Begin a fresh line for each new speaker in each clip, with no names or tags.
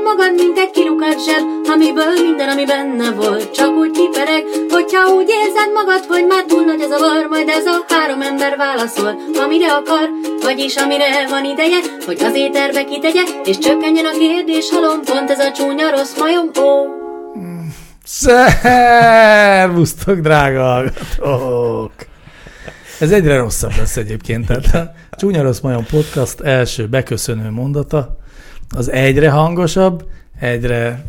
magad, mint egy kilukat zseb, amiből minden, ami benne volt, csak úgy kipereg. Hogyha úgy érzed magad, hogy már túl nagy a zavar, majd ez a 3 ember válaszol, amire akar, vagyis amire van ideje, hogy az éterbe kitegye, és csökkenjen a kérdéshalom, pont ez a csúnya rossz majom, ó.
Szervusztok, drága hallgatók! Ez egyre rosszabb lesz egyébként. Tehát a Csúnya Rossz Majom Podcast első beköszönő mondata az egyre hangosabb, egyre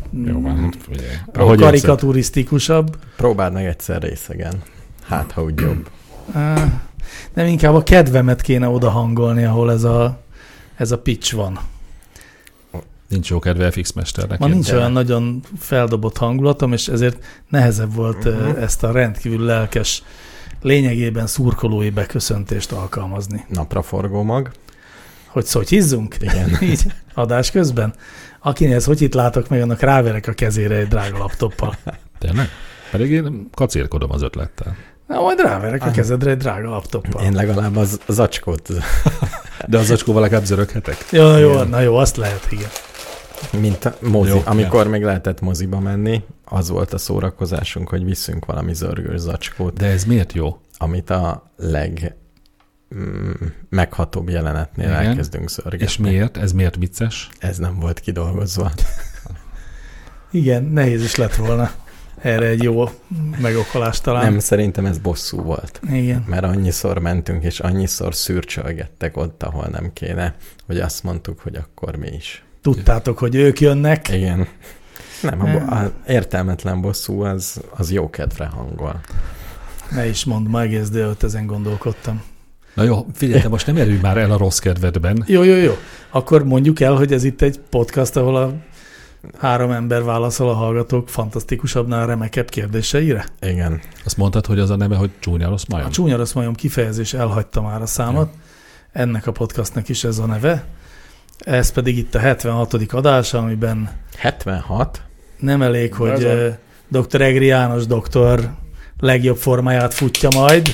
karikaturisztikusabb.
Próbáld meg egyszer részegen. Hát, ha úgy jobb.
Nem, inkább a kedvemet kéne oda hangolni, ahol ez a pitch van.
Nincs jó kedve FX mesternek.
Ma nincs olyan nagyon feldobott hangulatom, és ezért nehezebb volt ezt a rendkívül lelkes, lényegében szurkolói beköszöntést alkalmazni.
Napraforgó mag.
Hogy hízzunk?
Igen.
Így adás közben. Akinél ezt hogy itt látok meg, annak ráverek a kezére egy drága laptoppal.
Tényleg? Pedig én kacérkodom az ötlettel.
Na, majd ráverek a kezedre egy drága laptoppal.
Én legalább az zacskót.
De az zacskóval legalább zöröghetek?
Jó, azt lehet, igen.
Mint a mozi. Jó, amikor még lehetett moziba menni, az volt a szórakozásunk, hogy viszünk valami zörgős zacskót.
De ez miért jó?
Amit a meghatóbb jelenetnél elkezdünk zörgetni.
És miért? Ez miért vicces?
Ez nem volt kidolgozva.
Igen, nehéz is lett volna erre egy jó megokolást talán.
Nem, szerintem ez bosszú volt.
Igen.
Mert annyiszor mentünk, és annyiszor szürcsölgettek ott, ahol nem kéne, hogy azt mondtuk, hogy akkor mi is.
Tudtátok, hogy ők jönnek.
Igen. Nem, az értelmetlen bosszú az jó kedvre hangol.
Ne is mondd, ma egész délután ezen gondolkodtam.
Na jó, figyelj, most nem erülj már el a rossz kedvedben.
Jó. Akkor mondjuk el, hogy ez itt egy podcast, ahol a 3 ember válaszol a hallgatók fantasztikusabbnál remekebb kérdéseire?
Igen.
Azt mondtad, hogy az a neve, hogy Csúnya Rossz Majom?
A Csúnya Rossz Majom kifejezés elhagyta már a számot. Ja. Ennek a podcastnak is ez a neve. Ez pedig itt a 76. adás, amiben...
76?
Nem elég, hogy Dr. Egri János doktor legjobb formáját futja majd.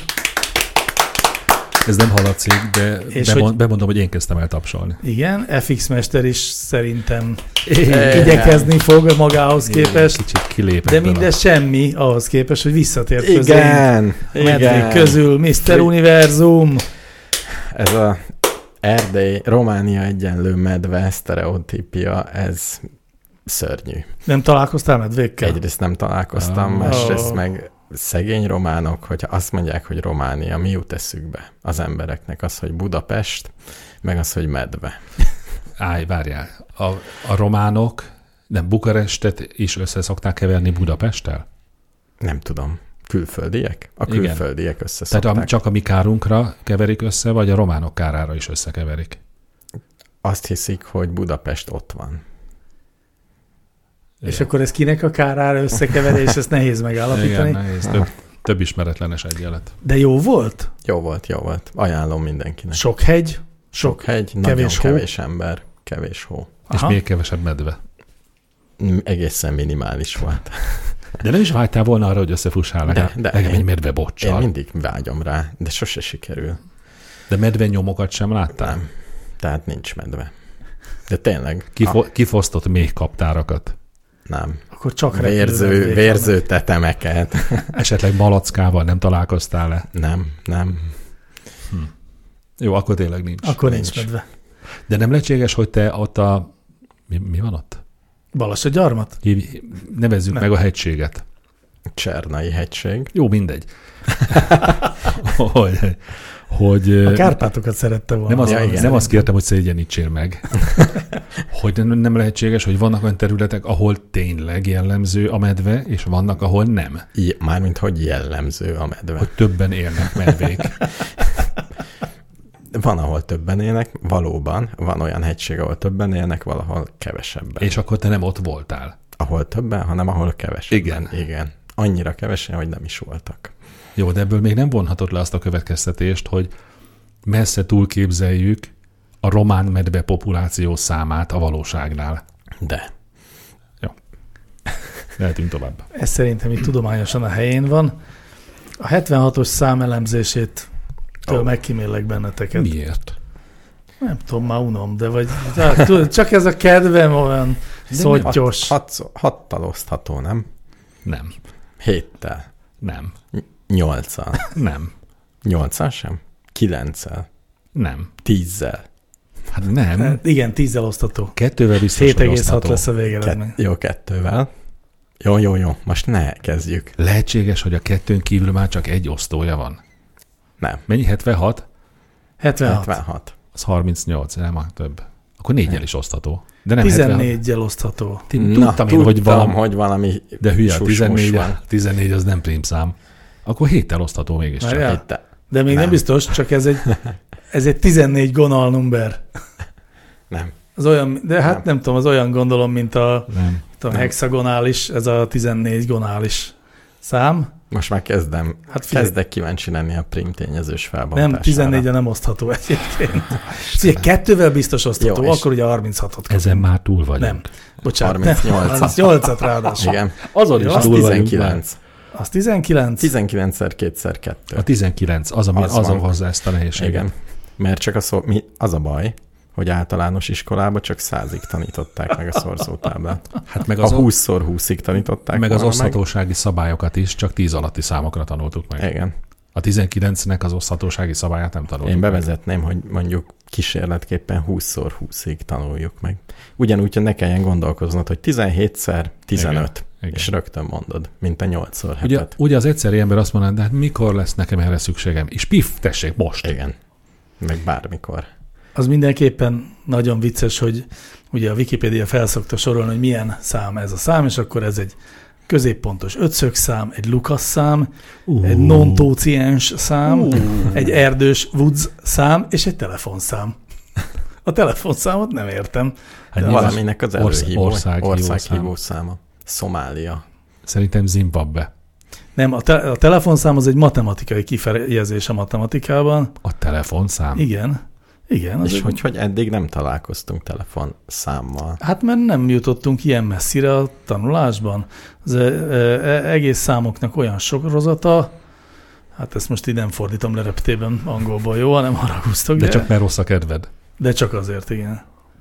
Ez nem hallatszik, de bemondom, hogy én kezdtem el tapsolni.
Igen, FX Mester is szerintem igyekezni fog magához képest.
Kicsit kilépett.
De mindez semmi ahhoz képest, hogy visszatért
közénk.
A medvék közül Mr. Univerzum.
Ez a Erdély, Románia egyenlő medve sztereotípia, ez szörnyű.
Nem találkoztál medvékkel?
Egyrészt nem találkoztam, másrészt meg szegény románok, hogyha azt mondják, hogy Románia, mi jut eszükbe az embereknek? Az, hogy Budapest, meg az, hogy medve.
Várjál. A románok nem Bukarestet is össze szokták keverni Budapesttel?
Nem tudom. Külföldiek? A külföldiek összeszokták.
Tehát csak a mi kárunkra keverik össze, vagy a románok kárára is összekeverik?
Azt hiszik, hogy Budapest ott van.
És akkor ez kinek a kárára összekeverés, ezt nehéz megállapítani.
Igen, nehéz. Több ismeretlenes egyenlet.
De jó volt?
Jó volt. Ajánlom mindenkinek.
Sok hegy?
Sok hegy, kevés nagyon kevés ember, kevés hó.
És még kevesebb medve?
Egészen minimális volt.
De nem is vágytál volna arra, hogy összefussál legalább egy medve boccsal?
Én mindig vágyom rá, de sose sikerül.
De medve nyomokat sem láttál?
Nem. Tehát nincs medve. De tényleg.
Kifosztott még kaptárakat?
Nem.
Akkor csak
vérző tetemeket.
Esetleg malackával nem találkoztál-e?
Nem.
Jó, akkor tényleg nincs.
Akkor nincs medve.
De nem lehetséges, hogy te ott mi van ott?
Balassagyarmat?
Nevezzük meg a hegységet.
Csernai hegység.
Jó, mindegy. hogy
a Kárpátokat szerette volna.
Nem azt kértem, hogy szégyenítsél meg. Hogy nem lehetséges, hogy vannak olyan területek, ahol tényleg jellemző a medve, és vannak, ahol nem.
Mármint, hogy jellemző a medve.
Hogy többen élnek medvék.
Van, ahol többen élnek, valóban. Van olyan hegység, ahol többen élnek, valahol kevesebben.
És akkor te nem ott voltál?
Ahol többen, hanem ahol kevesebben. Igen. Annyira kevesen, hogy nem is voltak.
Jó, de ebből még nem vonhatod le azt a következtetést, hogy messze túlképzeljük a román medve populáció számát a valóságnál.
De.
Jó. Lehetünk tovább.
Ez szerintem itt tudományosan a helyén van. A 76-os számelemzését megkímélek benneteket.
Miért?
Nem tudom, már unom, de vagy csak ez a kedvem olyan Szottyos.
6-tal osztható, nem?
Nem.
7-tel.
Nem.
8-al.
Nem.
8-al sem? 9-el.
Nem.
10-zel.
Hát nem.
Hát igen, 10-zel osztható.
2-vel biztos, hogy
7,6
osztható.
lesz a végeredmény.
Jó, 2-vel. Jó. Most ne kezdjük.
Lehetséges, hogy a 2-n kívül már csak egy osztója van.
Nem.
Mennyi? 76?
76.
Az 38, nem már több. Akkor 4-jel is osztható. De nem
14-jel osztható.
Tudtam én,
hogy valami
de hülye,
susmus van.
14 az nem prímszám. Akkor 7-tel osztható mégiscsak.
Várjál. De még nem biztos, csak ez egy 14 gonal number.
Nem.
Az olyan, de hát nem tudom, az olyan gondolom, mint a hexagonális, ez a 14 gonális szám.
Most már kezdek kíváncsi lenni a prim tényezős felbontására.
Nem, 14-re nem osztható egyébként. Szóval 2-vel biztos osztható,
jó,
akkor ugye 36-ot kapunk.
Ezen már túl vagyunk.
Nem, bocsánat.
38-at
ráadásul.
Igen.
Azon is
az
túl vagyunk.
19.
Az 19?
19x2x2.
A 19, az hozzá ezt a nehézséget.
Igen. Mert csak az a baj, hogy általános iskolában csak 100-ig tanították meg a szorzótáblát.
Hát meg
a 20x20-ig tanították.
Meg az oszthatósági szabályokat is csak 10 alatti számokra tanultuk meg.
Igen.
A 19-nek az oszthatósági szabályát nem tanultuk.
Én bevezetném, hogy mondjuk kísérletképpen 20x20-ig tanuljuk meg. Ugyanúgy, hogy ne kelljen gondolkoznod, hogy 17x15, igen. És rögtön mondod, mint a 8x7-et.
Ugye az egyszerű ember azt mondaná, de hát mikor lesz nekem erre szükségem? És pif, tessék, most.
Igen. Meg bármikor.
Az mindenképpen nagyon vicces, hogy ugye a Wikipédia felszokta sorolni, hogy milyen szám ez a szám, és akkor ez egy középpontos ötszögszám, egy Lucas szám, egy non-tóciens szám, egy erdős Woods szám, és egy telefonszám. A telefonszámot nem értem.
Hát valaminek az
országhívó
száma. Szomália.
Szerintem Zimbabwe.
Nem, a telefonszám az egy matematikai kifejezés a matematikában.
A telefonszám?
Igen.
És hogy eddig nem találkoztunk telefonszámmal?
Hát mert nem jutottunk ilyen messzire a tanulásban. Az egész számoknak olyan sorozata, hát ezt most így nem fordítom le reptében angolból, jó, hanem haragudtok.
De csak mert rossz a kedved.
De csak azért, igen.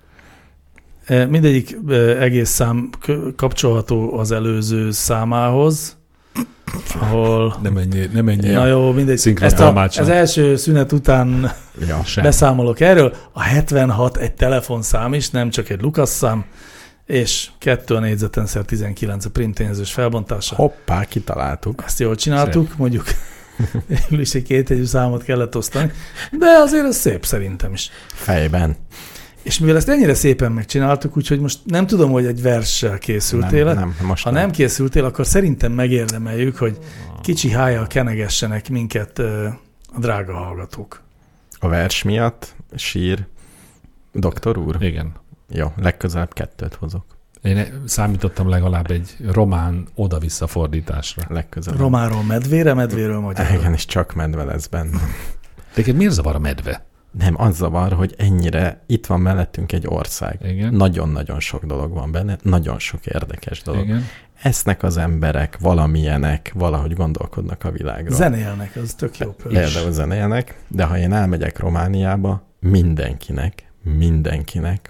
Mindegyik egész szám kapcsolható az előző számához, ahol...
Nem ennyi.
Na jó, mindegy. Az első szünet után beszámolok erről. A 76 egy telefonszám is, nem csak egy Lucas szám, és 2 a négyzeten szer 19 a primtényezős felbontása.
Hoppá, kitaláltuk.
Ezt jól csináltuk, szép. Mondjuk végül is egy kétjegyű számot kellett osztani, de azért ez szép szerintem is.
Fejben.
És mivel ezt ennyire szépen megcsináltuk, úgyhogy most nem tudom, hogy egy verssel készültél.
Nem,
ha nem készültél, akkor szerintem megérdemeljük, hogy kicsi hájjal kenegessenek minket a drága hallgatók.
A vers miatt sír doktor úr?
Igen.
Jó, legközelebb 2 hozok.
Én számítottam legalább egy román oda-vissza fordításra.
Legközelebb.
Románról medvére, medvéről magyarra.
Igen, és csak medve lesz benne.
Téged miért zavar a medve?
Nem, az zavar, hogy ennyire itt van mellettünk egy ország.
Igen.
Nagyon-nagyon sok dolog van benne, nagyon sok érdekes dolog.
Igen.
Esznek az emberek, valamilyenek, valahogy gondolkodnak a világról.
Zenélnek, az tök jó.
Például zenélnek, de ha én elmegyek Romániába, mindenkinek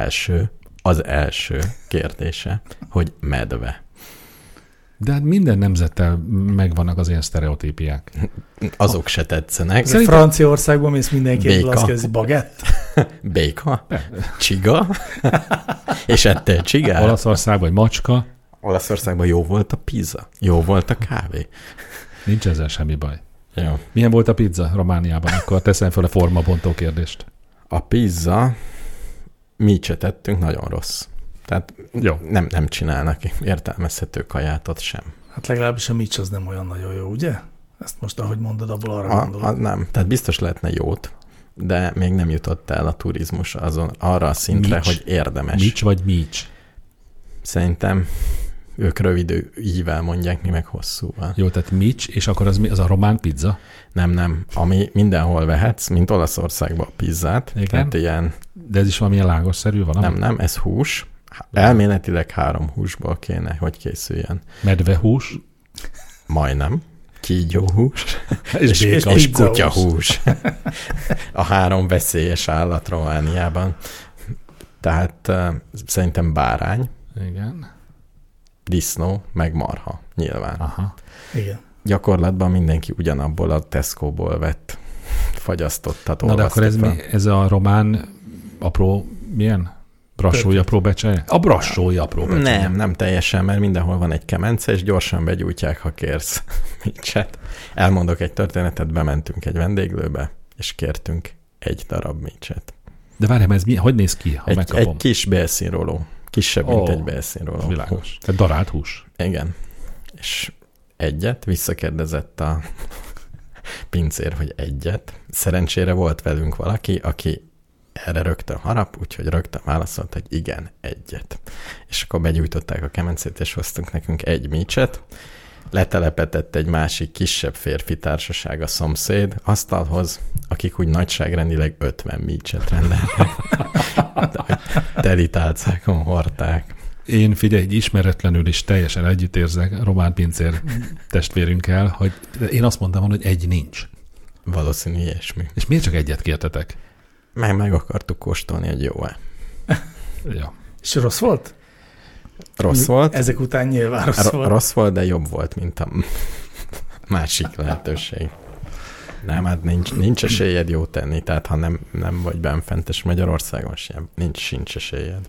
az első kérdése, hogy medve.
De hát minden nemzettel megvannak az ilyen sztereotípiák.
Azok se tetszenek.
Franciaországban mész mindenki azt kezdi, bagett?
Béka? Csiga? És ettél csigát?
Olaszországban vagy macska?
Olaszországban jó volt a pizza. Jó volt a kávé.
Nincs ezzel semmi baj.
Jó.
Milyen volt a pizza Romániában? Akkor teszem fel a formabontó kérdést.
A pizza, mi se tettünk, nagyon rossz. Tehát nem csinálnak értelmezhető kajátot sem.
Hát legalábbis a mics az nem olyan nagyon jó, ugye? Ezt most, ahogy mondod, abból arra gondolom.
Nem, tehát biztos lehetne jót, de még nem jutott el a turizmus arra a szintre, hogy érdemes.
Mics vagy mics?
Szerintem ők rövid ível mondják, mi meg hosszúval.
Jó, tehát mics, és akkor az a román pizza?
Nem. Ami mindenhol vehetsz, mint Olaszországban a pizzát.
Igen?
Tehát ilyen...
De ez is valamilyen lágosszerű valami?
Nem, ez hús. Elméletileg 3 húsból kéne, hogy készüljen.
Medvehús?
Majdnem. Kígyóhús.
és
kutyahús. A 3 veszélyes állat Romániában. Tehát szerintem bárány,
Igen.
Disznó, meg marha, nyilván.
Aha.
Igen.
Gyakorlatban mindenki ugyanabból a Tesco-ból vett fagyasztottat.
Na de akkor ez a román apró, milyen? Brassói apró becseje? A brassói apró becseje.
Nem teljesen, mert mindenhol van egy kemence, és gyorsan begyújtják, ha kérsz micset. Elmondok egy történetet, bementünk egy vendéglőbe, és kértünk egy darab micset.
De várjál, ez hogy néz ki, ha megkapom?
Egy kis bélszínróló. Kisebb, mint egy bélszínróló.
Világos. Tehát darált hús.
Igen. És egyet, visszakérdezett a pincér, hogy egyet. Szerencsére volt velünk valaki, aki erre rögtön harap, úgyhogy rögtön válaszolt, hogy igen, egyet. És akkor begyújtották a kemencét, és hoztunk nekünk egy micset. Letelepedett egy másik kisebb férfi társaság, a szomszéd asztalhoz, akik úgy nagyságrendileg 50 micset rendeltek. Teli tálcákon hordták.
Én figyelj, ismeretlenül is teljesen együtt érzek román pincér testvérünkkel, hogy én azt mondtam volna, hogy egy nincs.
Valószínű ilyesmi.
És miért csak egyet kértetek?
Meg akartuk kóstolni, hogy jó-e.
Ja.
És rossz volt?
Rossz volt.
Ezek után nyilván rossz volt.
Rossz volt, de jobb volt, mint a másik lehetőség. Nem, hát nincs esélyed jó tenni, tehát ha nem vagy benfentes Magyarországon sem, sincs esélyed.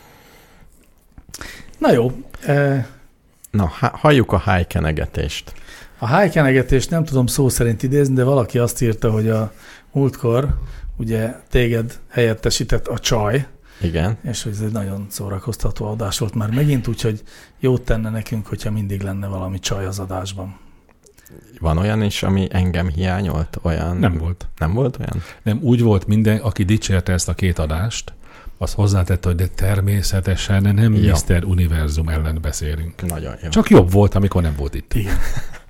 Na jó.
Na, halljuk a hájkenegetést.
A hájkenegetést nem tudom szó szerint idézni, de valaki azt írta, hogy a múltkor ugye téged helyettesített a csaj.
Igen.
És hogy ez egy nagyon szórakoztató adás volt már megint, úgyhogy jót tenne nekünk, hogyha mindig lenne valami csaj az adásban.
Van olyan is, ami engem hiányolt? Olyan?
Nem volt.
Nem volt olyan?
Nem, úgy volt minden, aki dicsérte ezt a két adást, az hozzátette, hogy de természetesen nem Mr. Univerzum ellen beszélünk.
Nagyon jó.
Csak jobb volt, amikor nem volt itt.
Igen.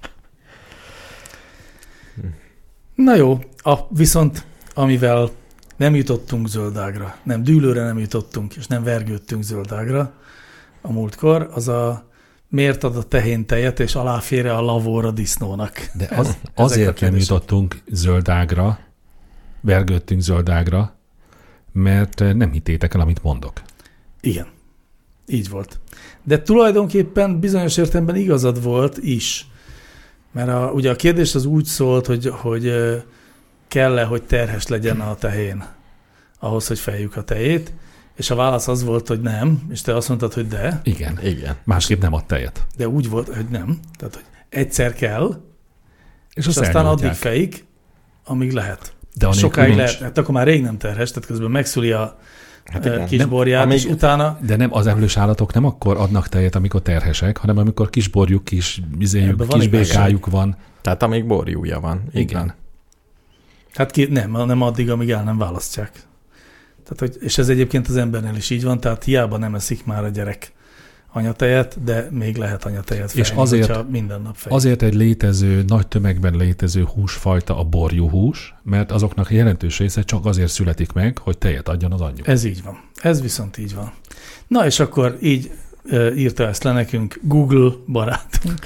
Na jó, viszont amivel nem jutottunk zöldágra, nem dűlőre nem jutottunk, és nem vergődtünk zöldágra a múltkor, az a miért ad a tehén tejet, és aláfér a lavór a disznónak.
De azért nem jutottunk zöldágra, vergődtünk zöldágra, mert nem hittétek el, amit mondok.
Igen, így volt. De tulajdonképpen bizonyos értelemben igazad volt is, mert ugye a kérdés az úgy szólt, hogy kell-e, hogy terhes legyen a tehén ahhoz, hogy fejjük a tejét, és a válasz az volt, hogy nem, és te azt mondtad, hogy de.
Igen.
Igen.
Másképp nem ad tejet.
De úgy volt, hogy nem. Tehát, hogy egyszer kell, és aztán
elnyújtják.
addig fejik, amíg lehet.
De
sokáig lehet, hát akkor már rég nem terhes, tehát közben megszüli a kisborját, és utána...
De nem, az emlős állatok nem akkor adnak tejet, amikor terhesek, hanem amikor kisborjuk, kis békájuk van.
Tehát amíg borjúja van.
Igen.
Hát nem addig, amíg el nem választják. Tehát, és ez egyébként az embernél is így van, tehát hiába nem eszik már a gyerek anyatejet, de még lehet anyatejet fejni,
és azért,
hogyha minden nap fejni.
Azért egy létező, nagy tömegben létező húsfajta a borjúhús, mert azoknak jelentős része csak azért születik meg, hogy tejet adjon az anyjuk.
Ez így van. Ez viszont így van. Na és akkor így írta ezt le nekünk Google barátunk.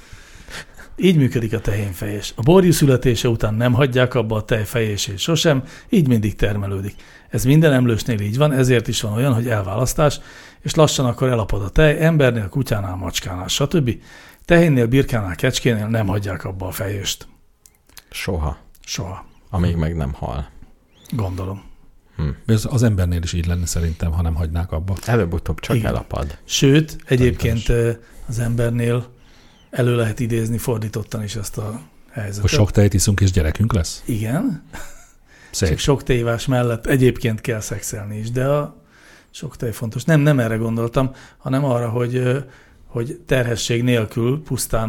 Így működik a tehénfejés. A borjú születése után nem hagyják abba a tej fejését sosem, így mindig termelődik. Ez minden emlősnél így van, ezért is van olyan, hogy elválasztás, és lassan akkor elapad a tej, embernél, kutyánál, macskánál, stb. Tehénnél, birkánál, kecskénél nem hagyják abba a fejést.
Soha.
Soha.
Amíg meg nem hal.
Gondolom.
Ez az embernél is így lenne szerintem, ha nem hagynák abba.
Előbb-utóbb csak
Igen.
elapad.
Sőt, egyébként az embernél elő lehet idézni fordítottan is ezt a helyzetet.
Hogy sok tejet iszunk és gyerekünk lesz?
Igen.
Szép.
Csak sok tejivás mellett egyébként kell szexelni is, de a sok tej fontos. Nem erre gondoltam, hanem arra, hogy terhesség nélkül pusztán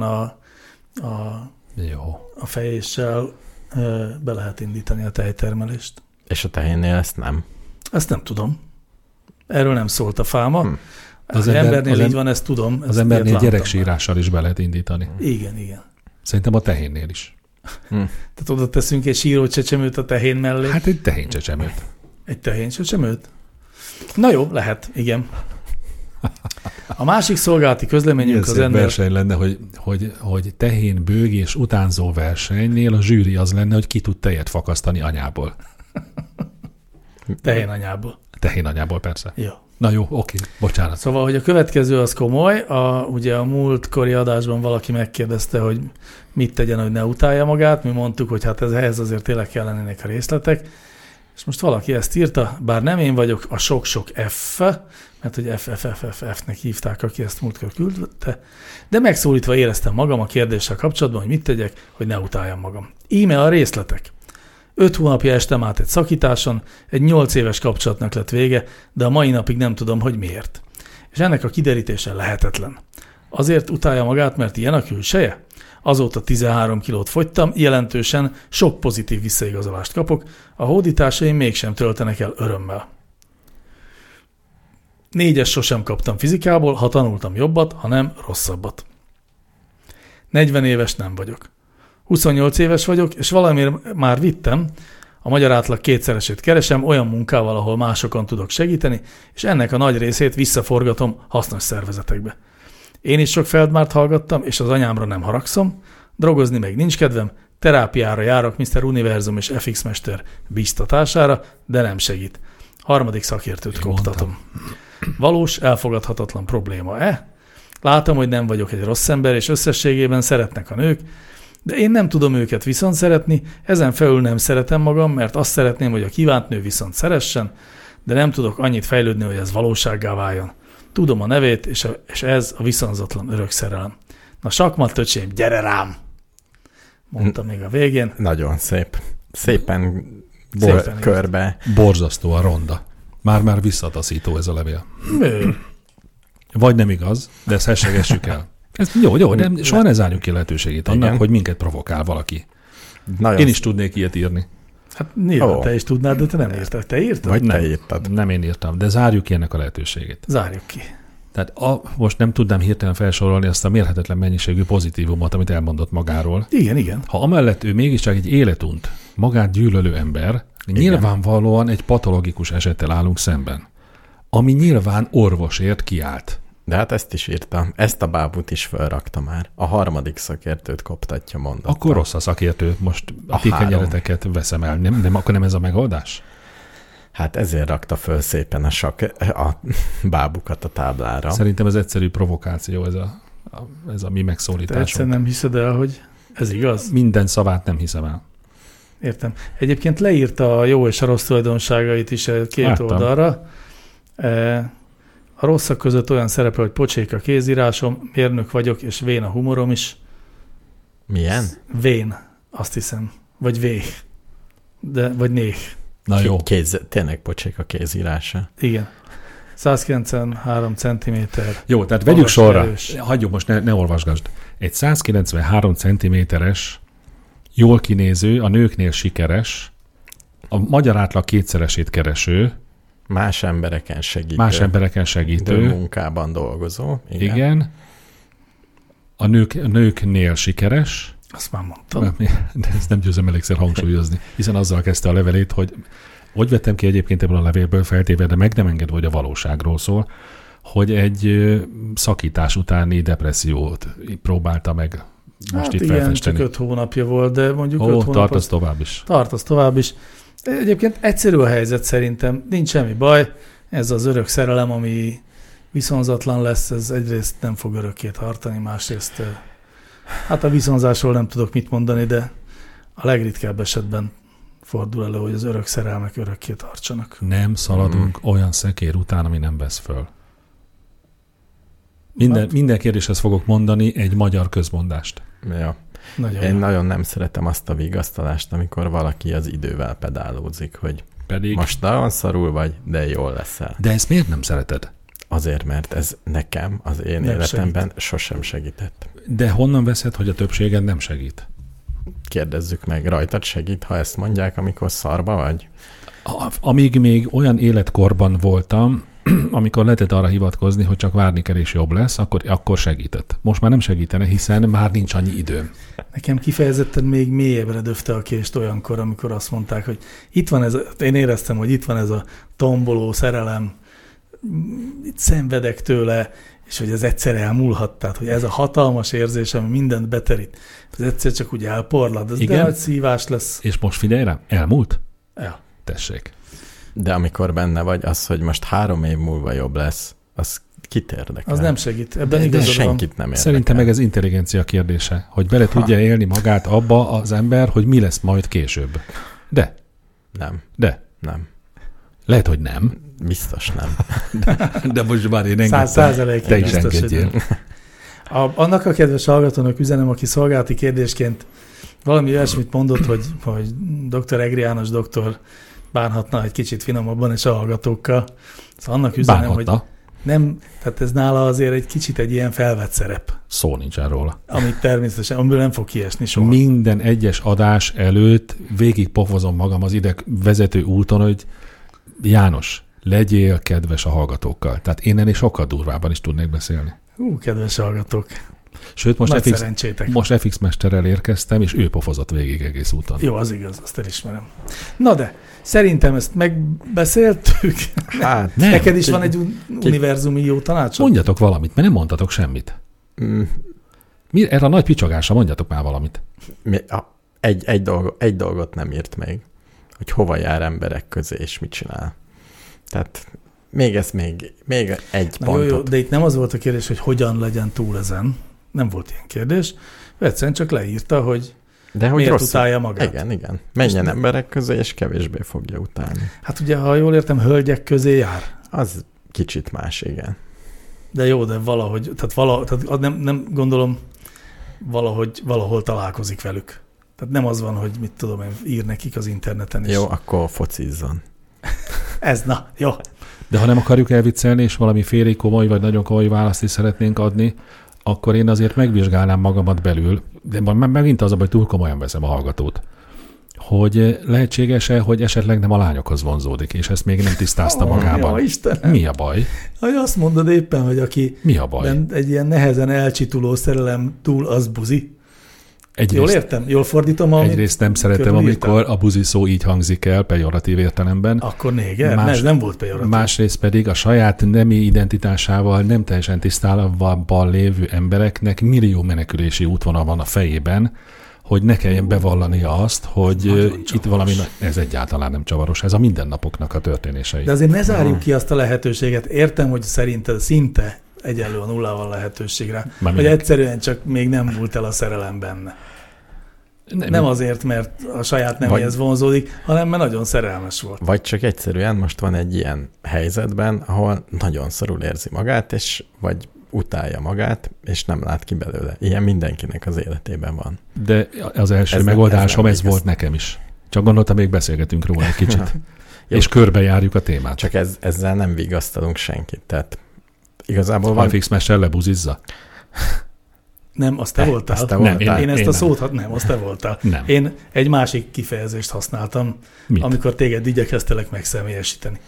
a fejéssel be lehet indítani a tejtermelést.
És a tehénnél ezt nem?
Ezt nem tudom. Erről nem szólt a fáma. Az embernél így van, ezt tudom.
Az embernél gyereksírással is be lehet indítani.
Igen.
Szerintem a tehénnél is.
Tehát oda teszünk egy sírócsecsemőt a tehén mellé.
Hát egy tehéncsecsemőt.
Egy tehéncsecsemőt? Na jó, lehet, igen. A másik szolgálati közleményünk az ennél...
verseny lenne, hogy tehén, bőgés, utánzó versenynél a zsűri az lenne, hogy ki tud tejet fakasztani anyából.
Tehén anyából.
Tehén anyából, persze.
Jó.
Na jó, oké, bocsánat.
Szóval, hogy a következő az komoly. Ugye a múltkori adásban valaki megkérdezte, hogy mit tegyen, hogy ne utálja magát. Mi mondtuk, hogy hát ehhez azért tényleg kellenének a részletek. És most valaki ezt írta, bár nem én vagyok a sok-sok F, mert hogy FFFF-nek hívták, aki ezt múltkor küldte, de megszólítva éreztem magam a kérdéssel kapcsolatban, hogy mit tegyek, hogy ne utáljam magam. Íme a részletek. 5 hónapja estem át egy szakításon, egy 8 éves kapcsolatnak lett vége, de a mai napig nem tudom, hogy miért. És ennek a kiderítése lehetetlen. Azért utálja magát, mert ilyen a külseje? Azóta 13 kilót fogytam, jelentősen sok pozitív visszaigazolást kapok, a hódításaim mégsem töltenek el örömmel. 4-es sosem kaptam fizikából, ha tanultam jobbat, ha nem rosszabbat. 40 éves nem vagyok. 28 éves vagyok, és valamiért már vittem, a magyar átlag 2-szeresét keresem olyan munkával, ahol másokon tudok segíteni, és ennek a nagy részét visszaforgatom hasznos szervezetekbe. Én is sok Feldmárt hallgattam, és az anyámra nem haragszom, drogozni meg nincs kedvem, terápiára járok Mr. Univerzum és FX Mester bíztatására, de nem segít. 3. szakértőt koptatom. Valós, elfogadhatatlan probléma-e? Látom, hogy nem vagyok egy rossz ember, és összességében szeretnek a nők, de én nem tudom őket viszont szeretni, ezen felül nem szeretem magam, mert azt szeretném, hogy a kívánt nő viszont szeressen, de nem tudok annyit fejlődni, hogy ez valósággá váljon. Tudom a nevét, és ez a viszonzatlan örök szerelem. Na sakmat, öcsém, gyere rám! Mondta még a végén.
Nagyon szép. Szépen körbe.
Borzasztóan ronda. Már visszataszító ez a levél. Vagy nem igaz, de ezt hessegessük el. Ez jó, de soha ne zárjuk ki lehetőségét annak, igen, hogy minket provokál valaki.
Nagyon
én is tudnék ilyet írni.
Hát nyilván te is tudnád, de te nem írtad. Te írtad?
Vagy te írtad.
Nem én írtam, de zárjuk ki ennek a lehetőségét.
Zárjuk ki.
Tehát most nem tudnám hirtelen felsorolni azt a mérhetetlen mennyiségű pozitívumot, amit elmondott magáról.
Igen.
Ha amellett ő mégiscsak egy életunt, magát gyűlölő ember, igen, nyilvánvalóan egy patológikus esettel állunk szemben, ami nyilván orvosért kiállt.
De hát ezt is írta. Ezt a bábút is felrakta már. A 3. szakértőt koptatja mondattal.
Akkor rossz a szakértő. Most a ti kenyereteket veszem el. Akkor nem ez a megoldás?
Hát ezért rakta föl szépen a bábukat a táblára.
Szerintem ez egyszerű provokáció, ez a mi megszólításunk.
Te egyszer nem hiszed el, hogy ez igaz?
Minden szavát nem hiszem el.
Értem. Egyébként leírta a jó és a rossz tulajdonságait is 2 oldalra. A rosszak között olyan szerepel, hogy pocsék a kézírásom, mérnök vagyok, és vén a humorom is.
Milyen?
Vén, azt hiszem. Vagy vé. Vagy néh.
Na jó.
Tényleg pocsék a kézírása.
Igen. 193 centiméter.
Jó, tehát vegyük sorra. Hagyjuk most, ne olvasgasd. Egy 193 centiméteres, jól kinéző, a nőknél sikeres, a magyar átlag 2-szeresét kereső,
Más embereken segítő. Munkában dolgozó.
Igen. A nőknél sikeres.
Azt már mondtam.
De ezt nem győzöm elégszer hangsúlyozni, hiszen azzal kezdte a levelét, hogy vettem ki egyébként ebből a levélből feltéve, de meg nem engedve, hogy a valóságról szól, hogy egy szakítás utáni depressziót próbálta meg most itt
igen,
felfesteni.
csak 5 hónapja volt, de mondjuk 5 hónap...
Tartasz tovább is.
Tartasz tovább is. Egyébként egyszerű a helyzet szerintem, nincs semmi baj. Ez az örök szerelem, ami viszonzatlan lesz, ez egyrészt nem fog örökké tartani, másrészt hát a viszonzásról nem tudok mit mondani, de a legritkább esetben fordul elő, hogy az örök szerelmek örökké tartsanak.
Nem szaladunk olyan szekér után, ami nem vesz föl. Minden kérdéshez fogok mondani egy magyar közmondást.
Ja. Nagyon nem szeretem azt a vigasztalást, amikor valaki az idővel pedálózik, hogy most nagyon szarul vagy, de jól leszel.
De ezt miért nem szereted?
Azért, mert ez nekem az én nem életemben sosem segített.
De honnan veszed, hogy a többséged nem segít?
Kérdezzük meg, rajtad segít, ha ezt mondják, amikor szarba vagy?
Amíg még olyan életkorban voltam, amikor lehetett arra hivatkozni, hogy csak várni kell és jobb lesz, akkor segített. Most már nem segítene, hiszen már nincs annyi időm.
Nekem kifejezetten még mélyebbre döfte a kést olyankor, amikor azt mondták, hogy itt van én éreztem, hogy itt van ez a tomboló szerelem, itt szenvedek tőle, és hogy ez egyszer elmúlhat, tehát hogy ez a hatalmas érzés, ami mindent beterít, ez egyszer csak úgy elporlad, ez de nagy szívás lesz.
És most figyelj rám, elmúlt?
Ja.
Tessék.
De amikor benne vagy, az, hogy most 3 év múlva jobb lesz, az kit érdekel?
Az nem segít. Ebben
de
igazad van.
senkit nem érdekel.
Szerintem meg ez intelligencia kérdése, hogy bele tudja élni magát abba az ember, hogy mi lesz majd később. De.
Nem.
Lehet, hogy nem.
Biztos nem.
De most már én engedtem.
100%-ig
Te is
biztos, hogy
engedjél.
nem. Annak a kedves hallgatónak üzenem, aki szolgálati kérdésként valami olyasmit mondott, hogy dr. Egri János doktor bánhatna egy kicsit finomabban és a hallgatókkal. Szóval annak üzenem,
Bánhatna.
hogy nem, tehát ez nála azért egy kicsit egy ilyen felvett szerep,
Szó nincsen róla.
amit természetesen, amiből nem fog kiesni soha.
Minden egyes adás előtt végig pofozom magam az ide vezető úton, hogy János, legyél kedves a hallgatókkal. Tehát én ennél sokkal durvábban is tudnék beszélni.
Kedves hallgatók,
Sőt,
nagy szerencsétek.
most FX mesterrel érkeztem, és ő pofozott végig egész úton.
Jó, az igaz, azt elismerem. Na de, szerintem ezt megbeszéltük.
Hát,
Nem.
Neked is van egy univerzumi jó tanácsod?
Mondjatok valamit, mert nem mondtatok semmit. Erre a nagy picsogásra mondjatok már valamit.
Egy dolgot nem írt még, hogy hova jár emberek közé, és mit csinál. Tehát még egy
Na
pontot.
jó, de itt nem az volt a kérdés, hogy hogyan legyen túl ezen. Nem volt ilyen kérdés. Egyszerűen csak leírta, hogy
De hogy
miért utálja magát.
Igen. Menjen emberek közé, és kevésbé fogja utálni.
Hát ugye, ha jól értem, hölgyek közé jár.
Az kicsit más, igen.
De jó, de valahogy, tehát nem gondolom, valahol találkozik velük. Tehát nem az van, hogy mit tudom én, ír nekik az interneten is.
Jó, akkor focizzon.
Jó.
De ha nem akarjuk elviccelni, és valami félig komoly, vagy nagyon komoly választ is szeretnénk adni, akkor én azért megvizsgálnám magamat belül, de megint az, hogy túl komolyan veszem a hallgatót, hogy lehetséges-e, hogy esetleg nem a lányokhoz vonzódik, és ezt még nem tisztázta magában.
Jó, Istenem.
Mi a baj?
Hogy azt mondod éppen, hogy aki
Mi a baj?
egy ilyen nehezen elcsituló szerelem túl, az buzi.
Egyrészt,
Jól értem? Jól fordítom?
egyrészt nem szeretem, amikor a buzi szó így hangzik el, pejoratív értelemben.
Akkor néger? Ez nem volt pejoratív.
Másrészt pedig a saját nemi identitásával nem teljesen tisztában lévő embereknek millió menekülési útvonal van a fejében, hogy ne kelljen bevallania azt, hogy itt valami, ez egyáltalán nem csavaros, ez a mindennapoknak a történései.
De azért ne zárjuk ki azt a lehetőséget. Értem, hogy szerinted szinte egyenlő a nullával lehetőségre, hogy egyszerűen csak még nem volt el a szerelem benne. Nem azért, mert a saját neméhez vonzódik, hanem mert nagyon szerelmes volt.
Vagy csak egyszerűen most van egy ilyen helyzetben, ahol nagyon szarul érzi magát, és vagy utálja magát, és nem lát ki belőle. Ilyen mindenkinek az életében van.
De az első megoldásom ez volt nekem is. Csak gondoltam, még beszélgetünk róla egy kicsit. És körbejárjuk a témát.
Csak ezzel nem vigasztalunk senkit. Tehát igazából van...
FX mester lebuzizza?
Nem, azt te voltál?
Azt te voltál.
Én ezt a szót, nem, azt te voltál.
Nem.
Én egy másik kifejezést használtam,
Mit?
amikor téged igyekeztelek megszemélyesíteni.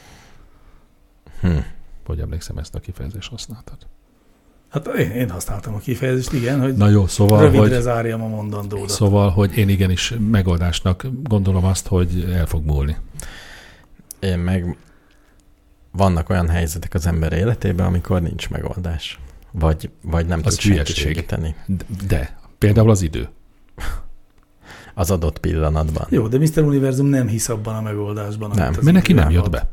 Hogy emlékszem, ezt a kifejezést használtad?
Hát én használtam a kifejezést, igen, hogy
Na jó, szóval,
rövidre zárjam a mondandódat.
Szóval, hogy én igenis megoldásnak gondolom azt, hogy el fog múlni.
Én meg vannak olyan helyzetek az ember életében, amikor nincs megoldás. Vagy nem tud senki segíteni.
De például az idő.
Az adott pillanatban.
Jó, de Mr. Univerzum nem hisz abban a megoldásban.
Nem,
mert
neki nem jött be.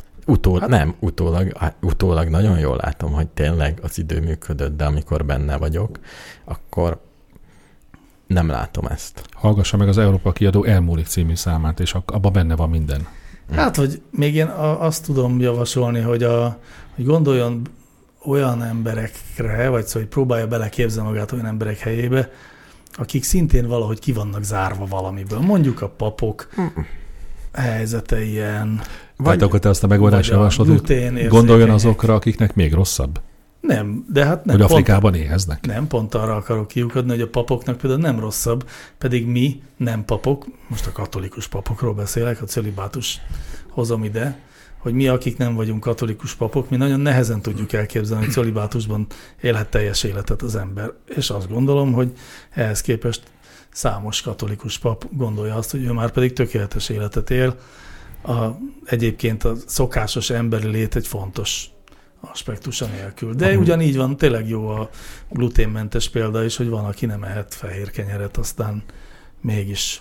Utólag nagyon jól látom, hogy tényleg az idő működött, de amikor benne vagyok, akkor nem látom ezt.
Hallgassa meg az Európa Kiadó Elmúlik című számát, és abban benne van minden.
Hát, hogy még én azt tudom javasolni, hogy gondoljon olyan emberekre, vagy szóval, hogy próbálja beleképzelni magát olyan emberek helyébe, akik szintén valahogy ki vannak zárva valamiből. Mondjuk a papok helyzete ilyen.
Tehát akkor te azt a megoldást javaslod, hogy gondoljon azokra, akiknek még rosszabb?
Nem, de hát nem.
Hogy Afrikában éheznek?
Nem, pont arra akarok kiukadni, hogy a papoknak például nem rosszabb, pedig mi nem papok, most a katolikus papokról beszélek, a cölibátus hozom ide, hogy mi, akik nem vagyunk katolikus papok, mi nagyon nehezen tudjuk elképzelni, hogy cölibátusban élhet teljes életet az ember. És azt gondolom, hogy ehhez képest számos katolikus pap gondolja azt, hogy ő már pedig tökéletes életet él. Egyébként a szokásos emberi lét egy fontos aspektusa nélkül. De ugyanígy van, tényleg jó a gluténmentes példa is, hogy van, aki nem ehet fehér kenyeret, aztán mégis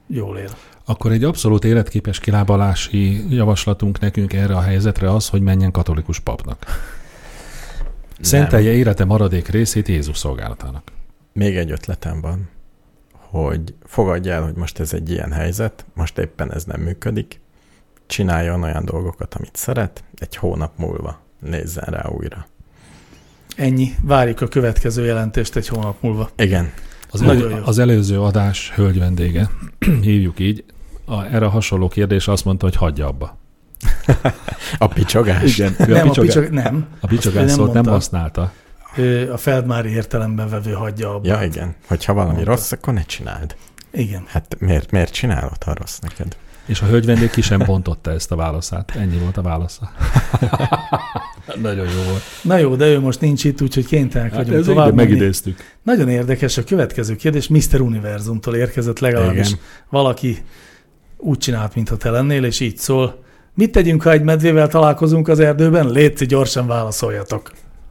jól él.
Akkor egy abszolút életképes kilábalási javaslatunk nekünk erre a helyzetre az, hogy menjen katolikus papnak. Szentelje élete maradék részét Jézus szolgálatának.
Még egy ötletem van, hogy fogadja el, hogy most ez egy ilyen helyzet, most éppen ez nem működik, csináljon olyan dolgokat, amit szeret, egy hónap múlva nézzen rá újra.
Ennyi. Várjuk a következő jelentést egy hónap múlva.
Igen.
Az előző adás hölgy vendége, hívjuk így, erre a hasonló kérdés azt mondta, hogy hagyja abba.
A picsogás?
Igen.
Nem.
A picsogás szót nem használta.
A Feldmári értelemben vevő hagyja abba.
Ja, igen. Hogyha valami rossz, akkor ne csináld.
Igen.
Hát miért csinálod, ha rossz neked?
És a hölgy vendég ki sem bontotta ezt a válaszát. Ennyi volt a válasza. Nagyon jó volt.
Na jó, de ő most nincs itt, úgyhogy kénytelenek vagyunk
tovább. Megidéztük.
Nagyon érdekes a következő kérdés. Mr. Univerzumtól érkezett legalábbis.
Igen.
Valaki úgy csinált, mintha te lennél, és így szól. Mit tegyünk, ha egy medvével találkozunk az erdőben? Létszi, gyorsan válaszoljatok.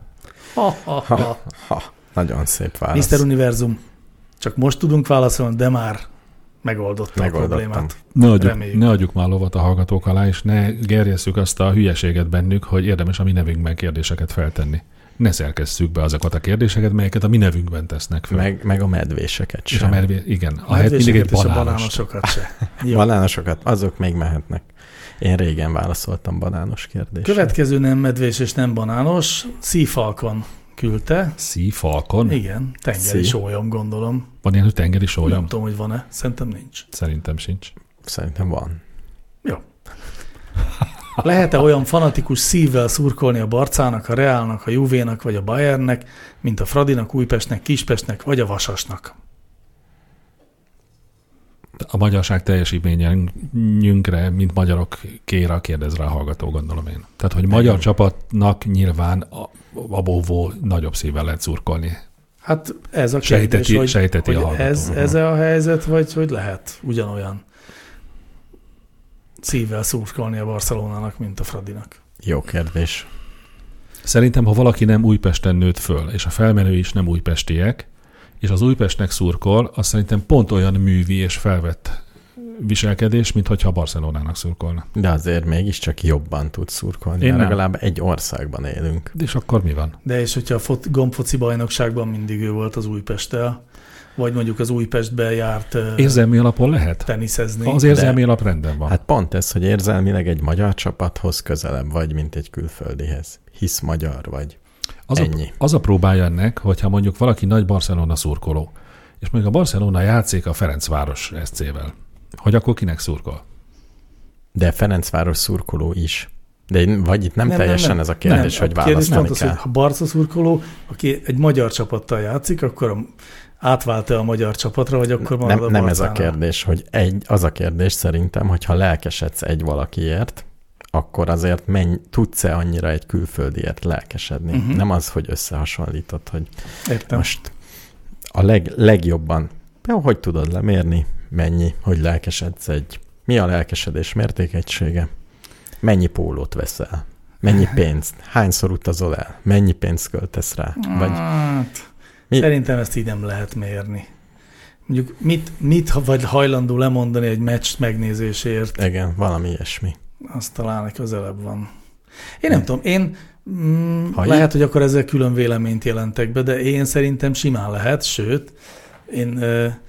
Nagyon szép válasz.
Mr. Univerzum, csak most tudunk válaszolni, de már megoldottam a problémát.
Ne adjuk már lovat a hallgatók alá, és ne gerjesszük azt a hülyeséget bennük, hogy érdemes a mi nevünkben kérdéseket feltenni. Ne szerkesszük be azokat a kérdéseket, melyeket a mi nevünkben tesznek fel.
Meg a medvéseket sem.
Igen.
A medvéseket és a banánosokat se.
Banánosokat, azok még mehetnek. Én régen válaszoltam banános kérdésre.
Következő nem medvés és nem banános, Szífalkon küldte.
Szífalkon?
Igen, tengeri sólyom, gondolom.
Van ilyen, hogy tengeri sólyom?
Nem tudom, hogy van-e. Szerintem nincs.
Szerintem sincs.
Szerintem van.
Jó. Lehet-e olyan fanatikus szívvel szurkolni a Barcának, a Reálnak, a Juvénak vagy a Bayernnek, mint a Fradinak, Újpestnek, Kispestnek vagy a Vasasnak?
A magyarság teljesítményünkre, mint magyarok kér, kérdez rá a hallgató, gondolom én. Tehát, hogy magyar csapatnak nyilván a bóvó nagyobb szívvel lehet szurkolni.
Hát ez a kérdés,
sejteti
hogy
a hallgató.
ez a helyzet, vagy hogy lehet ugyanolyan szívvel szurkolni a Barcelonának, mint a Fradinak?
Jó kérdés.
Szerintem, ha valaki nem Újpesten nőtt föl, és a felmenői is nem újpestiek, és az Újpestnek szurkol, az szerintem pont olyan művi és felvett viselkedés, mint hogyha a Barcelonának szurkolna.
De azért mégiscsak jobban tud szurkolni, mert legalább egy országban élünk.
És akkor mi van?
De és hogyha a gombfoci bajnokságban mindig ő volt az Újpesttel, vagy mondjuk az Újpestben járt
érzelmi alapon lehet
teniszezni.
Az érzelmi alap rendben van.
Hát pont ez, hogy érzelmileg egy magyar csapathoz közelebb vagy, mint egy külföldihez. Hisz magyar vagy.
Az a próbálja ennek, hogyha mondjuk valaki nagy Barcelona szurkoló, és mondjuk a Barcelona játszik a Ferencváros SC-vel, hogy akkor kinek szurkol?
De Ferencváros szurkoló is. De vagy itt nem teljesen ez a kérdés, hogy választani kell.
Ha Barca szurkoló, aki egy magyar csapattal játszik, akkor átvált-e a magyar csapatra, vagy akkor marad a Barcánál?
Nem ez a kérdés, hogy az a kérdés szerintem, hogyha lelkesedsz egy valakiért, akkor azért tudsz-e annyira egy külföldiért lelkesedni? Uh-huh. Nem az, hogy összehasonlítod, hogy
értem.
Most a legjobban, hogy tudod lemérni, mennyi, hogy lelkesedsz mi a lelkesedés mértékegysége? Mennyi pólót veszel? Mennyi pénzt? Hányszor utazol el? Mennyi pénzt költesz rá?
Szerintem ezt így nem lehet mérni. Mondjuk mit vagy hajlandó lemondani egy meccs megnézéséért?
Igen, valami ilyesmi.
Az talán közelebb van. Én nem tudom, lehet, hogy akkor ezzel külön véleményt jelentek be, de én szerintem simán lehet, sőt, én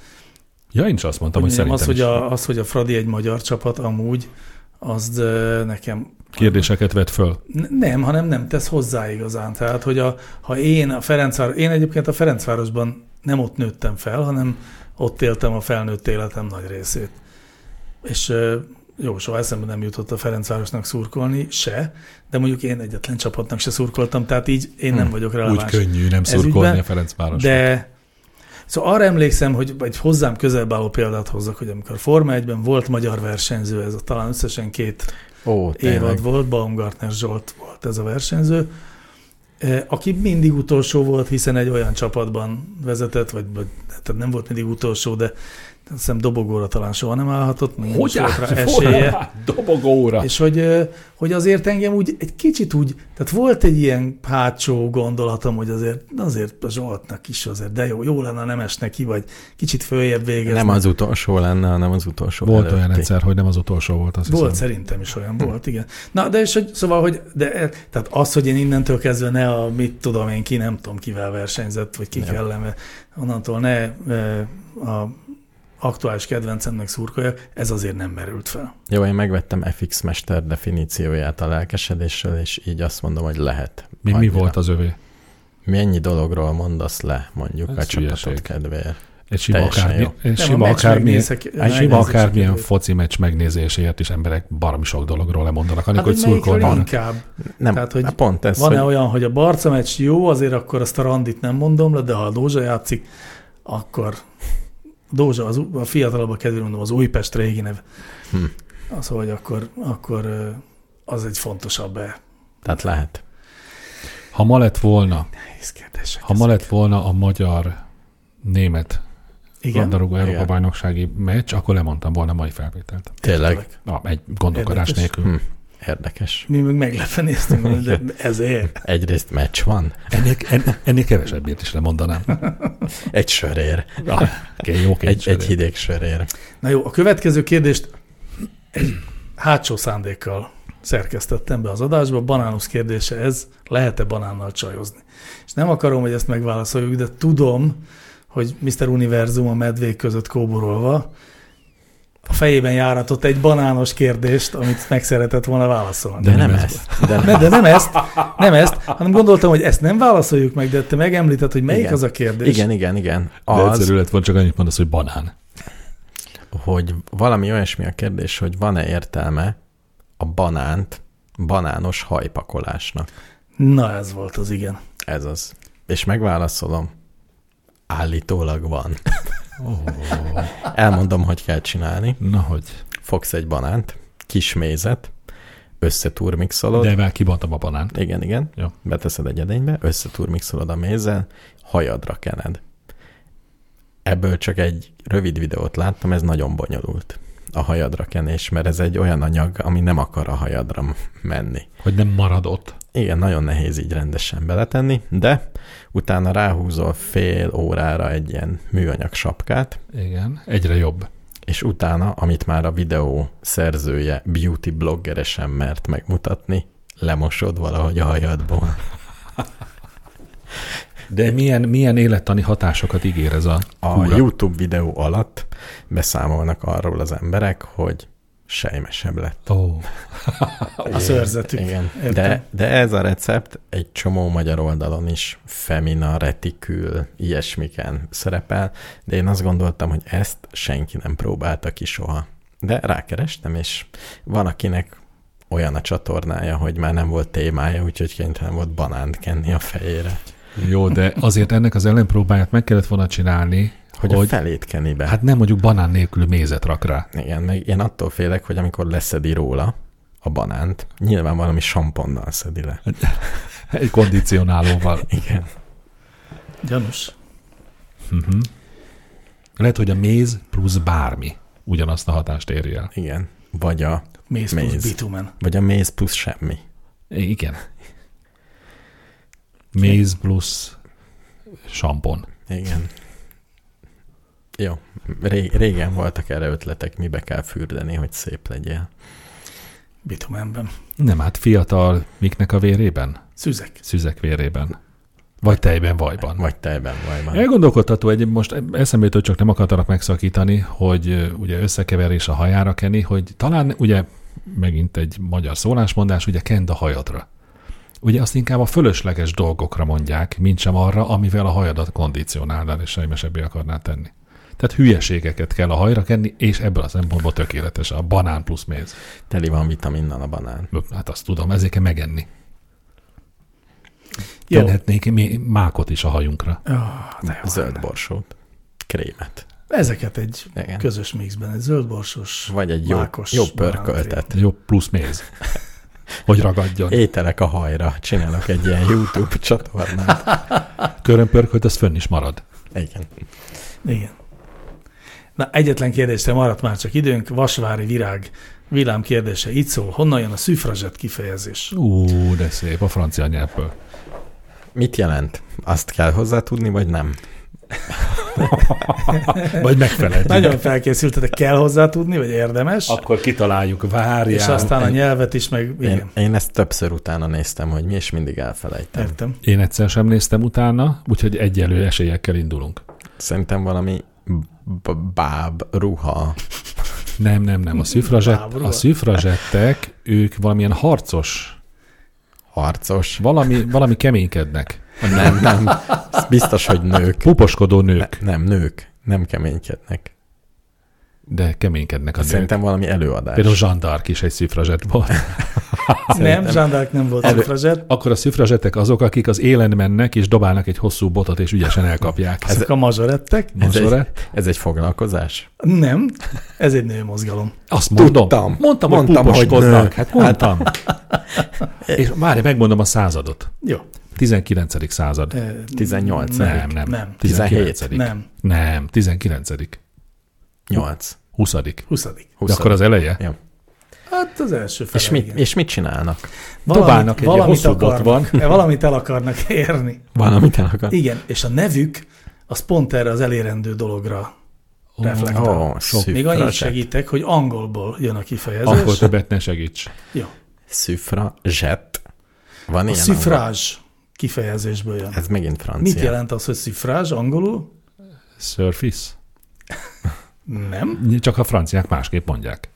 is azt mondtam, hogy szerintem
az, hogy a Fradi egy magyar csapat amúgy, az nekem
kérdéseket vet föl?
Nem tesz hozzá igazán. Tehát, hogy ha én egyébként a Ferencvárosban nem ott nőttem fel, hanem ott éltem a felnőtt életem nagy részét. És soha eszembe nem jutott a Ferencvárosnak szurkolni se, de mondjuk én egyetlen csapatnak se szurkoltam, tehát így én nem vagyok releváns.
Úgy könnyű nem szurkolni a Ferencvárosnak.
De szóval arra emlékszem, hogy egy hozzám közelebb álló példát hozzak, hogy amikor Forma 1-ben volt magyar versenyző, ez talán összesen 2 évad volt, Baumgartner Zsolt volt ez a versenyző, aki mindig utolsó volt, hiszen egy olyan csapatban vezetett, vagy tehát nem volt mindig utolsó, de azt hiszem dobogóra talán soha nem állhatott, meg nem is
Hogy
volt rá esélye.
Dobogóra?
És hogy azért engem úgy egy kicsit úgy, tehát volt egy ilyen hátsó gondolatom, hogy azért a Zsoltnak is azért, de jó lenne, nem esne ki, vagy kicsit följebb végezni.
Nem az utolsó lenne, hanem az utolsó
Volt
előtti.
olyan egyszer, hogy nem az utolsó volt, azt
Volt,
hiszem.
szerintem is olyan volt, igen. Na, de és hogy, szóval, hogy tehát az, hogy én innentől kezdve ne a mit tudom én ki, nem tudom kivel versenyzett, vagy ki kellene, onnantól ne a aktuális kedvencemnek szurkoljak, ez azért nem merült fel.
Jó, én megvettem FX Mester definícióját a lelkesedéssel, és így azt mondom, hogy lehet.
Mi volt az övé?
Mi ennyi dologról mondasz le, mondjuk
Ez
a csapatot
hülyeség.
kedvéért.
Egy sima,
Teljesen jó.
sima akármilyen foci meccs megnézéséért is emberek baromi sok dologról lemondanak, amikor
Hát,
hogy szurkolnak.
inkább.
Nem,
Tehát, hogy
pont ez,
van-e
hogy
olyan, hogy a Barca meccs jó, azért akkor azt a randit nem mondom le, de ha a Dózsa játszik, akkor Dózsa, a fiatalabb a kedvére mondom, az Újpest régi nev. Az, hogy akkor az egy fontosabb.
tehát lehet.
Ha ma lett volna,
Nehéz kérdések.
ha ma lett volna a magyar-német
Igen?
labdarúgó
Igen.
Európa-bajnoksági meccs, akkor lemondtam volna a mai felvételt.
Tényleg.
Egy gondolkodás
Érdekes.
nélkül.
Érdekes.
Mi meg meglepve néztünk, de ezért.
Egyrészt meccs van,
Ennél kevesebbért is lemondanám.
egy sörér.
Jó,
Egy hideg sörér.
Na jó, a következő kérdést egy hátsó szándékkal szerkesztettem be az adásba. Banánusz kérdése ez, lehet-e banánnal csajozni? És nem akarom, hogy ezt megválaszoljuk, de tudom, hogy Mr. Univerzum a medvék között kóborolva a fejében járatott egy banános kérdést, amit meg szeretett volna válaszolni.
De nem ezt.
De nem ezt, hanem gondoltam, hogy ezt nem válaszoljuk meg, de te megemlíted, hogy melyik
Igen.
az a kérdés.
Igen.
De
Az,
egyszerű lett volna, csak annyit mondasz, hogy banán.
hogy valami olyasmi a kérdés, hogy van-e értelme a banános hajpakolásnak.
Na, ez volt az igen.
Ez az. És megválaszolom, állítólag van. Elmondom, hogy kell csinálni.
Na, hogy?
Fogsz egy banánt, kis mézet, összeturmixolod.
De már kibontam a banánt.
Igen.
Jó.
Beteszed egy edénybe, összeturmixolod a mézzel, hajadra kened. Ebből csak egy rövid videót láttam, ez nagyon bonyolult. A hajadra kenés, mert ez egy olyan anyag, ami nem akar a hajadra menni.
Hogy nem marad ott.
Igen, nagyon nehéz így rendesen beletenni, de utána ráhúzol fél órára egy ilyen műanyag sapkát,
Igen, egyre jobb.
és utána, amit már a videó szerzője beauty bloggeresen mert megmutatni, lemosod valahogy a hajadból.
De milyen élettani hatásokat ígér ez a
A
kúra?
YouTube videó alatt beszámolnak arról az emberek, hogy sejmesebb lett.
Ó,
A szőrzetük.
Igen.
Értem.
De ez a recept egy csomó magyar oldalon is, Femina, Retikül, ilyesmiken szerepel, de én azt gondoltam, hogy ezt senki nem próbálta ki soha. De rákerestem, és van, akinek olyan a csatornája, hogy már nem volt témája, úgyhogy kénytelen volt banánt kenni a fejére.
jó, de azért ennek az ellenpróbáját meg kellett volna csinálni,
Hogy a felét kenni be.
hát nem mondjuk banán nélkül mézet rak rá.
Igen, meg én attól félek, hogy amikor leszedi róla a banánt, nyilván valami samponnal szedi le.
Egy kondicionálóval.
Igen.
Gyanús.
Uh-huh. Lehet, hogy a méz plusz bármi ugyanazt a hatást éri el.
Igen. Vagy a
Méz
Méz.
plusz bitumen.
Vagy a méz plusz semmi.
Igen. Méz plusz sampon.
Igen. Jó. Régen voltak erre ötletek, mibe kell fürdeni, hogy szép legyél.
Bitumenben.
Nem, hát fiatal miknek a vérében?
Szüzek.
Szüzek vérében. Vagy tejben, vajban.
Vagy tejben, vajban.
Elgondolkodható, egy most eszembe jutott, csak nem akartalak megszakítani, hogy ugye összekeverés a hajára kenni, hogy talán ugye megint egy magyar szólásmondás, ugye kend a hajadra. Ugye azt inkább a fölösleges dolgokra mondják, mint sem arra, amivel a hajadat kondicionálnál és sejmesebbé akarnál tenni. Tehát hülyeségeket kell a hajra kenni, és ebből a szempontból tökéletes a banán plusz méz.
Teli van vitaminnal a banán.
Hát azt tudom, ezért kell megenni.
Jó.
Tenhetnék mákot is a hajunkra.
De jó.
Zöld borsót. Krémet.
Ezeket egy
Igen.
közös mixben, egy zöldborsos,
Vagy egy jó
mákos
pörköltet.
Jó plusz méz. Hogy ragadjon.
Ételek a hajra. Csinálok egy ilyen YouTube csatornát.
Körömpörkölt, az fönn is marad.
Igen.
Igen. Na, egyetlen kérdésre maradt már csak időnk. Vasvári Virág villám kérdése így szól. Honnan jön a szüfrazsett kifejezés?
De szép, a francia nyelvből.
Mit jelent? Azt kell hozzá tudni, vagy nem?
Vagy megfelelni.
Nagyon felkészültetek, kell hozzá tudni, vagy érdemes?
Akkor kitaláljuk, várjál.
És aztán a nyelvet is meg...
Én ezt többször utána néztem, hogy mi, és mindig elfelejtem.
Értem.
Én egyszer sem néztem utána, úgyhogy egyenlő esélyekkel indulunk.
Szerintem valami báb, ruha.
Nem. A szüfrazsettek, ők valamilyen harcos. Valami keménykednek.
Nem. Ez biztos, hogy nők.
Puposkodó nők.
Nem, nők. Nem keménykednek.
De keménykednek a nők.
Szerintem valami előadás.
Például Jeanne d'Arc is egy szüfrazsett volt.
Nem, Jeanne d'Arc nem volt szüfrazsett.
Akkor a szüfrazsettek azok, akik az élen mennek, és dobálnak egy hosszú botot, és ügyesen elkapják.
Ezek a mazsorettek.
Ez egy foglalkozás?
Nem, ez egy nőmozgalom.
Azt mondom. Mondtam, hogy puposkodnak. Hát mondtam. És várj, megmondom a századot.
Jó.
19. század.
18.
Nem.
17.
Nem, 19.
8.
20. De akkor az eleje?
Ja.
Hát az első fele.
És mit csinálnak?
Dobálnak egy hosszú botban.
Valamit el akarnak érni.
Valamit el akarnak.
Igen, és a nevük az pont erre az elérendő dologra reflektál. Még annyit segítek, hogy angolból jön a kifejezés.
Angol többet ne segíts.
Jó.
Szüfrazsett. Van
a
ilyen
szüfrázs kifejezésből jön.
Ez megint francia.
Mit jelent az, hogy szüfrázs angolul?
Surface.
Nem.
Csak a franciák másképp mondják.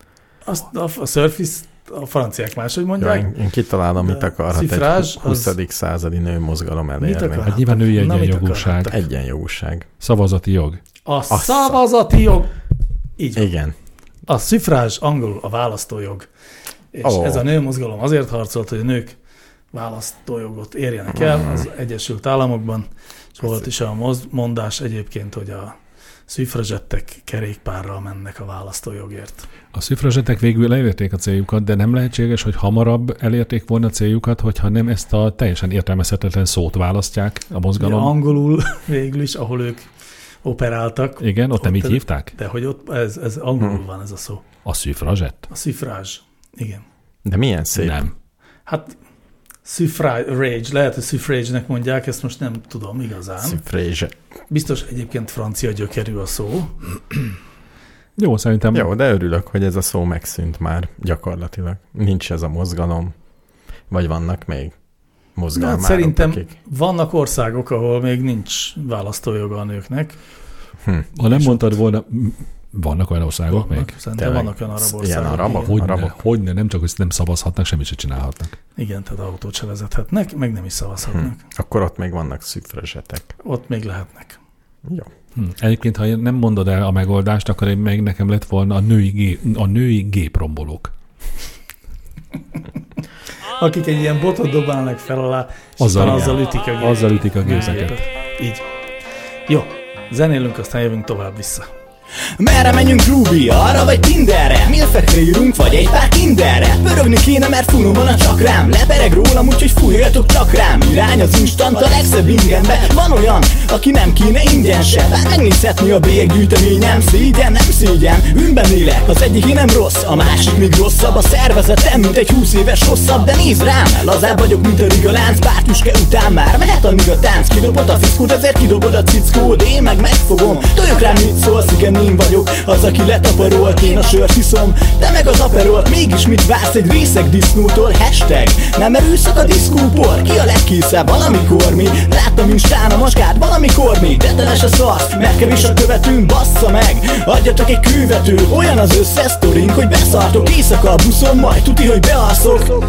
A surface a franciák máshogy mondják.
Ja, én kitalálom, mit akarhat egy 20. századi nőmozgalom elérni.
Hát nyilván női egyenjogúság.
Egyenjogúság.
Szavazati jog.
A szavazati jog. Így van.
Igen.
A szüfrázs angolul a választójog. És ez a nőmozgalom azért harcolt, hogy a nők választójogot érjenek el az Egyesült Államokban, és volt is a mondás egyébként, hogy a szüfrazsettek kerékpárral mennek a választójogért.
A szüfrazsettek végül elérték a céljukat, de nem lehetséges, hogy hamarabb elérték volna a céljukat, hogyha nem ezt a teljesen értelmezhetetlen szót választják a mozgalom.
De angolul végül is, ahol ők operáltak.
Igen, ott nem így hívták?
De hogy ott ez angolul van ez a szó.
A szüfrazsett?
A szüfrázs, igen.
De milyen szép.
Nem.
Hát suffrage, lehet, hogy suffrage-nek mondják, ezt most nem tudom igazán.
Suffrage.
Biztos egyébként francia gyökerű a szó.
Jó, szerintem...
Jó, de örülök, hogy ez a szó megszűnt már gyakorlatilag. Nincs ez a mozgalom. Vagy vannak még mozgalmárok?
Hát szerintem vannak országok, ahol még nincs választójoga a nőknek.
Ha nem mondtad volna... Vannak olyan országok még?
Szerintem vannak olyan arab országok.
Ilyen arabok?
Hogyne, nem csak, hogy nem szavazhatnak, semmit se csinálhatnak.
Igen, tehát autót se vezethetnek, meg nem is szavazhatnak.
Akkor ott még vannak szüfrazsetek.
Ott még lehetnek.
Jó.
Egyébként, ha nem mondod el a megoldást, akkor még nekem lett volna a női géprombolók.
Akik egy ilyen botot dobálnak fel alá, és azzal ütik a gépeket. Így. Jó, zenélünk, aztán jövünk tovább vissza.
Merre menjünk, Ruby? Arra vagy Tinderre? Milfekre írunk, vagy egy pár Kinderre? Pörögni kéne, mert funom van a csakrám. Lepereg rólam, úgyhogy fújjatok csak rám. Irány az instant a legszebb ingenbe. Van olyan, aki nem kéne ingyen se. Bár megnézhetni a bélyeggyűjteményem. Szégyen, nem szégyen, bűnben élek. Az egyik nem rossz, a másik még rosszabb. A szervezetem, mint egy 20 éves hosszabb. De nézd rám, lazább vagyok, mint a rigalánc. Pár tüske után már mehet amíg a tánc. Kidobod a fiszkót, ezért kidobod a cickód. Én meg megfogom, toljok rám, mit szólsz, igen, én vagyok az, aki letaparolt, én a sört iszom, te meg az aperolt. Mégis mit vársz egy részeg disznótól? Hashtag, nem erőszak a diszkópor. Ki a legkészebb, valamikor mi? Láttam Instán a maskát, valamikor mi? Teteles a szarsz, mert kevés a követőnk, bassza meg, adjatok egy kővető. Olyan az összes sztorink, hogy beszartok éjszaka a buszon, majd tuti, hogy bealszok.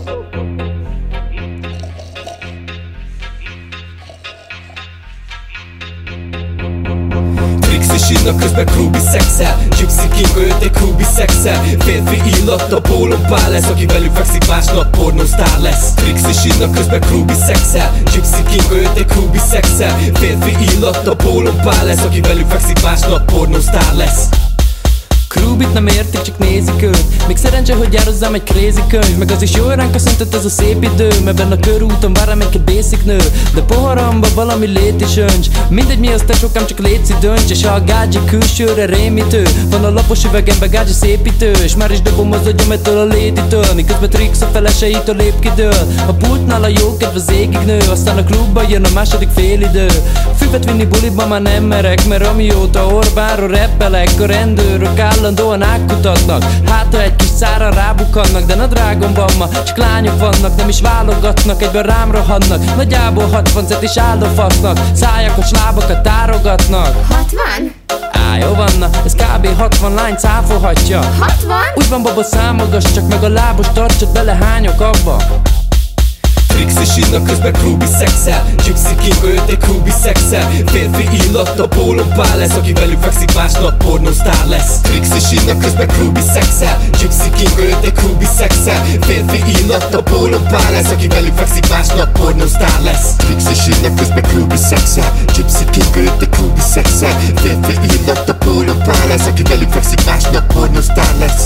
És innak közben Krúbi szexel, Gypsy King ölt egy Krúbi szexel. Férfi illat a pólópál lesz, aki velük fekszik másnap pornósztár lesz. Trix és innak közben Krúbi szexel, Gypsy King ölt egy Krúbi szexel. Férfi illat a pólópál lesz, aki velük fekszik másnap pornósztár lesz. Krúbit nem értik, csak nézik őt. Még szerencse, hogy jár hozzám egy crazy könyv. Meg az is jó ránk köszöntött ez a szép idő, mert benne a körúton vár rám egy basic nő. De poharamba valami lét is öncs. Mindegy mi az tesókám, csak léci dönts. És ha a gágyi külsőre rémítő, van a lapos üvegembe gágyi szépítő. És már is dobom az agyametől a léditől, miközben Trix a feleseitől lép kidől. A pultnál a jókedv az égig nő, aztán a klubba jön a második félidő. Füvet vinni buliba már nem merek, mert amióta Orbánról reppelek, a rendőrök állandóan átkutatnak. Hát ha egy kis szára rábukkannak, de nadrágomban ma csak lányok vannak, nem is válogatnak, egyben rám rohannak. Nagyjából 60 centis áldófasznak, szájakat, lábakat tárogatnak.
60?
Jó vanna, ez kb. 60 lány cáfolhatja.
60?
Úgy van baba, számogass csak meg a lábos tartsat, belehányok abba. Trix és innak közben Krúbi szexel, Gypsy King ölték Krúbi szexel. Férfi illat a pólópál lesz, aki velük fekszik másnap pornósztár lesz. Trix és innak közben Krúbi szexel, Gypsy King ölték Krúbi szexel. Férfi illat a pólópál lesz, aki velük fekszik másnap pornósztár lesz.
Trix és innak közben Krúbi szexel, Gypsy King ölték Krúbi szexel. Férfi illat a pólópál lesz, aki velük fekszik másnap pornósztár lesz.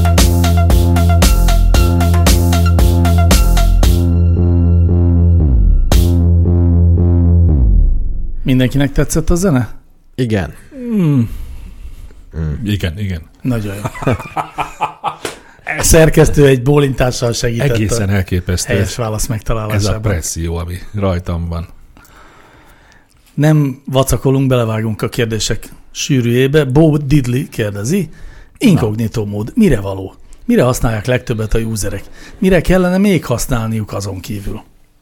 Mindenkinek tetszett a zene?
Igen.
Igen.
Nagyon jó. Szerkesztő egy bólintással segített
Egészen
a
elképesztő.
helyes válasz
Ez a
megtalálásában.
presszió, ami rajtam van.
Nem vacakolunk, belevágunk a kérdések sűrűjébe. Bo Diddley kérdezi, inkognitó mód mire való? Mire használják legtöbbet a userek? Mire kellene még használniuk azon kívül?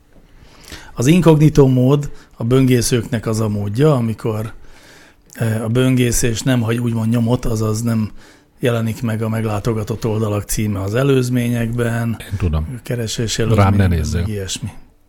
Az inkognitó mód a böngészőknek az a módja, amikor a böngészés nem hagy úgymond nyomot, azaz nem jelenik meg a meglátogatott oldalak címe az előzményekben.
Én tudom.
A keresés
Rám ne
előzményekben,
nézzél.
meg ilyesmi.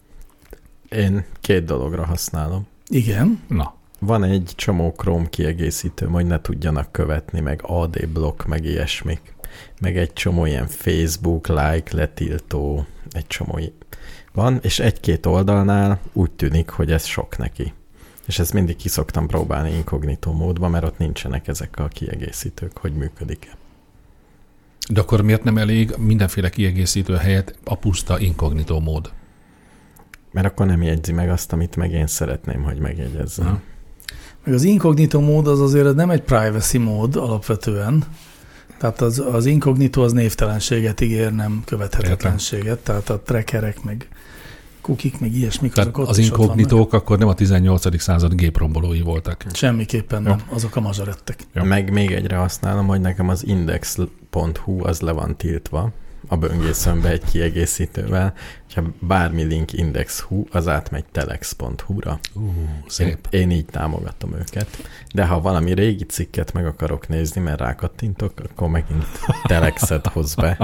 Én 2 dologra használom.
Igen.
Na,
Van egy csomó Chrome kiegészítő, hogy ne tudjanak követni, meg AD block, meg ilyesmik. Meg egy csomó ilyen Facebook, like, letiltó, egy csomó van, és 1-2 oldalnál úgy tűnik, hogy ez sok neki. És ezt mindig ki szoktam próbálni inkognitó módban, mert ott nincsenek ezek a kiegészítők, hogy működik-e.
de akkor miért nem elég mindenféle kiegészítő helyett a puszta inkognitó mód?
Mert akkor nem jegyzi meg azt, amit meg én szeretném, hogy megjegyezzen.
Na.
Meg az inkognitó mód az azért nem egy privacy mód alapvetően. Tehát az inkognitó az névtelenséget ígér, nem követhetetlenséget. Tehát a trackerek, meg kukik, meg ilyesmik,
Tehát
azok ott
az
is ott vannak.
inkognitók akkor nem a 18. század géprombolói voltak.
Semmiképpen nem, azok a mazsarettek.
Jó.
Meg még egyre használom, hogy nekem az index.hu az le van tiltva a böngészőmbe egy kiegészítővel, hogyha bármi link index.hu, az átmegy telex.hu-ra.
Szép.
Én így támogatom őket. De ha valami régi cikket meg akarok nézni, mert rákattintok, akkor megint telexet hoz be,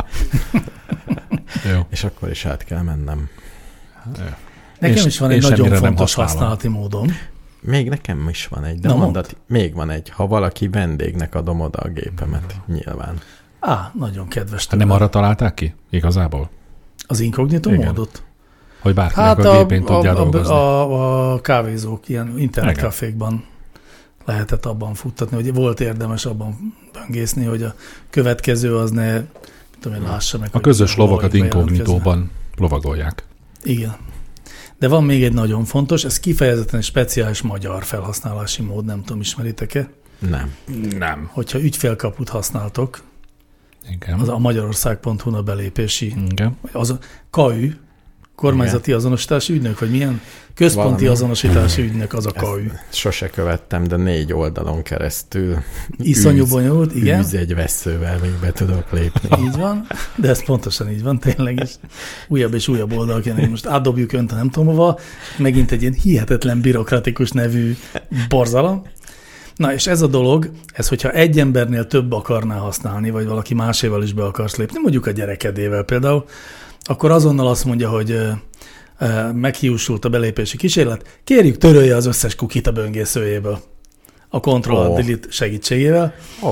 Jó.
és akkor is át kell mennem.
Nekem
És
is van
én
egy nagyon
semmire nem
fontos
használom.
használati módom.
Még nekem is van egy, de
Na,
még van egy. Ha valaki vendégnek adom oda a gépemet, nyilván.
Nagyon kedves
Hát
tőled.
nem arra találták ki? Igazából?
Az inkognitó
Igen.
módot?
Hogy bárkinek
Hát
a gépén tudjál dolgozni.
a kávézók, ilyen internetkafékban lehetett abban futtatni, hogy volt érdemes abban böngészni, hogy a következő az ne, tudom én, lássa meg.
A
hogy
közös
hol
lovakat
vagy bejelentkezve.
inkognitóban lovagolják.
Igen. De van még egy nagyon fontos, ez kifejezetten egy speciális magyar felhasználási mód, nem tudom, ismeritek-e?
Nem.
Nem.
Hogyha ügyfélkaput használtok,
Igen.
az a magyarország.hu-n a belépési,
Igen.
az a KAÜ, kormányzati azonosítási ügynök, vagy milyen központi
Valami.
azonosítási ügynök, az a KAÜ.
Ezt sose követtem, de 4 oldalon keresztül
Iszonyú bonyolult, igen.
űzegyvesszővel még be tudok lépni.
Így van, de ez pontosan így van, tényleg is. Újabb és újabb oldalak jönnek. Most átdobjuk önt a nem tudom hova, megint egy ilyen hihetetlen bürokratikus nevű borzalom. Na és ez a dolog, ez hogyha egy embernél több akarná használni, vagy valaki máséval is be akarsz lépni, mondjuk a gyerekedével például, akkor azonnal azt mondja, hogy meghiúsult a belépési kísérlet, kérjük törölje az összes kukit a böngészőjéből a Ctrl-Delete segítségével.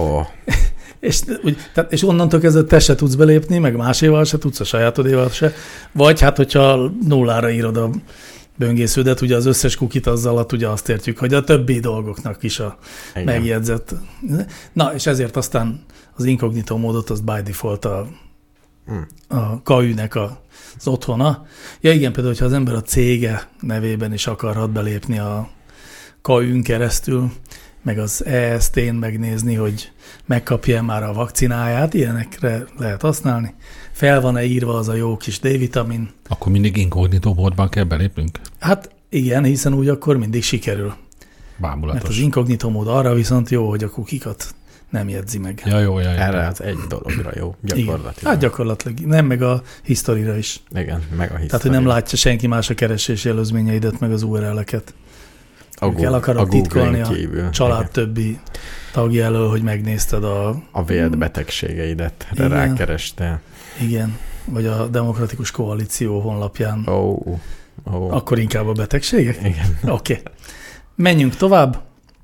És onnantól kezdve te se tudsz belépni, meg máséval se tudsz, a sajátodéval se. Vagy hát, hogyha nullára írod a böngésződet, ugye az összes kukit azzal alatt ugye azt értjük, hogy a többi dolgoknak is a megjegyzett. Na, és ezért aztán az inkognitó módot, az by default a KÜ-nek az otthona. Ja igen, például, hogyha az ember a cége nevében is akarhat belépni a KÜ-n keresztül, meg az EST-n megnézni, hogy megkapja már a vakcináját, ilyenekre lehet használni. Fel van-e írva az a jó kis D-vitamin?
Akkor mindig inkognitó módban kell belépnünk?
Hát igen, hiszen úgy akkor mindig sikerül.
Bámulatos.
Mert az inkognitó mód arra viszont jó, hogy a kukikat nem jegyzi meg.
Ja, jó.
Erre az egy dologra jó, gyakorlatilag.
Igen. Hát gyakorlatilag nem, meg a historira is.
Igen, meg a historira.
Tehát, hogy nem látja senki más a keresési előzményeidet, meg az URL-eket. El akarod titkolni a család
igen.
többi tagja elől, hogy megnézted
a vélt betegségeidet,
igen.
rákerestél.
Igen, vagy a Demokratikus Koalíció honlapján. Akkor inkább a betegségek?
Igen.
Oké. Menjünk tovább.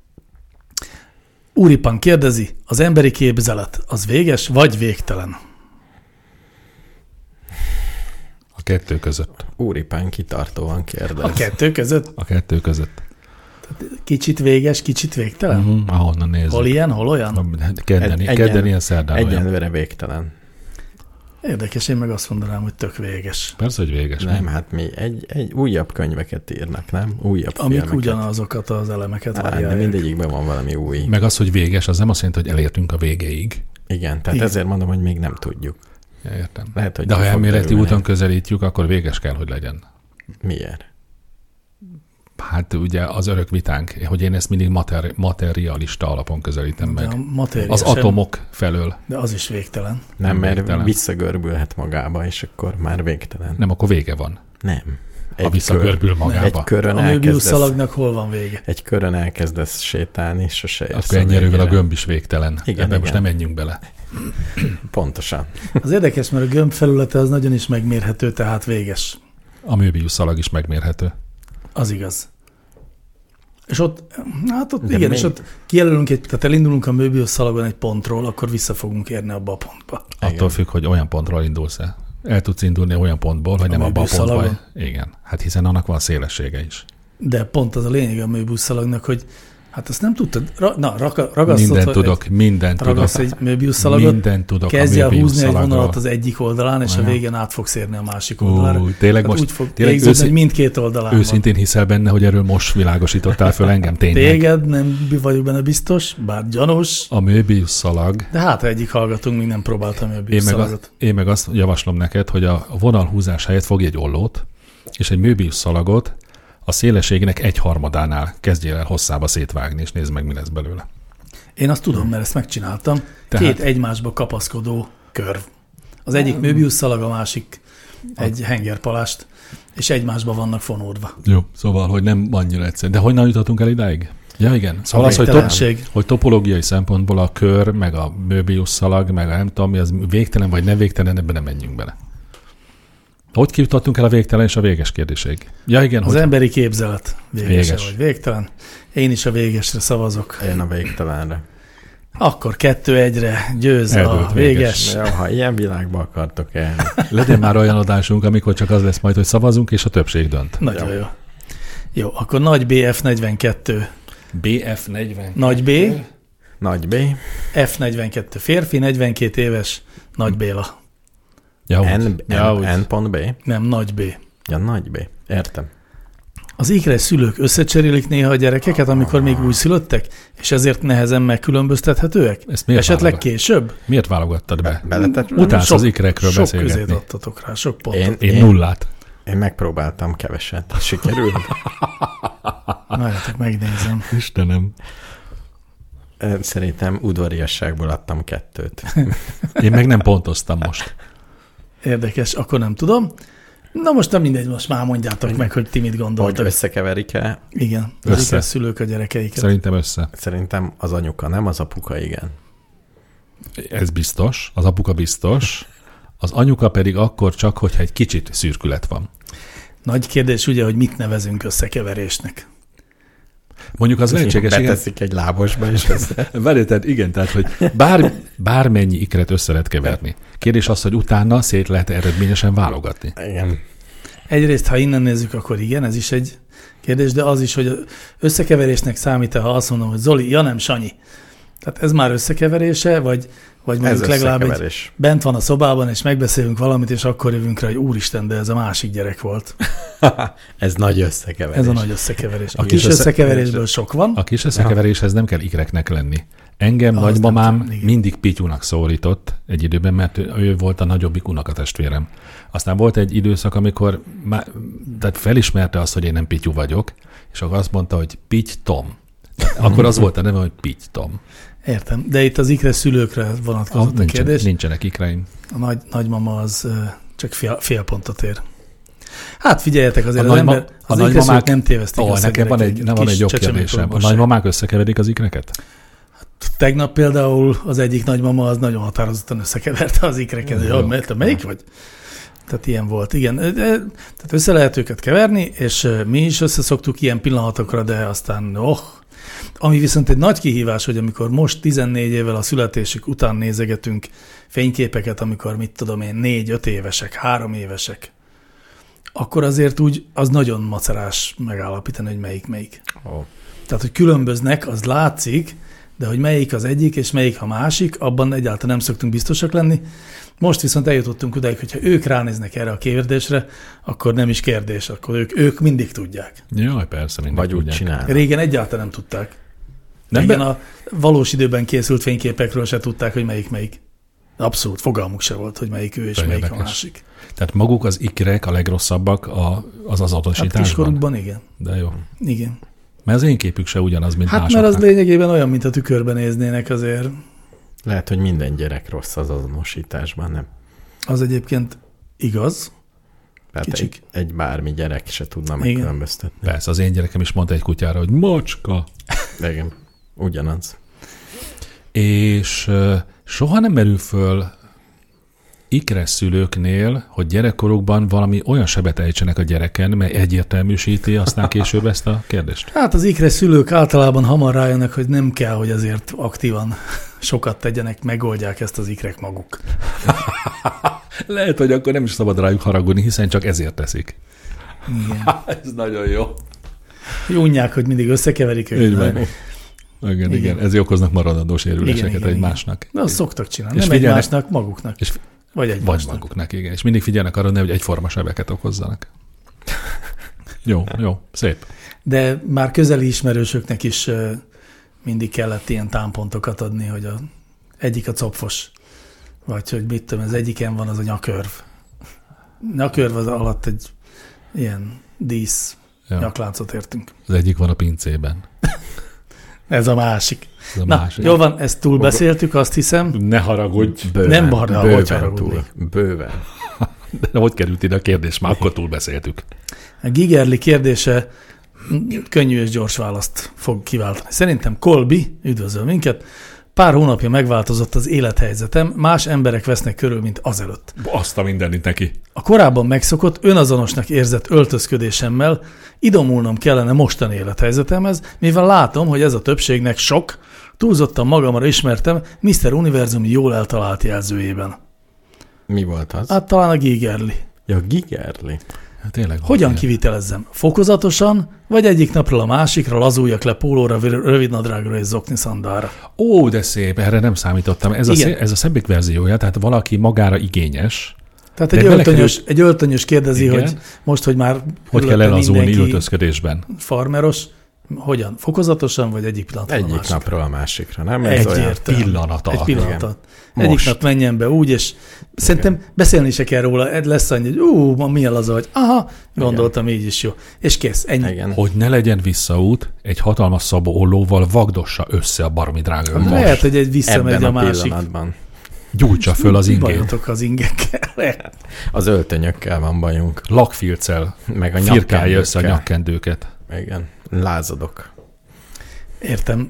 Úripan kérdezi, az emberi képzelet az véges vagy végtelen?
A kettő között.
Úripán kitartóan kérdez.
A kettő között?
A kettő között.
Kicsit véges, kicsit végtelen?
Ahonnan nézzük.
Hol ilyen, hol olyan?
Kedden ilyen, szerdán olyan.
Egyenlőre végtelen.
Érdekes, én meg azt mondanám, hogy tök véges.
Persze, hogy véges.
Nem, hát mi egy újabb könyveket írnak, nem? Újabb
amik
filmeket.
Ugyanazokat az elemeket
várják. De mindegyikben van valami új.
Meg az, hogy véges, az nem azt jelenti, hogy elértünk a végéig.
Igen, tehát ezért mondom, hogy még nem tudjuk.
Ja, értem.
Lehet, hogy
de ha elméleti úton közelítjük, akkor véges kell, hogy legyen.
Miért?
Hát ugye az örök vitánk, hogy én ezt mindig materialista alapon közelítem meg. Az atomok felől.
De az is végtelen.
Nem, mert végtelen. Visszagörbülhet magába, és akkor már végtelen.
Nem, akkor vége van.
Nem.
Ha visszagörbül magába.
Egy körön
a Möbius szalagnak hol van vége?
Egy körön elkezdesz sétálni, és sose érsz
akkor ennyi erővel a gömb is végtelen.
Igen,
ebben most nem menjünk bele.
Pontosan.
Az érdekes, mert a gömb felülete az nagyon is megmérhető, tehát véges.
A Möbius szalag is megmérhető.
Az igaz. És ott igen, és ott kijelölünk tehát elindulunk a Möbius szalagon egy pontról, akkor vissza fogunk érni abba a pontba.
Attól függ, hogy olyan pontról indulsz-e. El tudsz indulni olyan pontból, hogy nem abba a pontba. Igen, hát hiszen annak van szélessége is.
De pont az a lényeg a Möbius szalagnak, hogy hát azt nem tudtad, ragasztod,
mindent tudok.
Egy Möbius szalagot,
mindent tudok.
kezdj el húzni egy vonalat az egyik oldalán, és a végén át fogsz érni a másik oldalára.
Tényleg most
úgy fog végződni, hogy mindkét oldalán
őszintén hiszel benne, hogy erről most világosítottál föl engem tényleg.
Téged nem vagyok benne biztos, bár gyanús.
A Möbius szalag.
De hát egyik hallgatónk még nem próbálta a Möbius szalagot.
Én meg azt javaslom neked, hogy a vonalhúzás helyett fogj egy ollót, és egy Möbius szalagot a szélességének 1/3-ánál kezdjél el hosszába szétvágni, és nézd meg, mi lesz belőle.
Én azt tudom, mert ezt megcsináltam. Tehát... 2 egymásba kapaszkodó körv. Az egyik Möbius szalag, a másik egy hengerpalást, és egymásba vannak fonódva.
Jó, szóval, hogy nem annyira egyszerű. De honnan jutottunk el idáig? Ja, igen. Szóval az, hogy topológiai szempontból a kör, meg a Möbius szalag, meg a nem tudom, az végtelen vagy nem végtelen, ebben nem menjünk bele. Hogy kijutottunk el a végtelen és a véges kérdésig? Ja, igen.
Az emberi képzelet véges vagy végtelen. Én is a végesre szavazok.
Én a végtelenre.
Akkor 2-1-re győz a véges.
Jó, ha ilyen világba akartok élni.
Legyen már olyan adásunk, amikor csak az lesz majd, hogy szavazunk, és a többség dönt.
Nagyon jó. Jó, akkor nagy BF42.
BF42.
Nagy B.
Nagy B.
F42 férfi, 42 éves, Nagy Béla.
N.B.
Nem, Nagy B.
Ja, Nagy B. Értem.
Az ikres szülők összecserélik néha a gyerekeket, amikor még újszülöttek, és ezért nehezen megkülönböztethetőek? Esetleg később?
Miért válogattad be? Utálsz az ikrekről beszélgetni.
Sok közét adtatok rá, sok pontot.
Én 0.
Én megpróbáltam keveset. Sikerült?
Várjátok, megnézem.
Istenem.
Szerintem udvariasságból adtam 2.
Én meg nem pontoztam most.
Érdekes, akkor nem tudom. Na most nem mindegy, most már mondjátok meg, hogy ti mit gondoltok.
Hogy összekeverik-e?
Igen, az ikres szülők a gyerekeiket.
Szerintem össze.
Szerintem az anyuka, nem az apuka, igen.
Ez biztos, az apuka biztos, az anyuka pedig akkor csak, hogyha egy kicsit szürkület van.
Nagy kérdés ugye, hogy mit nevezünk összekeverésnek.
Mondjuk az lehetséges,
beteszik egy lábosba is össze.
Várjál, igen, tehát, hogy bármennyi ikret össze lehet keverni. Kérdés az, hogy utána szét lehet eredményesen válogatni.
Igen.
Egyrészt, ha innen nézzük, akkor igen, ez is egy kérdés, de az is, hogy összekeverésnek számít-e, ha azt mondom, hogy Zoli, ja nem, Sanyi. Tehát ez már összekeverése, vagy Vagy mondjuk legalább bent van a szobában, és megbeszélünk valamit, és akkor jövünk rá, hogy úristen, de ez a másik gyerek volt.
Ez nagy összekeverés.
Ez a nagy összekeverés. A kis összekeverésből sok van.
A kis összekeveréshez nem kell ikreknek lenni. Engem nagymamám mindig Pityúnak szólított egy időben, mert ő volt a nagyobbik unokatestvérem. Aztán volt egy időszak, amikor tehát felismerte azt, hogy én nem Pityú vagyok, és akkor azt mondta, hogy Pitty Tom. Akkor az volt a neve, hogy Pitty Tom.
Értem, de itt az ikre szülőkre vonatkozott a kérdés.
Nincsenek ikreim.
A nagymama az csak fél pontot ér. Hát figyeljetek, azért az ikreszülők nem tévesztik össze.
Nekem van egy jobb kérdésem. A nagymamák összekeverik az ikreket?
Tegnap például az egyik nagymama az nagyon határozottan összekeverte az ikreket. Mert melyik vagy? Tehát ilyen volt, igen. Tehát össze lehet őket keverni, és mi is összeszoktuk ilyen pillanatokra, de aztán ami viszont egy nagy kihívás, hogy amikor most 14 évvel a születésük után nézegetünk fényképeket, amikor mit tudom én, 4-5 évesek, 3 évesek, akkor azért úgy az nagyon macerás megállapítani, hogy melyik. Oh. Tehát, hogy különböznek, az látszik, de hogy melyik az egyik, és melyik a másik, abban egyáltalán nem szoktunk biztosak lenni. Most viszont eljutottunk odáig, hogyha ők ránéznek erre a kérdésre, akkor nem is kérdés, akkor ők mindig tudják.
Jaj, persze, mindig
vagy úgy csinálnak.
Régen egyáltalán nem tudták. Régen a valós időben készült fényképekről se tudták, hogy melyik. Abszolút, fogalmuk se volt, hogy melyik ő és melyik a másik.
Tehát maguk az ikrek a legrosszabbak az azonosításban?
Hát kiskorukban igen.
De jó.
Igen.
Mert az én képük se ugyanaz, mint másoknak.
Hát mert az lényegében olyan, mint a tükörben néznének azért.
Lehet, hogy minden gyerek rossz az azonosításban, nem?
Az egyébként igaz.
Tehát egy bármi gyerek se tudna megkülönböztetni.
Persze, az én gyerekem is mondta egy kutyára, hogy macska.
Igen, ugyanaz.
És soha nem merül föl ikres szülőknél, hogy gyerekkorukban valami olyan sebet ejtsenek a gyereken, mely egyértelműsíti aztán később ezt a kérdést?
Hát az ikres szülők általában hamar rájönnek, hogy nem kell, hogy azért aktívan sokat tegyenek, megoldják ezt az ikrek maguk.
Lehet, hogy akkor nem is szabad rájuk haragudni, hiszen csak ezért teszik.
Igen.
Ez nagyon jó.
Unják, hogy mindig összekeverik őket.
Igen. Ezért okoznak maradandó sérüléseket egymásnak.
De azt szoktak csinálni, nem egymásnak, maguknak. Vagy
maguknak, igen. És mindig figyelnek arra, hogy egyforma sebeket okozzanak. Jó, szép.
De már közeli ismerősöknek is mindig kellett ilyen támpontokat adni, hogy egyik a copfos, vagy hogy mit tudom, az egyiken van az a nyakörv. Nyakörv az alatt egy ilyen dísz nyakláncot értünk.
Az egyik van a pincében.
Ez a másik. Jó van, ezt túlbeszéltük, azt hiszem.
Ne haragudj.
Nem hogy haragudni.
Bőven.
De hogy került ide a kérdés? Már akkor túlbeszéltük.
A Gigerli kérdése könnyű és gyors választ fog kiváltani. Szerintem Kolbi, üdvözöl minket, pár hónapja megváltozott az élethelyzetem, más emberek vesznek körül, mint azelőtt.
Azt a mindenit neki.
A korábban megszokott, önazonosnak érzett öltözködésemmel idomulnom kellene mostani élethelyzetemhez, mivel látom, hogy ez a többségnek sok, túlzottan magamra ismertem Mr. Univerzum jól eltalált jelzőjében.
Mi volt az?
Hát talán a Gigerli.
Ja, Gigerli.
Hát tényleg.
Hogyan kivitelezzem? Fokozatosan, vagy egyik napról a másikra lazuljak le pólóra, rövidnadrágra és zokniszandára?
Ó, de szép, erre nem számítottam. Ez a szebbik verziója, tehát valaki magára igényes.
Tehát egy öltönyös kérdezi, igen, hogy most, hogy már
hogy kell elazulni öltözködésben.
Farmeros, hogyan? Fokozatosan, vagy egyik pillanatról a másikra?
Napról a másikra, nem?
Ez olyan
pillanat alatt.
Egy pillanat alatt. Egyik nap menjen be úgy, és szerintem beszélni se kell róla, lesz annyi, hogy milyen laza vagy. Aha, gondoltam, így is jó. És kész, ennyi.
Igen. Hogy ne legyen visszaút, egy hatalmas szabó ollóval vagdossa össze a baromi drága.
Lehet, hogy egy visszamegy a másik.
Pillanatban.
Gyújtsa föl az ingét.
Bajotok az ingekkel.
Az öltönyökkel van bajunk.
Lakfilccel.
Meg a
firkálja össze a nyakkendőket.
Igen, lázadok.
Értem.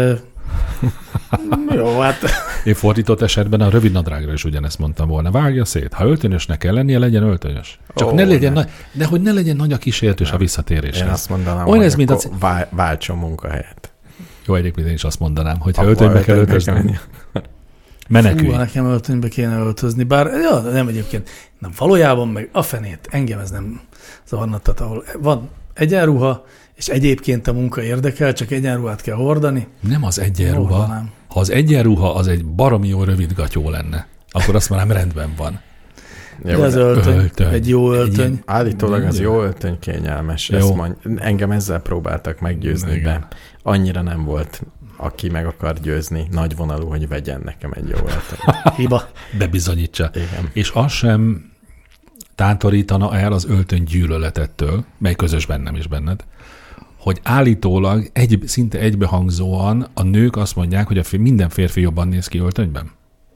Jó, hát...
Én fordított esetben a rövidnadrágra is ugyanezt mondtam volna. Vágja szét. Ha öltönyösnek kell lennie, legyen öltönyös. Csak ne legyen de hogy ne legyen nagy a kísértős a visszatéréshez.
Én azt mondanám,
olyan
hogy
ez, mint
váltson munkahelyet.
Jó, egyébként én is azt mondanám, hogy ha öltönybe kell öltözni. Menekülj.
Nekem öltönybe kéne öltözni, bár nem egyébként. Nem, valójában meg a fenét, engem ez nem zavarna, tehát ahol van egyenruha, és egyébként a munka érdekel, csak egyenruhát kell hordani.
Nem az egyenruha, Ha az egyenruha az egy baromi jó rövid gatyó lenne, akkor azt már rendben van.
De az öltöny, egy jó öltöny.
Állítólag az jó öltöny kényelmes. Engem ezzel próbáltak meggyőzni, de annyira nem volt, aki meg akar győzni nagyvonalú, hogy vegyen nekem egy jó öltöny.
Hiba.
Bebizonyítsa.
Igen.
És az sem tántorítana el az öltöny gyűlöletettől, mely közös bennem és benned, hogy állítólag szinte egybehangzóan a nők azt mondják, hogy minden férfi jobban néz ki öltönyben.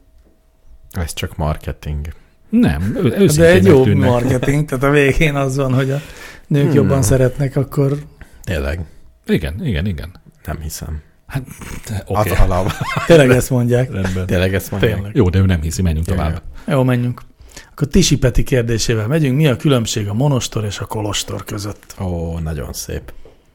Ez csak marketing.
Nem,
de egy jó marketing, tehát a végén az van, hogy a nők jobban szeretnek, akkor...
Tényleg.
Igen.
Nem hiszem.
Hát,
okay. Az alap.
Tényleg ezt mondják.
Rendben.
Tényleg ezt mondják.
Tényleg.
Jó, de ő nem hiszi, menjünk tovább.
Jó, menjünk. Akkor Tisi Peti kérdésével megyünk. Mi a különbség a monostor és a kolostor között?
Ó, nagyon szép.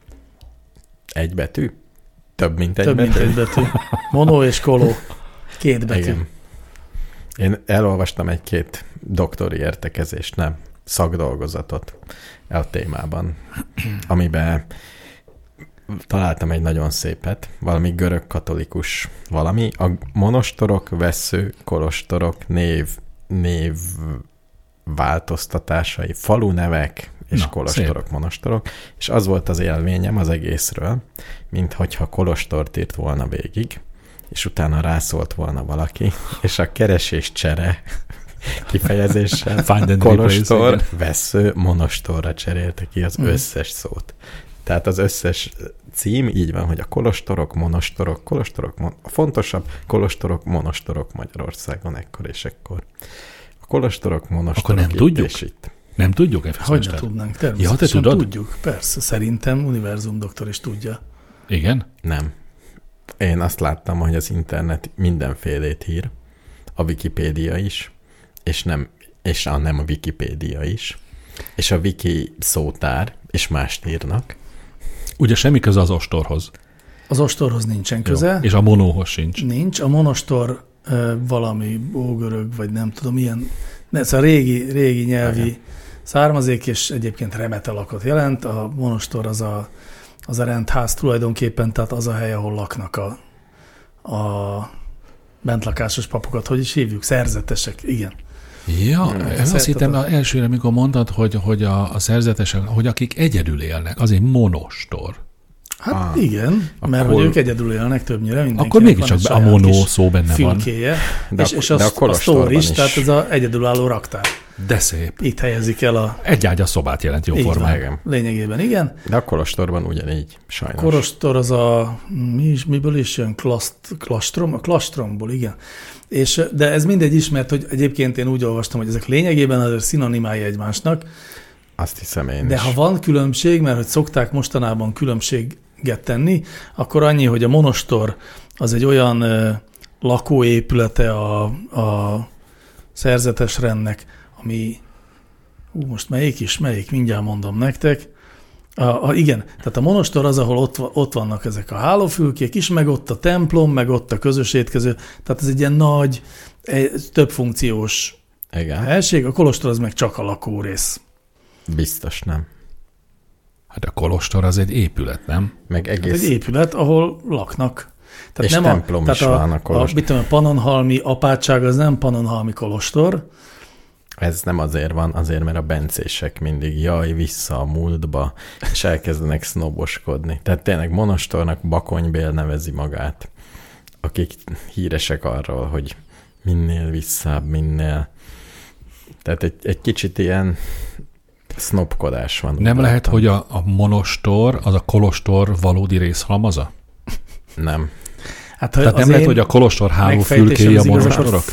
Egy betű? Több, mint egy
betű?
Több, mint
egy betű. Mono és koló. 2 betű.
Igen. Én elolvastam egy-két doktori értekezést, nem, szakdolgozatot a témában, amiben találtam egy nagyon szépet, valami görög katolikus valami. A monostorok, vessző, kolostorok név változtatásai, falunevek és kolostorok, szép. Monostorok, és az volt az élményem az egészről, mint hogyha kolostort írt volna végig, és utána rászólt volna valaki, és a keresés csere kifejezéssel kolostor, vessző, monostorra cserélte ki az összes szót. Tehát az összes cím így van, hogy a kolostorok, monostorok, a fontosabb kolostorok, monostorok Magyarországon ekkor és ekkor. A kolostorok, monostorok
akkor nem
itt
tudjuk?
És itt.
Nem tudjuk?
Hogy ne tudnánk? Természetesen tudjuk. Persze, szerintem univerzum doktor is tudja.
Igen?
Nem. Én azt láttam, hogy az internet mindenfélét hír, a Wikipédia is, és nem a Wikipédia is, és a Wiki szótár, és mást írnak.
Ugye semmi köze az ostorhoz.
Az ostorhoz nincsen köze.
Jó. És a monóhoz sincs.
Nincs. A monostor valami ógörög, vagy nem tudom, ilyen, ez a régi nyelvi származék, és egyébként remet alakot jelent. A monostor az a rendház tulajdonképpen, tehát az a hely, ahol laknak a bentlakásos papokat, hogy is hívjuk? Szerzetesek, igen.
Ja, azt hittem elsőre, amikor mondtad, hogy a szerzetesek, hogy akik egyedül élnek, az egy monostor.
Hát igen, mert hogy ők egyedül élnek többnyire,
akkor mégiscsak a monó szó benne
fülkéje,
van.
És a sztor is, tehát ez az egyedülálló raktár.
De szép.
Itt helyezik el a...
Egy ágy a szobát jelent jóformán.
Lényegében igen.
De a kolostorban ugyanígy, sajnos.
A kolostor az miből is jön? Klastrom? A klastromból, igen. De ez mindegy is, mert hogy egyébként én úgy olvastam, hogy ezek lényegében azért szinonimái egymásnak.
Azt hiszem én
de
is.
Ha van különbség, mert hogy szokták mostanában különbséget tenni, akkor annyi, hogy a monostor az egy olyan lakóépülete a szerzetes rendnek, ami, most melyik, mindjárt mondom nektek. Igen, tehát a monostor az, ahol ott vannak ezek a hálófülkék is, meg ott a templom, meg ott a közös étkező, tehát ez egy ilyen nagy, több funkciós helység, a kolostor az meg csak a lakórész.
Biztos nem.
Hát a kolostor az egy épület, nem?
Meg egész...
Hát egy épület, ahol laknak. Tehát
és nem templom is van a kolostor.
A pannonhalmi apátság az nem pannonhalmi kolostor.
Ez nem azért van, azért, mert a bencések mindig vissza a múltba, és elkezdenek sznoboskodni. Tehát tényleg monostornak Bakonybél nevezi magát, akik híresek arról, hogy minél visszább, minél... Tehát egy kicsit ilyen sznobkodás van.
Nem lehet, hogy a monostor az a kolostor valódi részhalmaza?
Nem.
Hát,
tehát nem lehet, hogy a kolostor hálófülkéje a monostorok?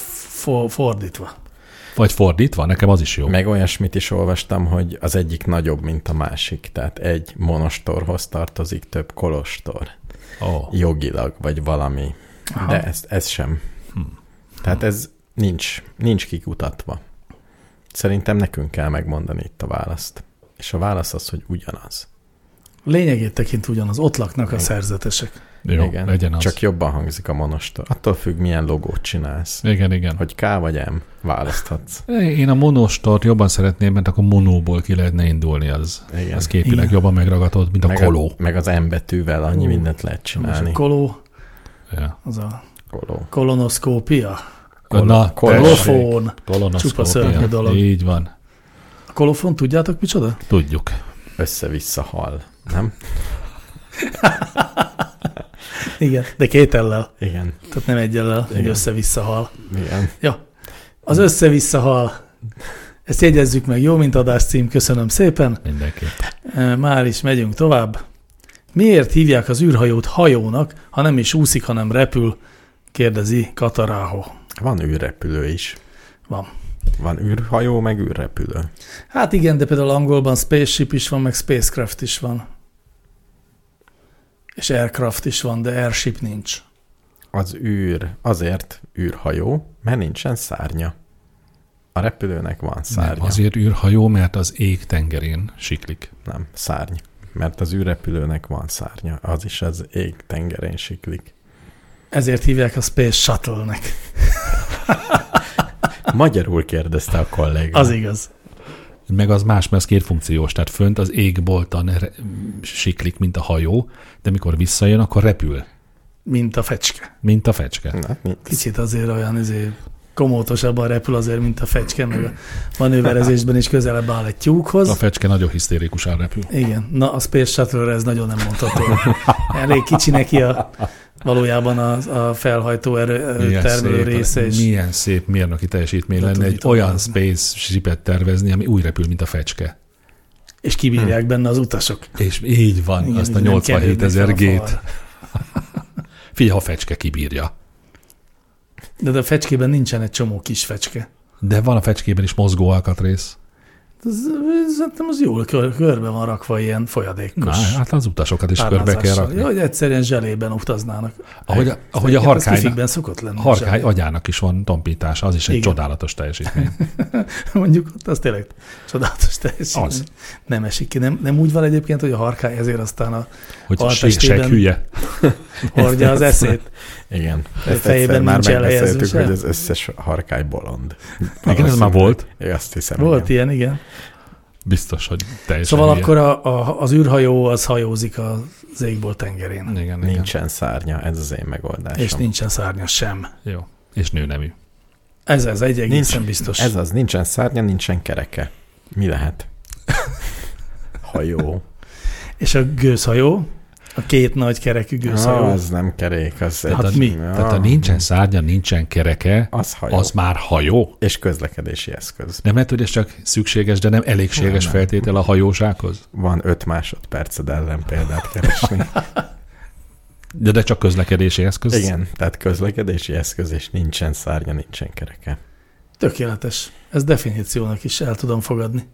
Fordítva.
Vagy fordítva? Nekem az is jó.
Meg olyasmit is olvastam, hogy az egyik nagyobb, mint a másik. Tehát egy monostorhoz tartozik több kolostor. Jogilag, vagy valami. Aha. De ez sem. Tehát ez nincs kikutatva. Szerintem nekünk kell megmondani itt a választ. És a válasz az, hogy ugyanaz.
Lényegét tekint ugyanaz. Ott laknak a szerzetesek.
Jó,
igen,
legyen az.
Csak jobban hangzik a monostor. Attól függ, milyen logót csinálsz.
Igen.
Hogy K vagy M, választhatsz.
Én a monostort jobban szeretném, mert akkor monóból ki lehetne indulni. Az képileg jobban megragadott, mint a koló.
Meg az M betűvel annyi mindent lehet csinálni.
A koló,
Ja.
Az a
Koló.
kolonoszkópia.
Na,
Kolofón.
kolonoszkópia.
Csupa szörnyű dolog.
Így van.
A kolofon, tudjátok micsoda?
Tudjuk.
Össze-vissza hal, nem?
Igen, de 2 ellel.
Igen.
Tehát nem egy ellel, egy
Igen.
össze-vissza hal.
Igen.
Ja, az össze-vissza hal. Ezt jegyezzük meg, jó, mint adáscím, köszönöm szépen.
Mindenképp.
Már is megyünk tovább. Miért hívják az űrhajót hajónak, ha nem is úszik, hanem repül? Kérdezi Kataráho.
Van űrrepülő is.
Van.
Van űrhajó, meg űrrepülő.
Hát igen, de például angolban spaceship is van, meg spacecraft is van. És aircraft is van, de airship nincs.
Az azért űrhajó, mert nincsen szárnya. A repülőnek van szárnya.
Nem, azért űrhajó, mert az ég tengerén siklik.
Nem, szárny. Mert az űrrepülőnek van szárnya. Az is az ég tengerén siklik.
Ezért hívják a Space Shuttle-nek.
Magyarul kérdezte a kolléga.
Az igaz.
Meg az más, mert az 2 funkciós, tehát fönt az égbolton siklik, mint a hajó, de mikor visszajön, akkor repül,
Mint a fecske.
mint a fecske.
Na, mi?
Kicsit azért olyan komótosabban repül azért, mint a fecske, meg a manőverezésben is közelebb áll egy tyúkhoz.
A fecske nagyon hisztérikusan repül.
Igen, na a Space Shuttle-re ez nagyon nem mondható. Elég kicsi neki valójában a felhajtó termelő része is.
Milyen szép mérnöki teljesítmény
De
lenne egy
tudom,
olyan
az-
spaceshipet tervezni, ami úgy repül, mint a fecske.
És kibírják benne az utasok.
És így van,
Igen,
azt a
nem
87 000
kerülnek fel a
G-t. Figyelj, ha a fecske kibírja.
De a fecskében nincsen egy csomó kis fecske.
De van a fecskében is mozgó alkatrész.
Szerintem az jól körbe van rakva ilyen folyadékos.
Na, hát az utasokat is körbe kell
párnázással.
rakni.
Ja, hogy egyszerűen zselében utaznának.
Ahogy a
Ez
harkány,
kifikben szokott lenni.
harkány
zselé.
agyának is van tompítása, az is egy
Igen.
csodálatos teljesítmény.
Mondjuk ott az tényleg csodálatos teljesítmény.
Az.
Nem esik ki. Nem úgy van egyébként, hogy a harkány ezért aztán a
Hogy
Altestében-
seghülye.
hordja az eszét.
Igen.
A
Ezt
fejében
egyszer már
nincs elhelyezve
megbeszéltük,
se?
hogy az összes harkály bolond.
Igen, ez már volt.
Én azt hiszem,
Volt
igen.
ilyen, igen.
Biztos, hogy teljesen
Szóval
hülye.
akkor az űrhajó az hajózik az égbolt tengerén.
Igen.
Nincsen szárnya, ez az én megoldásom.
És nincsen szárnya sem.
Jó. És nőnemű.
Ez egy egészen biztos.
Ez az, nincsen szárnya, nincsen kereke. Mi lehet? Hajó.
És a gőzhajó, a 2 nagy kerekű gőzhajó.
Az nem kerék, az
Hát
egy...
mi?
Tehát ha nincsen szárnya, nincsen kereke,
Az hajó.
az már hajó?
És közlekedési eszköz.
Nem lehet, hogy ez csak szükséges, de nem elégséges
Nem.
feltétel a hajósághoz?
Van 5 másodperced ellenpéldát keresni.
De csak közlekedési eszköz?
Igen, tehát közlekedési eszköz, és nincsen szárnya, nincsen kereke.
Tökéletes. Ez definíciónak is el tudom fogadni.